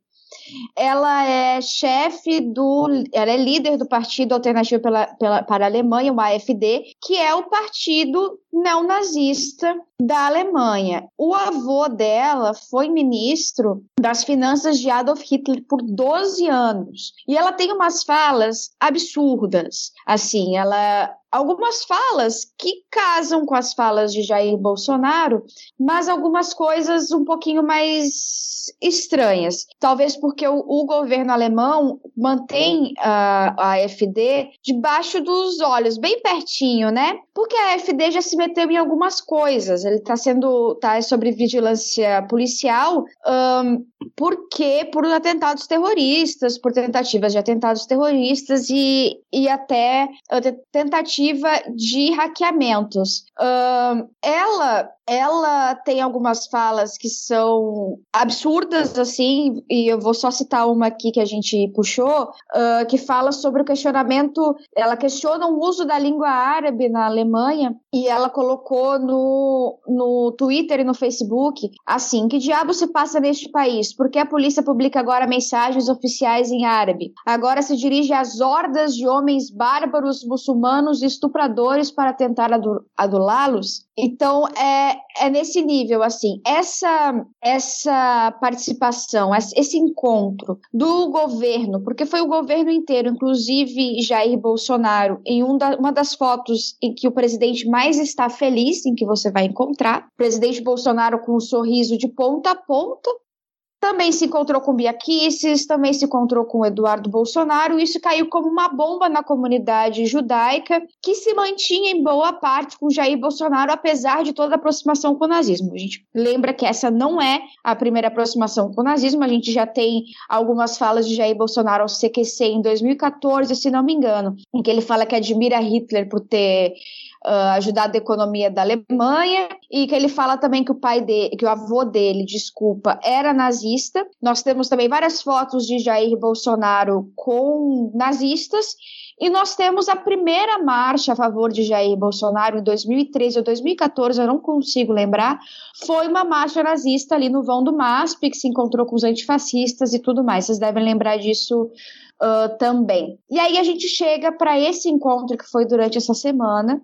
ela é chefe do... Ela é líder do Partido Alternativo pela, pela, para a Alemanha, o A F D, que é o partido neonazista da Alemanha. O avô dela foi ministro das finanças de Adolf Hitler por doze anos. E ela tem umas falas absurdas. Assim, ela... Algumas falas que casam com as falas de Jair Bolsonaro, mas algumas coisas um pouquinho mais estranhas. Talvez porque o, o governo alemão mantém a, a AfD debaixo dos olhos, bem pertinho, né? Porque a AfD já se meteu em algumas coisas. Ele está sendo, tá sobre vigilância policial, um, porque por atentados terroristas, por tentativas de atentados terroristas e, e até uh, tentativas de hackeamentos. Uh, ela, ela tem algumas falas que são absurdas, assim, e eu vou só citar uma aqui que a gente puxou, uh, que fala sobre o questionamento, ela questiona o uso da língua árabe na Alemanha, e ela colocou no, no Twitter e no Facebook, assim, que diabo se passa neste país? Por que a polícia publica agora mensagens oficiais em árabe? Agora se dirige às hordas de homens bárbaros, muçulmanos e estupradores para tentar adulá-los? Então, é, é nesse nível, assim, essa, essa participação, esse encontro do governo, porque foi o governo inteiro, inclusive Jair Bolsonaro, em um da, uma das fotos em que o presidente mais está feliz, em que você vai encontrar, o presidente Bolsonaro com um sorriso de ponta a ponta, também se encontrou com Bia Kicis, também se encontrou com Eduardo Bolsonaro, e isso caiu como uma bomba na comunidade judaica, que se mantinha em boa parte com Jair Bolsonaro, apesar de toda a aproximação com o nazismo. A gente lembra que essa não é a primeira aproximação com o nazismo, a gente já tem algumas falas de Jair Bolsonaro ao C Q C em dois mil e catorze, se não me engano, em que ele fala que admira Hitler por ter Uh, ajudado a economia da Alemanha, e que ele fala também que o pai dele, que o avô dele, desculpa, era nazista. Nós temos também várias fotos de Jair Bolsonaro com nazistas, e nós temos a primeira marcha a favor de Jair Bolsonaro em dois mil e treze ou dois mil e catorze, eu não consigo lembrar, foi uma marcha nazista ali no vão do M A S P, que se encontrou com os antifascistas e tudo mais. Vocês devem lembrar disso uh, também. E aí a gente chega para esse encontro que foi durante essa semana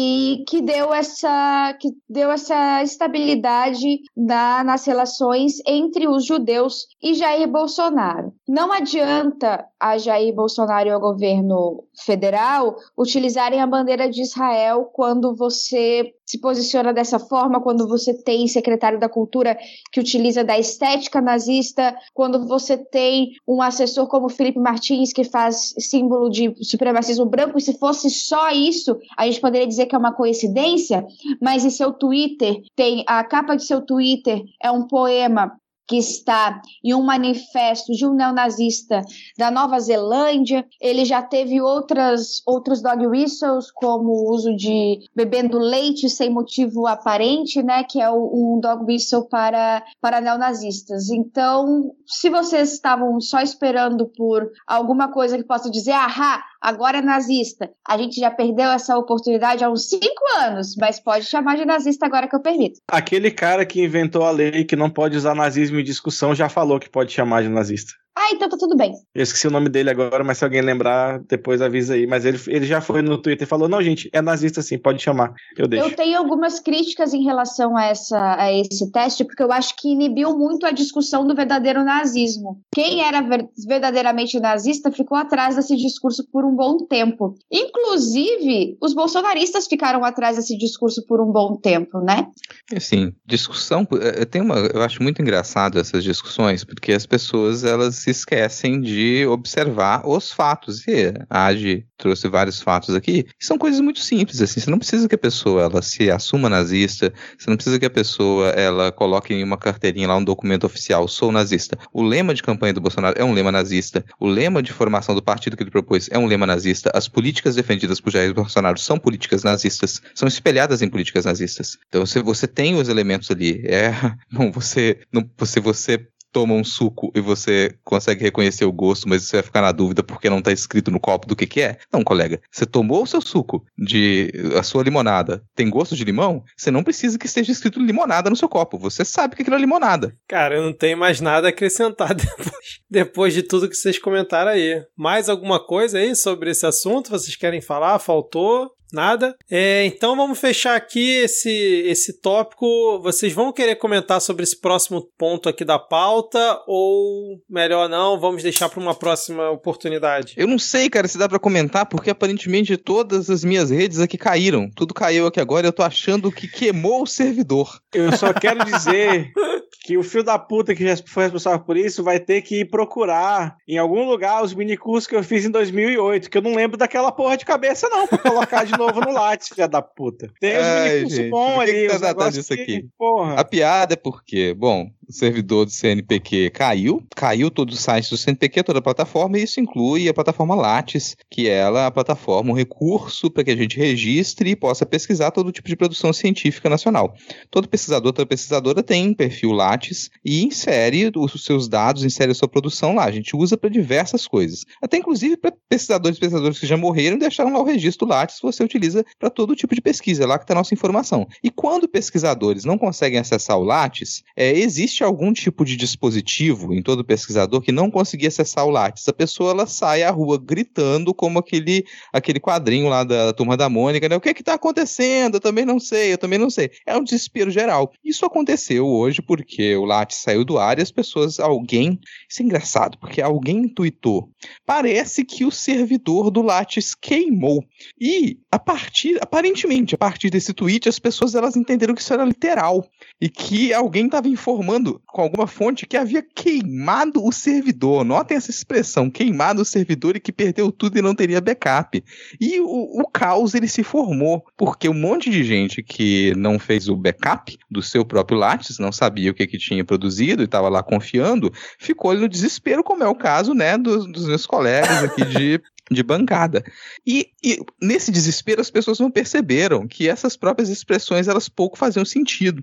e que deu essa, que deu essa estabilidade na, nas relações entre os judeus e Jair Bolsonaro. Não adianta a Jair Bolsonaro e o governo federal utilizarem a bandeira de Israel quando você se posiciona dessa forma, quando você tem secretário da Cultura que utiliza da estética nazista, quando você tem um assessor como Felipe Martins que faz símbolo de supremacismo branco, e se fosse só isso, a gente poderia dizer que é uma coincidência, mas em seu Twitter, tem a capa de seu Twitter é um poema que está em um manifesto de um neonazista da Nova Zelândia. Ele já teve outras, outros dog whistles, como o uso de bebendo leite sem motivo aparente, né, que é um dog whistle para, para neonazistas. Então, se vocês estavam só esperando por alguma coisa que possa dizer, ahá, agora é nazista, a gente já perdeu essa oportunidade há uns cinco anos, mas pode chamar de nazista agora que eu permito. Aquele cara que inventou a lei que não pode usar nazismo em discussão já falou que pode chamar de nazista. Ah, então tá tudo bem. Eu esqueci o nome dele agora, mas se alguém lembrar, depois avisa aí. Mas ele, ele já foi no Twitter e falou, não, gente, é nazista sim, pode chamar. Eu deixo. Eu tenho algumas críticas em relação a, essa, a esse teste, porque eu acho que inibiu muito a discussão do verdadeiro nazismo. Quem era ver, verdadeiramente nazista ficou atrás desse discurso por um bom tempo. Inclusive, os bolsonaristas ficaram atrás desse discurso por um bom tempo, né? Assim, discussão... Eu, tenho uma, eu acho muito engraçado essas discussões, porque as pessoas, elas se esquecem de observar os fatos. E a Adi trouxe vários fatos aqui, que são coisas muito simples, assim. Você não precisa que a pessoa, ela se assuma nazista, você não precisa que a pessoa, ela coloque em uma carteirinha lá um documento oficial, sou nazista. O lema de campanha do Bolsonaro é um lema nazista, o lema de formação do partido que ele propôs é um lema nazista, as políticas defendidas por Jair Bolsonaro são políticas nazistas, são espelhadas em políticas nazistas. Então, se você tem os elementos ali, é, bom, você, não, você, você toma um suco e você consegue reconhecer o gosto, mas você vai ficar na dúvida porque não está escrito no copo do que que é. Não, colega, você tomou o seu suco, de a sua limonada, tem gosto de limão? Você não precisa que esteja escrito limonada no seu copo, você sabe que aquilo é limonada. Cara, eu não tenho mais nada a acrescentar depois, depois de tudo que vocês comentaram aí. Mais alguma coisa aí sobre esse assunto? Vocês querem falar? Faltou? Nada? É, então vamos fechar aqui esse, esse tópico. Vocês vão querer comentar sobre esse próximo ponto aqui da pauta ou melhor não, vamos deixar para uma próxima oportunidade? Eu não sei, cara, se dá para comentar, porque aparentemente todas as minhas redes aqui caíram. Tudo caiu aqui agora e eu tô achando que queimou o servidor. Eu só quero dizer que o filho da puta que foi responsável por isso vai ter que ir procurar em algum lugar os minicursos que eu fiz em dois mil e oito, que eu não lembro daquela porra de cabeça não, pra colocar de novo no Lattes, filha da puta. Tem os minicursos bons ali. Por que tá tratando disso aqui? Porra. A piada é porque, bom, o servidor do C N P Q caiu, caiu todos os sites do C N P Q, toda a plataforma, e isso inclui a plataforma Lattes, que é ela, a plataforma, um recurso para que a gente registre e possa pesquisar todo tipo de produção científica nacional. Todo pesquisador, toda pesquisadora tem um perfil Lattes e insere os seus dados, insere a sua produção lá. A gente usa para diversas coisas. Até inclusive para pesquisadores e pesquisadoras que já morreram e deixaram lá o registro Lattes, você utiliza para todo tipo de pesquisa, é lá que está a nossa informação. E quando pesquisadores não conseguem acessar o Lattes, é, existe algum tipo de dispositivo em todo pesquisador que não conseguir acessar o Lattes. A pessoa ela sai à rua gritando como aquele, aquele quadrinho lá da, da Turma da Mônica, né? O que é que está acontecendo? Eu também não sei, eu também não sei. É um desespero geral. Isso aconteceu hoje porque o Lattes saiu do ar e as pessoas, alguém, isso é engraçado, porque alguém tweetou, parece que o servidor do Lattes queimou. E, a partir, aparentemente, a partir desse tweet, as pessoas elas entenderam que isso era literal e que alguém estava informando com alguma fonte que havia queimado o servidor. Notem essa expressão, queimado o servidor e que perdeu tudo e não teria backup. E o, o caos, ele se formou, porque um monte de gente que não fez o backup do seu próprio Lattes, não sabia o que que tinha produzido e estava lá confiando, ficou ali no desespero, como é o caso, né, dos, dos meus colegas aqui de, de bancada. E, e nesse desespero as pessoas não perceberam que essas próprias expressões, elas pouco faziam sentido.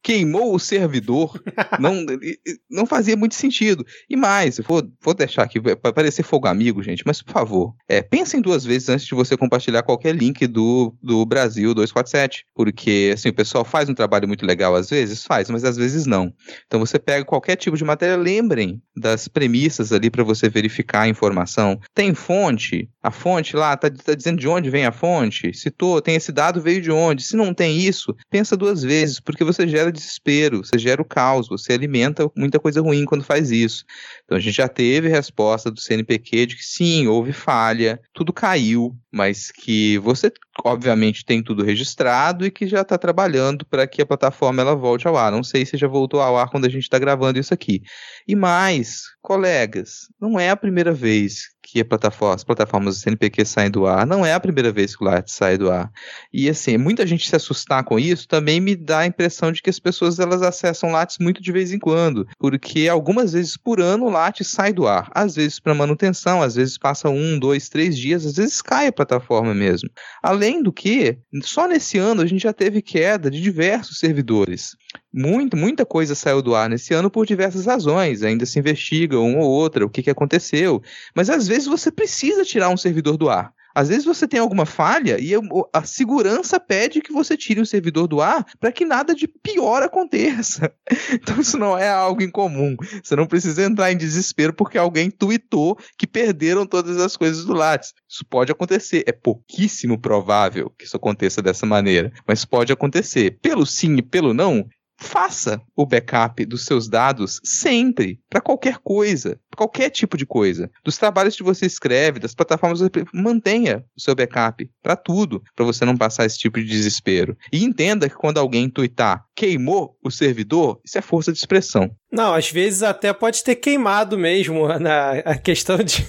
queimou o servidor, não, não fazia muito sentido. E mais, eu vou, vou deixar aqui, vai parecer fogo amigo, gente, mas por favor, é, pensem duas vezes antes de você compartilhar qualquer link do, do Brasil duzentos e quarenta e sete, porque assim, o pessoal faz um trabalho muito legal às vezes, faz, mas às vezes não. Então você pega qualquer tipo de matéria, lembrem das premissas ali para você verificar a informação. Tem fonte, a fonte lá tá, tá dizendo de onde vem a fonte, citou, tem esse dado, veio de onde? Se não tem isso, pensa duas vezes, porque você gera desespero, você gera o caos, você alimenta muita coisa ruim quando faz isso. Então a gente já teve resposta do C N P Q de que sim, houve falha, tudo caiu, mas que você obviamente tem tudo registrado e que já está trabalhando para que a plataforma ela volte ao ar. Não sei se já voltou ao ar quando a gente está gravando isso aqui. E mais, colegas, não é a primeira vez que a plataforma, as plataformas do C N P Q saem do ar, não é a primeira vez que o Lattes sai do ar. E assim, muita gente se assustar com isso também me dá a impressão de que as pessoas elas acessam o Lattes muito de vez em quando, porque algumas vezes por ano o Lattes sai do ar, às vezes para manutenção, às vezes passa um, dois, três dias, às vezes cai a plataforma mesmo. Além do que, só nesse ano a gente já teve queda de diversos servidores. Muito, muita coisa saiu do ar nesse ano por diversas razões, ainda se investiga uma ou outra, o que, que aconteceu, mas às vezes você precisa tirar um servidor do ar. Às vezes você tem alguma falha e a segurança pede que você tire um servidor do ar para que nada de pior aconteça. Então isso não é algo incomum. Você não precisa entrar em desespero porque alguém tweetou que perderam todas as coisas do Lattes. Isso pode acontecer. É pouquíssimo provável que isso aconteça dessa maneira, mas pode acontecer. Pelo sim e pelo não, faça o backup dos seus dados sempre, para qualquer coisa, para qualquer tipo de coisa. Dos trabalhos que você escreve, das plataformas, mantenha o seu backup para tudo, para você não passar esse tipo de desespero. E entenda que quando alguém tuitar queimou o servidor, isso é força de expressão. Não, às vezes até pode ter queimado mesmo na a questão de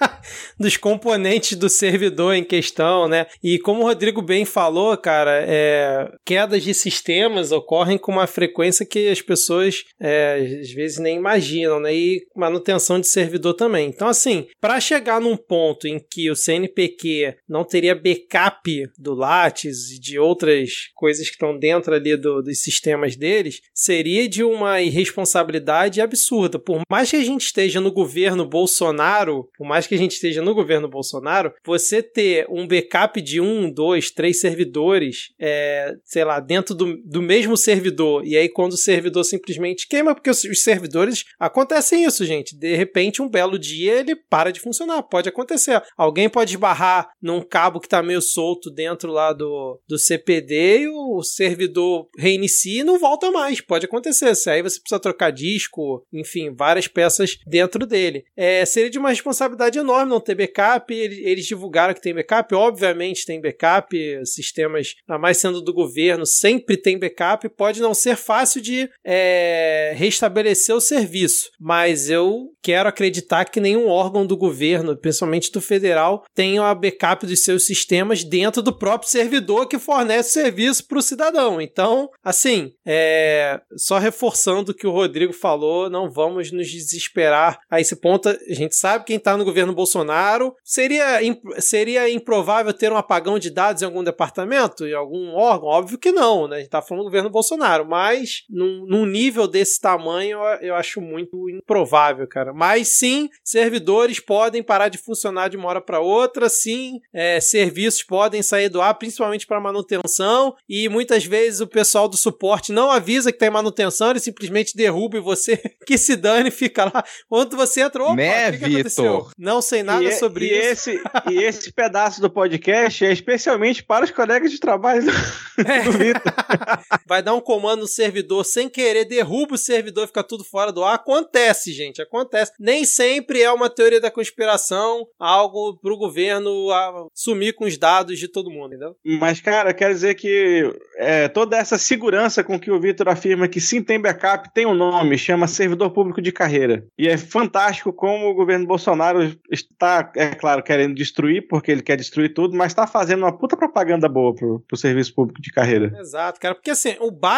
dos componentes do servidor em questão, né? E como o Rodrigo bem falou, cara, é, quedas de sistemas ocorrem com uma frequência que as pessoas é, às vezes nem imaginam, né? E manutenção de servidor também. Então, assim, para chegar num ponto em que o C N P Q não teria backup do Lattes e de outras coisas que estão dentro ali do, dos sistemas deles, seria de uma irresponsabilidade absurda. Por mais que a gente esteja no governo Bolsonaro, por mais que a gente esteja no governo Bolsonaro, você ter um backup de um, dois, três servidores, é, sei lá, dentro do, do mesmo servidor, e aí quando o servidor simplesmente queima, porque os, os servidores, acontecem isso, gente, de repente um belo dia ele para de funcionar, pode acontecer. Alguém pode esbarrar num cabo que tá meio solto dentro lá do, do C P D e o servidor reinicia e não volta mais, pode acontecer. Aí você precisa trocar disco, enfim, várias peças dentro dele. É, seria de uma responsabilidade enorme não ter backup, eles, eles divulgaram que tem backup, obviamente tem backup, sistemas, a mais sendo do governo, sempre tem backup, pode não ser fácil de é, restabelecer o serviço, mas eu quero acreditar que nenhum órgão do governo, principalmente do federal, tenha a backup dos seus sistemas dentro do próprio servidor que fornece o serviço para o cidadão. Então, assim, é, só reforçando o que o Rodrigo falou, não vamos nos desesperar a esse ponto. A gente sabe quem está no governo Bolsonaro. Seria, seria improvável ter um apagão de dados em algum departamento, em algum órgão? Óbvio que não, né? A gente está falando do governo Bolsonaro, mas num, num nível desse tamanho eu, eu acho muito improvável, cara. Mas sim, servidores podem parar de funcionar de uma hora para outra, sim, é, serviços podem sair do ar, principalmente para manutenção, e muitas vezes o pessoal do suporte não avisa que tem manutenção, ele simplesmente derruba e você que se dane fica lá. Quando você entrou, opa, né, o que, que aconteceu? Não sei nada e, sobre e isso. Esse, e esse pedaço do podcast é especialmente para os colegas de trabalho do, é. do Vitor. Vai dar um comando no servidor sem querer, derruba o servidor, fica tudo fora do ar. Acontece, gente, acontece. Nem sempre é uma teoria da conspiração, algo pro governo sumir com os dados de todo mundo, entendeu? Mas, cara, quero dizer que é, toda essa segurança com que o Vitor afirma que sim tem backup, tem um nome, chama servidor público de carreira. E é fantástico como o governo Bolsonaro está, é claro, querendo destruir, porque ele quer destruir tudo, mas está fazendo uma puta propaganda boa pro, pro serviço público de carreira. Exato, cara, porque assim, o básico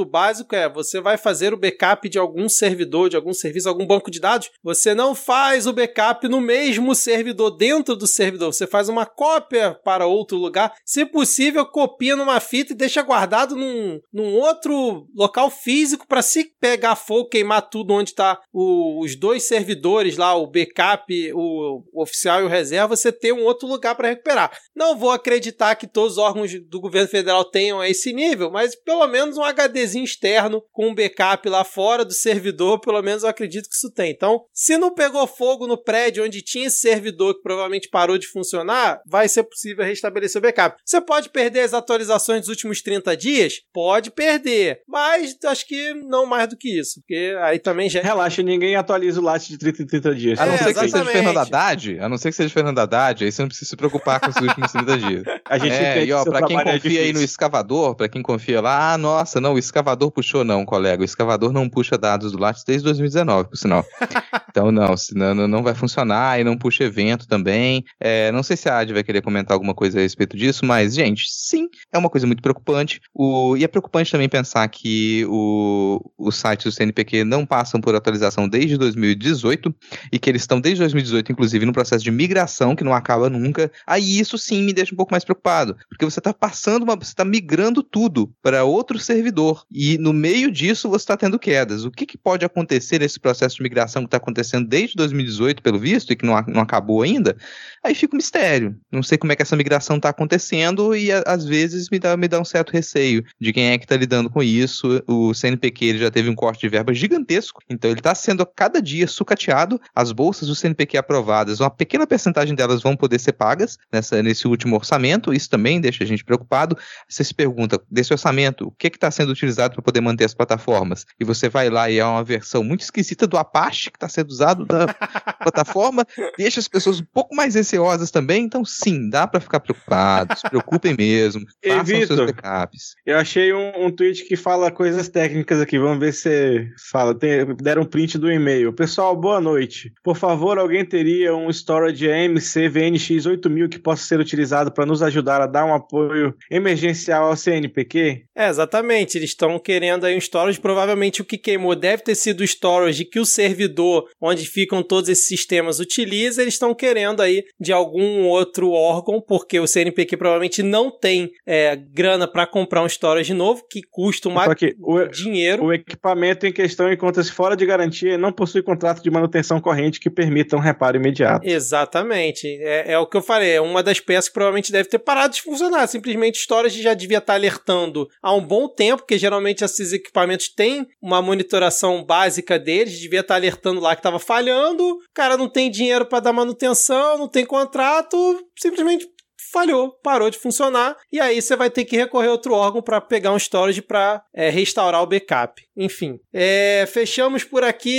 do básico é, você vai fazer o backup de algum servidor, de algum serviço, algum banco de dados, você não faz o backup no mesmo servidor, dentro do servidor, você faz uma cópia para outro lugar, se possível, copia numa fita e deixa guardado num, num outro local físico para se pegar fogo, queimar tudo onde está os dois servidores lá, o backup, o, o oficial e o reserva, você ter um outro lugar para recuperar. Não vou acreditar que todos os órgãos do governo federal tenham esse nível, mas pelo menos um HDzinho externo com um backup lá fora do servidor, pelo menos eu acredito que isso tem. Então, se não pegou fogo no prédio onde tinha esse servidor que provavelmente parou de funcionar, vai ser possível restabelecer o backup. Você pode perder as atualizações dos últimos trinta dias? Pode perder, mas acho que não mais do que isso, porque aí também já... Relaxa, ninguém atualiza o lat de trinta em trinta dias. A não É, ser que seja de exatamente. Fernando Haddad, a não ser que seja de Fernando Haddad, aí você não precisa se preocupar com os últimos trinta dias. A gente É, entende e ó, que seu pra quem trabalho é confia aí no difícil. escavador, pra quem confia lá, ah, nossa, não, o escavador puxou não, colega, o escavador não puxa dados do Lattes desde dois mil e dezenove, por sinal. Então não, senão não vai funcionar e não puxa evento também. É, não sei se a Adi vai querer comentar alguma coisa a respeito disso, mas, gente, sim, é uma coisa muito preocupante. O, e é preocupante também pensar que o, os sites do C N P Q não passam por atualização desde dois mil e dezoito e que eles estão desde dois mil e dezoito, inclusive, no processo de migração que não acaba nunca. Aí isso sim me deixa um pouco mais preocupado, porque você está passando, uma, você está migrando tudo para outro servidor e no meio disso você está tendo quedas. O que, que pode acontecer nesse processo de migração que está acontecendo desde dois mil e dezoito, pelo visto, e que não, não acabou ainda? Aí fica um mistério. Não sei como é que essa migração está acontecendo e a, às vezes me dá, me dá um certo receio de quem é que está lidando com isso. O C N P Q ele já teve um corte de verba gigantesco, então ele está sendo a cada dia sucateado. As bolsas do C N P Q aprovadas, uma pequena percentagem delas vão poder ser pagas nessa, nesse último orçamento. Isso também deixa a gente preocupado. Você se pergunta, desse orçamento, o que está sendo utilizado para poder manter as plataformas? E você vai lá e é uma versão muito esquisita do Apache que está sendo usado da plataforma, deixa as pessoas um pouco mais receosas também. Então sim, dá para ficar preocupado, se preocupem mesmo, Ei, façam Vitor, seus backups. Eu achei um, um tweet que fala coisas técnicas aqui, vamos ver se você fala. Tem, deram um print do e-mail. Pessoal, boa noite. Por favor, alguém teria um storage A M C V N X oito mil que possa ser utilizado para nos ajudar a dar um apoio emergencial ao C N P Q? É, exatamente, eles estão querendo aí um storage, provavelmente o que queimou deve ter sido o storage que o servidor onde ficam todos esses sistemas utiliza, eles estão querendo aí de algum outro órgão, porque o C N P Q provavelmente não tem é, grana para comprar um storage novo, que custa uma Aqui, o, dinheiro. O equipamento em questão encontra-se fora de garantia e não possui contrato de manutenção corrente que permita um reparo imediato. Exatamente, é, é o que eu falei, é uma das peças que provavelmente deve ter parado de funcionar, simplesmente o storage já devia estar alertando há um bom tempo, porque geralmente esses equipamentos têm uma monitoração básica deles, devia estar alertando lá que estava falhando, o cara não tem dinheiro para dar manutenção, não tem contrato, simplesmente falhou, parou de funcionar, e aí você vai ter que recorrer a outro órgão para pegar um storage para é, restaurar o backup. Enfim, é, fechamos por aqui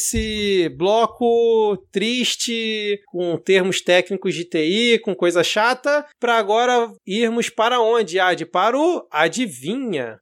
esse bloco triste, com termos técnicos de T I, com coisa chata, para agora irmos para onde, Ad? Para o Adivinha.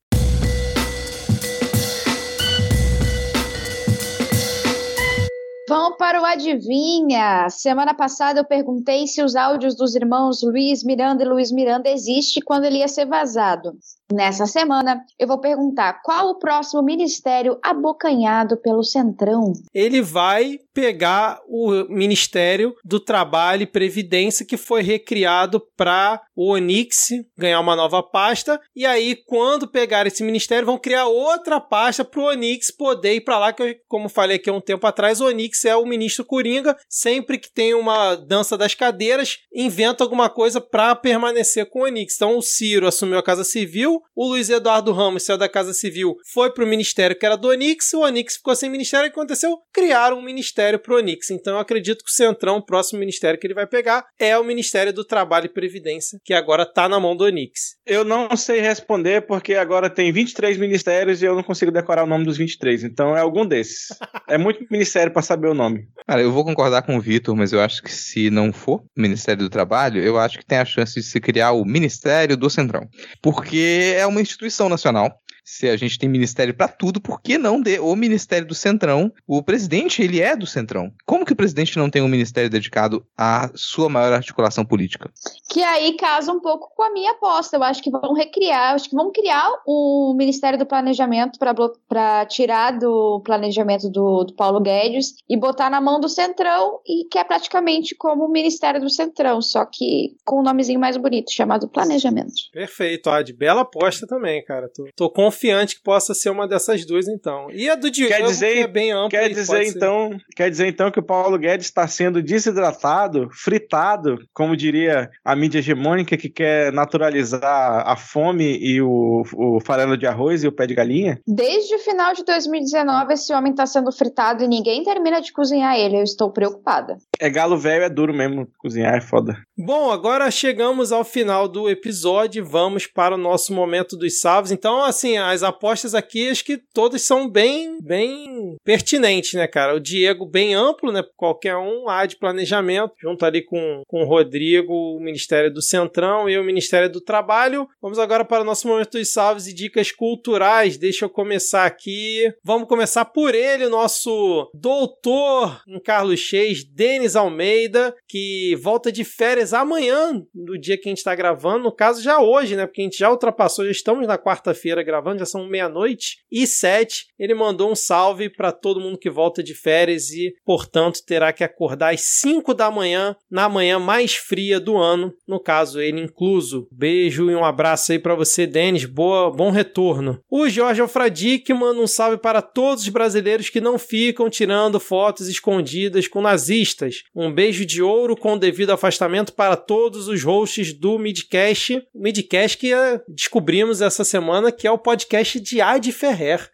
Vamos para o Adivinha. Semana passada eu perguntei se os áudios dos irmãos Luiz Miranda e Luiz Miranda existem quando ele ia ser vazado. Nessa semana eu vou perguntar qual o próximo ministério abocanhado pelo Centrão. Ele vai pegar o Ministério do Trabalho e Previdência que foi recriado para o Onix ganhar uma nova pasta, e aí quando pegar esse ministério vão criar outra pasta para o Onix poder ir para lá, que eu, como falei aqui há um tempo atrás, o Onix é o ministro Coringa, sempre que tem uma dança das cadeiras, inventa alguma coisa para permanecer com o Onix. Então o Ciro assumiu a Casa Civil, o Luiz Eduardo Ramos saiu da Casa Civil, foi para o ministério que era do Onix, o Onix ficou sem ministério, o que aconteceu? Criaram um ministério para o Onix. Então eu acredito que o Centrão, o próximo ministério que ele vai pegar, é o Ministério do Trabalho e Previdência, que agora está na mão do Onix. Eu não sei responder porque agora tem vinte e três ministérios e eu não consigo decorar o nome dos vinte e três, então é algum desses. É muito ministério para saber o nome. Cara, eu vou concordar com o Vitor, mas eu acho que se não for Ministério do Trabalho, eu acho que tem a chance de se criar o Ministério do Centrão. Porque é uma instituição nacional. se a gente tem ministério pra tudo, por que não dê o Ministério do Centrão? O presidente, ele é do Centrão. Como que o presidente não tem um ministério dedicado à sua maior articulação política? Que aí casa um pouco com a minha aposta. Eu acho que vão recriar, acho que vão criar o Ministério do Planejamento para tirar do planejamento do, do Paulo Guedes e botar na mão do Centrão, e que é praticamente como o Ministério do Centrão, só que com um nomezinho mais bonito, chamado Planejamento. Perfeito, Ad. Bela aposta também, cara. Tô, tô confiante que possa ser uma dessas duas, então. E a do Diego, quer dizer, que é bem ampla. Quer dizer, então, quer dizer, então, que o Paulo Guedes está sendo desidratado, fritado, como diria a mídia hegemônica, que quer naturalizar a fome e o, o farelo de arroz e o pé de galinha? Desde o final de dois mil e dezenove, esse homem está sendo fritado e ninguém termina de cozinhar ele. Eu estou preocupada. É galo velho, é duro mesmo. Cozinhar é foda. Bom, agora chegamos ao final do episódio. Vamos para o nosso momento dos salves. Então, assim, as apostas aqui, acho que todas são bem, bem pertinentes, né, cara? O Diego bem amplo, né? Qualquer um, há de planejamento, junto ali com, com o Rodrigo, o Ministério do Centrão e o Ministério do Trabalho. Vamos agora para o nosso momento dos salves e dicas culturais. Deixa eu começar aqui. Vamos começar por ele, o nosso doutor em Carlos Chês, Denis Almeida, que volta de férias amanhã, no dia que a gente está gravando. No caso, já hoje, né? Porque a gente já ultrapassou, já estamos na quarta-feira gravando, já são meia-noite e sete. Ele mandou um salve para todo mundo que volta de férias e, portanto, terá que acordar às cinco da manhã, na manhã mais fria do ano. No caso, ele incluso. Beijo e um abraço aí para você, Denis. Boa, bom retorno. O Jorge Alfradique manda um salve para todos os brasileiros que não ficam tirando fotos escondidas com nazistas. Um beijo de ouro com o devido afastamento para todos os hosts do Midcast. O Midcast que uh, descobrimos essa semana que é o podcast de Ad Ferrer.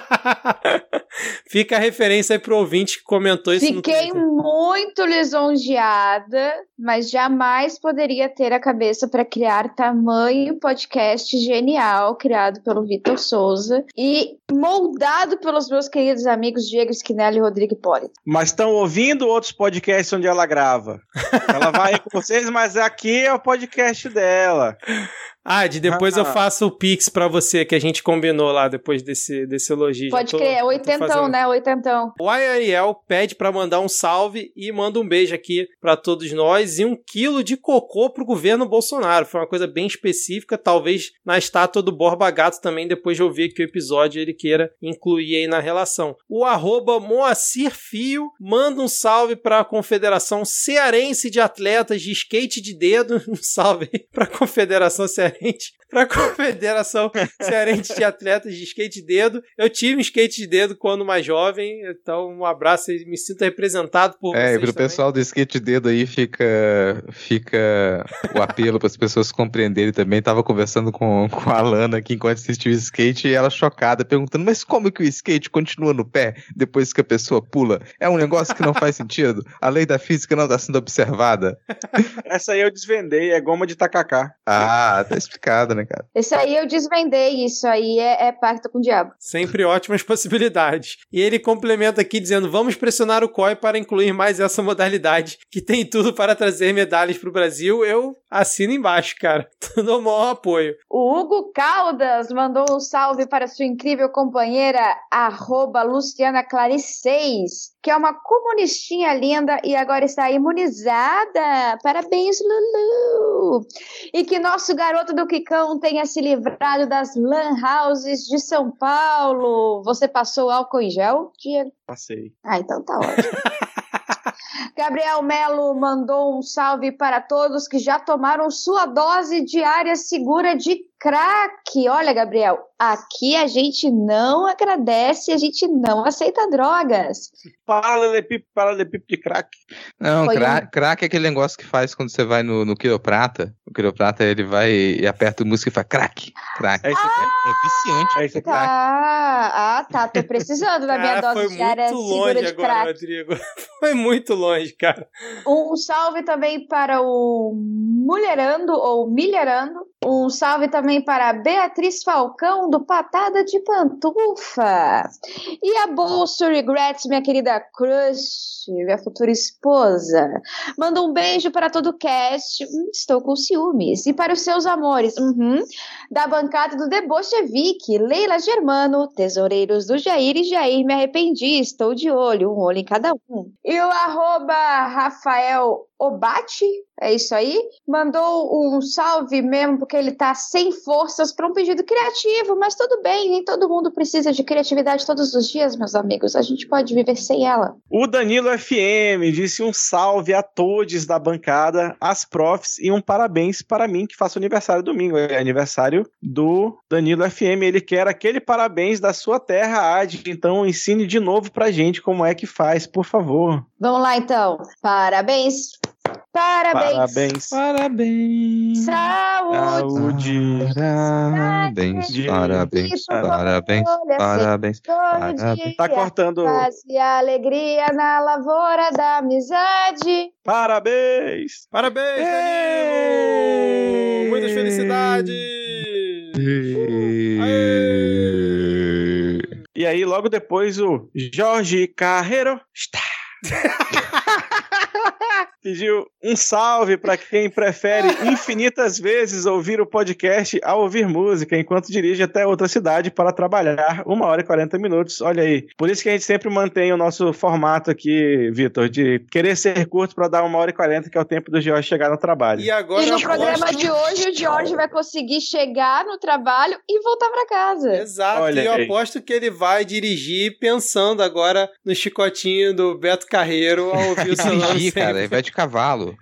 Fica a referência aí pro ouvinte que comentou isso. Fiquei no Twitter. Muito lisonjeada, mas jamais poderia ter a cabeça para criar tamanho podcast genial criado pelo Vitor Souza e moldado pelos meus queridos amigos Diego Schinelli e Rodrigo Hipólito. Mas estão ouvindo outros podcasts onde ela grava. Ela vai com vocês, mas aqui é o podcast dela. Ah, de depois ah, eu faço o Pix pra você, que a gente combinou lá depois desse, desse elogio. Pode tô, crer, é oitentão, fazendo... né? Oitentão. O Ariel pede pra mandar um salve e manda um beijo aqui pra todos nós e um quilo de cocô pro governo Bolsonaro. Foi uma coisa bem específica, talvez na estátua do Borba Gato também, depois de ouvir aqui o episódio, ele queira incluir aí na relação. O arroba Moacir Fio manda um salve pra Confederação Cearense de Atletas de Skate de Dedo. Um salve aí pra Confederação Cearense para a Confederação Cearense de Atletas de Skate de Dedo. Eu tive um skate de dedo quando mais jovem, então um abraço e me sinto representado por é, vocês. É, pro também. Pessoal do skate de dedo aí fica, fica o apelo para as pessoas compreenderem também. Tava conversando com, com a Alana aqui enquanto assistiu o skate e ela chocada, perguntando, mas como que o skate continua no pé depois que a pessoa pula? É um negócio que não faz sentido? A lei da física não está sendo observada? Essa aí eu desvendei, é goma de tacacá. Ah, tá explicado, né, cara? Esse aí eu desvendei, isso aí é, é pacto com o diabo. Sempre ótimas possibilidades. E ele complementa aqui dizendo, vamos pressionar o C O I para incluir mais essa modalidade, que tem tudo para trazer medalhas para o Brasil. Eu assino embaixo, cara. Dou o maior apoio. O Hugo Caldas mandou um salve para sua incrível companheira, arroba Luciana Clarice seis, que é uma comunistinha linda e agora está imunizada. Parabéns, Lulu! E que nosso garoto do Quicão tenha se livrado das lan houses de São Paulo. Você passou álcool em gel, Diego? Passei. Ah, então tá ótimo. Gabriel Melo mandou um salve para todos que já tomaram sua dose diária segura de crack. Olha, Gabriel, aqui a gente não agradece, a gente não aceita drogas. Paralelepípedo, paralelepípedo de crack. Não, cra- um... crack é aquele negócio que faz quando você vai no, no quiroprata. O quiroprata, ele vai e aperta o músculo e faz crack, crack. É, isso aqui. Ah, é viciante. É isso aqui. Tá. Ah, tá, tô precisando da minha cara, dose diária segura de agora, crack. Rodrigo. Foi muito longe, cara. Um salve também para o Mulherando, ou Milherando, Um salve também para Beatriz Falcão, do Patada de Pantufa. E a Bolso Regrets, minha querida crush, minha futura esposa. Manda um beijo para todo o cast. Hum, estou com ciúmes. E para os seus amores, uhum, da bancada do Debochevique, Leila Germano, tesoureiros do Jair e Jair, me arrependi, estou de olho, um olho em cada um. E o arroba Rafael Obate, é isso aí, mandou um salve mesmo, porque ele tá sem forças para um pedido criativo, mas tudo bem, nem todo mundo precisa de criatividade todos os dias, meus amigos, a gente pode viver sem ela. O Danilo F M disse um salve a todos da bancada, as profs, e um parabéns para mim, que faço aniversário domingo, é aniversário do Danilo F M, ele quer aquele parabéns da sua terra, Ad, então ensine de novo pra gente como é que faz, por favor. Vamos lá então, parabéns. Parabéns. Parabéns. Parabéns. Saúde. Parabéns. Parabéns. Parabéns. Parabéns. Parabéns. Tá cortando. Paz e alegria na lavoura da amizade. Parabéns. Parabéns, Danilo. Muitas felicidades. E aí, logo depois, o Jorge Carreiro está. Pediu um salve para quem prefere infinitas vezes ouvir o podcast ao ouvir música, enquanto dirige até outra cidade para trabalhar uma hora e quarenta minutos. Olha aí. Por isso que a gente sempre mantém o nosso formato aqui, Vitor, de querer ser curto para dar uma hora e quarenta, que é o tempo do Jorge chegar no trabalho. E, agora e no aposto... programa de hoje, o Jorge vai conseguir chegar no trabalho e voltar para casa. Exato. Olha e eu aí. aposto que ele vai dirigir pensando agora no chicotinho do Beto Carreiro ao ouvir o seu nome Dirigir, sempre. cara, ele vai de cavalo.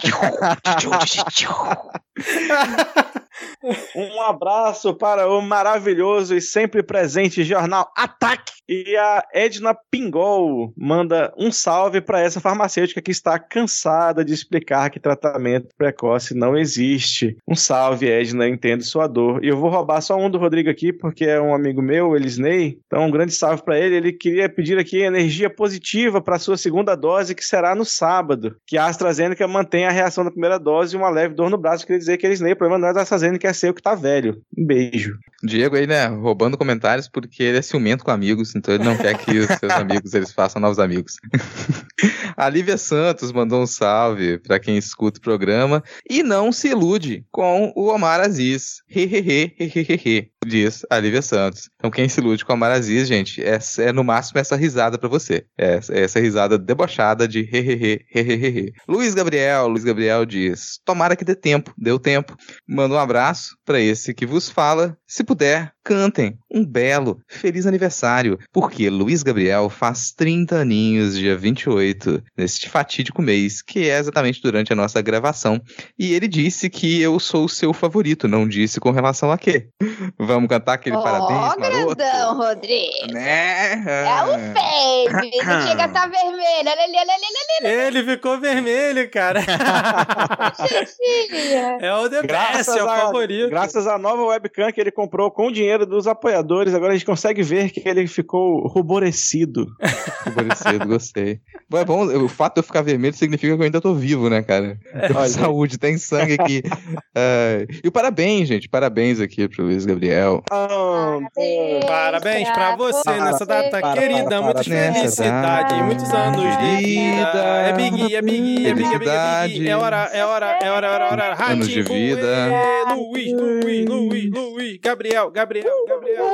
Um abraço para o maravilhoso e sempre presente jornal Ataque. E a Edna Pingol manda um salve para essa farmacêutica que está cansada de explicar que tratamento precoce não existe. Um salve, Edna, entendo sua dor. E eu vou roubar só um do Rodrigo aqui, porque é um amigo meu, o Elisney. Então um grande salve para ele. Ele queria pedir aqui energia positiva para sua segunda dose, que será no sábado. Que a AstraZeneca mantém a reação da primeira dose e uma leve dor no braço. Queria dizer que Elisney, o problema não é da AstraZeneca, é seu que tá velho. Um beijo. Diego aí, né, roubando comentários porque ele é ciumento com amigos, então ele não quer que os seus amigos eles façam novos amigos. A Lívia Santos mandou um salve pra quem escuta o programa e não se ilude com o Omar Aziz. Hehehe, hehehe, diz a Lívia Santos. Então quem se ilude com o Omar Aziz, gente, é, é no máximo essa risada pra você. É, é essa risada debochada de hehehe, hehehe. Luiz Gabriel, Luiz Gabriel diz, tomara que dê tempo, deu tempo. Manda um abraço pra esse que vos fala. Se puder, cantem um belo feliz aniversário, porque Luiz Gabriel faz trinta aninhos, dia vinte e oito, neste fatídico mês, que é exatamente durante a nossa gravação. E ele disse que eu sou o seu favorito, não disse com relação a quê? Vamos cantar aquele oh, parabéns, maroto? Ó, grandão, Rodrigo. Né? É o baby, não chega a estar vermelho. Olha ali, olha ali, olha ali. Ele ficou vermelho, cara. É o The Best, é o a, favorito. Graças à nova webcam que ele comprou com o dinheiro dos apoiadores, agora a gente consegue ver que ele ficou ruborecido. Ruborecido, gostei. Bom, é bom, o fato de eu ficar vermelho significa que eu ainda tô vivo, né, cara? Tô com saúde, tem sangue aqui. Uh, e o parabéns, gente, parabéns aqui pro Luiz Gabriel. Parabéns, Parabéns pra você para, nessa data para, querida, para, muitas para, felicidades, para, muitos anos de vida. É Big, é Big, é Big, é Big, é Big. É hora, é hora, é hora, é hora, é hora. Anos de vida. Luiz, Luiz, Luiz, Luiz, Gabriel, Gabriel, Gabriel.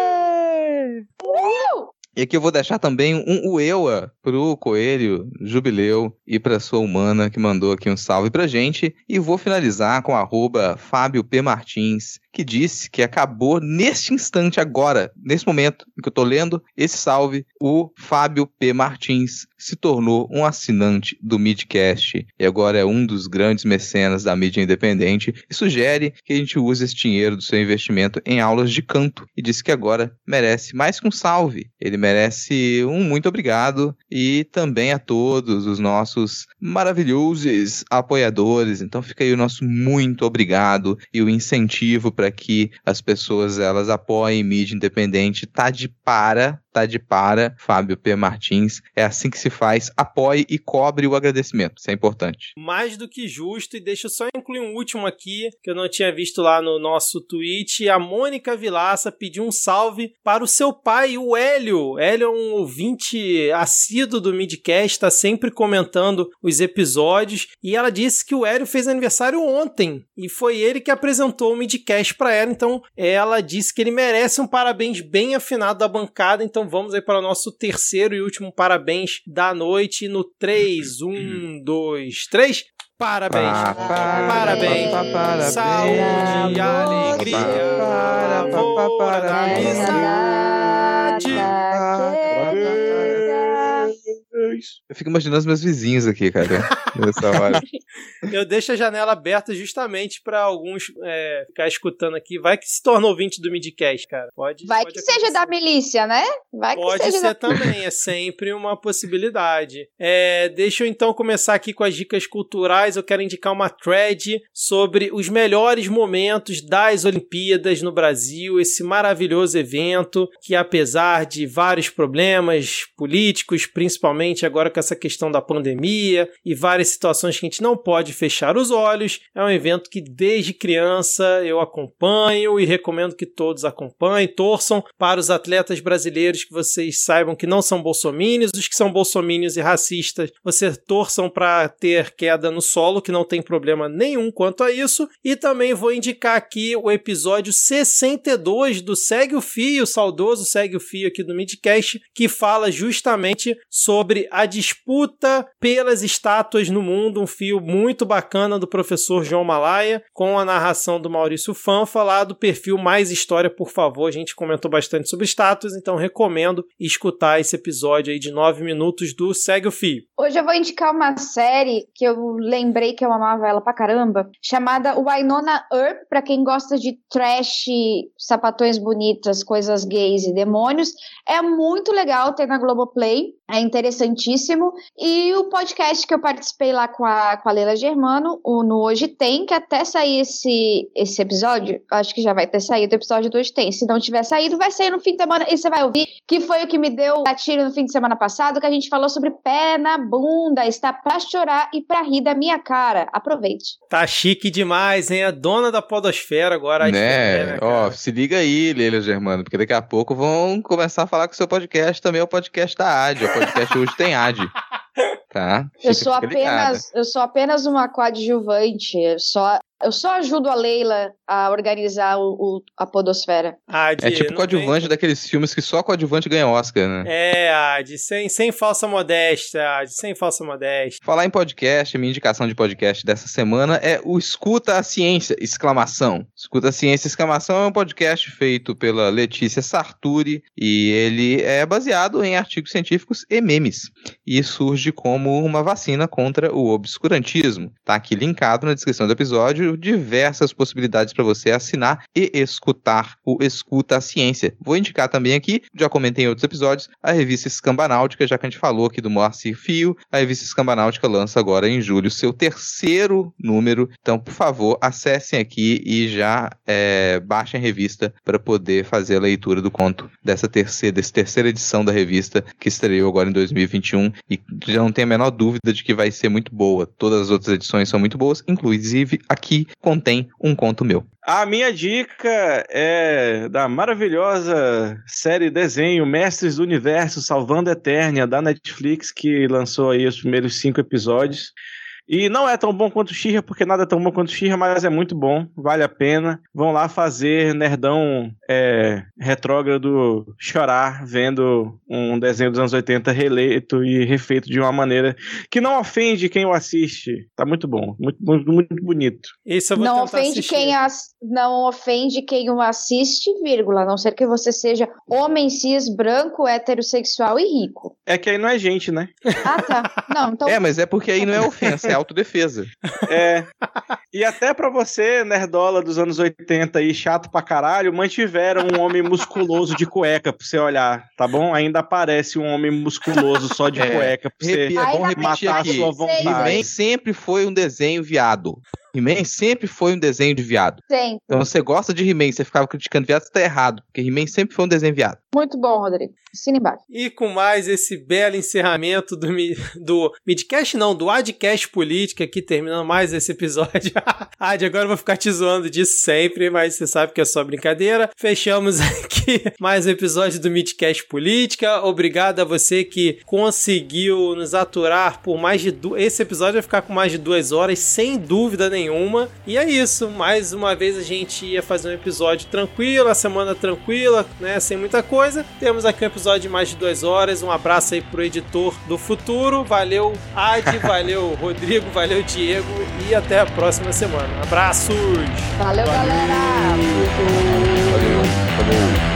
E aqui eu vou deixar também um ueua pro Coelho Jubileu e pra sua humana que mandou aqui um salve pra gente. E vou finalizar com arroba Fábio P. Martins, que disse que acabou neste instante agora, nesse momento em que eu tô lendo esse salve, o Fábio P. Martins se tornou um assinante do Midcast e agora é um dos grandes mecenas da mídia independente e sugere que a gente use esse dinheiro do seu investimento em aulas de canto e disse que agora merece mais que um salve, ele merece um muito obrigado e também a todos os nossos maravilhosos apoiadores, então fica aí o nosso muito obrigado e o incentivo para que as pessoas elas apoiem mídia independente, tá de para tá de para, Fábio P. Martins. É assim que se faz. Apoie e cobre o agradecimento. Isso é importante. Mais do que justo. E deixa eu só incluir um último aqui, que eu não tinha visto lá no nosso tweet. A Mônica Vilaça pediu um salve para o seu pai, o Hélio. Hélio é um ouvinte assíduo do Midcast, tá sempre comentando os episódios. E ela disse que o Hélio fez aniversário ontem. E foi ele que apresentou o Midcast para ela. Então, ela disse que ele merece um parabéns bem afinado da bancada. Então, vamos aí para o nosso terceiro e último parabéns da noite no três, um, dois, três. Parabéns, Pa- pa- parabéns, pa- pa- parabéns. saúde, alegria, Pa- pa- amor, parabéns. amizade. Eu fico imaginando os meus vizinhos aqui, cara, nessa hora. Eu deixo a janela aberta justamente para alguns é, ficar escutando aqui. Vai que se torna ouvinte do Midcast, cara. Pode. Vai pode que seja da milícia, né? Vai que Pode seja ser da... também, é sempre uma possibilidade. É, deixa eu então começar aqui com as dicas culturais. Eu quero indicar uma thread sobre os melhores momentos das Olimpíadas no Brasil, esse maravilhoso evento que, apesar de vários problemas políticos, principalmente agora com essa questão da pandemia e várias situações que a gente não pode fechar os olhos, é um evento que desde criança eu acompanho e recomendo que todos acompanhem, torçam para os atletas brasileiros, que vocês saibam que não são bolsomínios, os que são bolsomínios e racistas, vocês torçam para ter queda no solo, que não tem problema nenhum quanto a isso. E também vou indicar aqui o episódio sessenta e dois do Segue o Fio, o saudoso Segue o Fio aqui do Midcast, que fala justamente sobre a disputa pelas estátuas no mundo, um fio muito bacana do professor João Malaya, com a narração do Maurício Fanfa, lá do perfil Mais História, por favor. A gente comentou bastante sobre estátuas, então recomendo escutar esse episódio aí de nove minutos do Segue o Fio. Hoje eu vou indicar uma série que eu lembrei que eu amava ela pra caramba, chamada Wynonna Earp, pra quem gosta de trash, sapatões bonitas, coisas gays e demônios. É muito legal ter na Globoplay, é interessantíssimo. E o podcast que eu participei lá com a, com a Leila Germano, o No Hoje Tem, que até sair esse, esse episódio, acho que já vai ter saído o episódio do Hoje Tem. Se não tiver saído, vai sair no fim de semana e você vai ouvir, que foi o que me deu gatilho no fim de semana passado, que a gente falou sobre pé na bunda, está pra chorar e pra rir da minha cara. Aproveite. Tá chique demais, hein? A dona da podosfera agora. Né? né Ó, se liga aí, Leila Germano, porque daqui a pouco vão começar a falar que o seu podcast também é o podcast da A D, o podcast Hoje Tem A D. Tá? Eu Fica- sou fica ligada. apenas, eu sou apenas uma coadjuvante. Eu só, eu só ajudo a Leila a organizar o, o- a podosfera. Adi, É tipo não coadjuvante vem- daqueles filmes que só coadjuvante ganha Oscar, né? É, Adi, sem, sem falsa modéstia, Adi, sem falsa modéstia. Falar em podcast, a minha indicação de podcast dessa semana é o Escuta a Ciência, exclamação. Escuta a Ciência, exclamação é um podcast feito pela Letícia Sarturi e ele é baseado em artigos científicos e memes. E surge como uma vacina contra o obscurantismo. Tá aqui linkado na descrição do episódio diversas possibilidades para você assinar e escutar o Escuta a Ciência. Vou indicar também aqui, já comentei em outros episódios, a revista Escambanáutica, já que a gente falou aqui do Moacir Fio. A revista Escambanáutica lança agora em julho seu terceiro número. Então, por favor, acessem aqui e já é, baixem a revista para poder fazer a leitura do conto dessa terceira, dessa terceira edição da revista que estreou agora em dois mil e vinte e um e já não tenho a menor dúvida de que vai ser muito boa. Todas as outras edições são muito boas, inclusive aqui contém um conto meu. A minha dica é da maravilhosa série desenho Mestres do Universo Salvando a Eternia, da Netflix, que lançou aí os primeiros cinco episódios. E não é tão bom quanto She-Ra, porque nada é tão bom quanto She-Ra, mas é muito bom, vale a pena. Vão lá fazer nerdão é, retrógrado chorar vendo um desenho dos anos oitenta reeleito e refeito de uma maneira que não ofende quem o assiste. Tá muito bom, muito, muito, muito bonito. Esse eu vou Não tentar ofende, assistir. quem as, não ofende quem o assiste, vírgula, a não ser que você seja homem cis, branco, heterossexual e rico. É que aí não é gente, né? Ah, tá. Não, então... É, mas é porque aí não é ofensa, é autodefesa. É. E até pra você, nerdola dos anos oitenta aí, chato pra caralho, mantiveram um homem musculoso de cueca pra você olhar, tá bom? Ainda aparece um homem musculoso só de É. cueca pra você Repi- é bom repetir matar a aqui. sua vontade. He-Man sempre foi um desenho viado. He-Man sempre foi um desenho de viado. Sempre. Então você gosta de He-Man, você ficava criticando viado, você tá errado. Porque He-Man sempre foi um desenho viado. Muito bom, Rodrigo. Assina embaixo. E com mais esse belo encerramento do, mi- do Midcast, não, do Adcast Política, aqui terminando mais esse episódio. Ad, agora eu vou ficar te zoando disso sempre, mas você sabe que é só brincadeira. Fechamos aqui mais um episódio do Midcast Política. Obrigado a você que conseguiu nos aturar por mais de... Du- esse episódio vai ficar com mais de duas horas, sem dúvida nenhuma. E é isso, mais uma vez a gente ia fazer um episódio tranquilo, a semana tranquila, né, sem muita coisa. Temos aqui um episódio de mais de duas horas. Um abraço aí pro editor do futuro. Valeu, Ad, valeu, Rodrigo, valeu, Diego, e até a próxima semana. Abraços! Valeu, galera! Valeu, falou.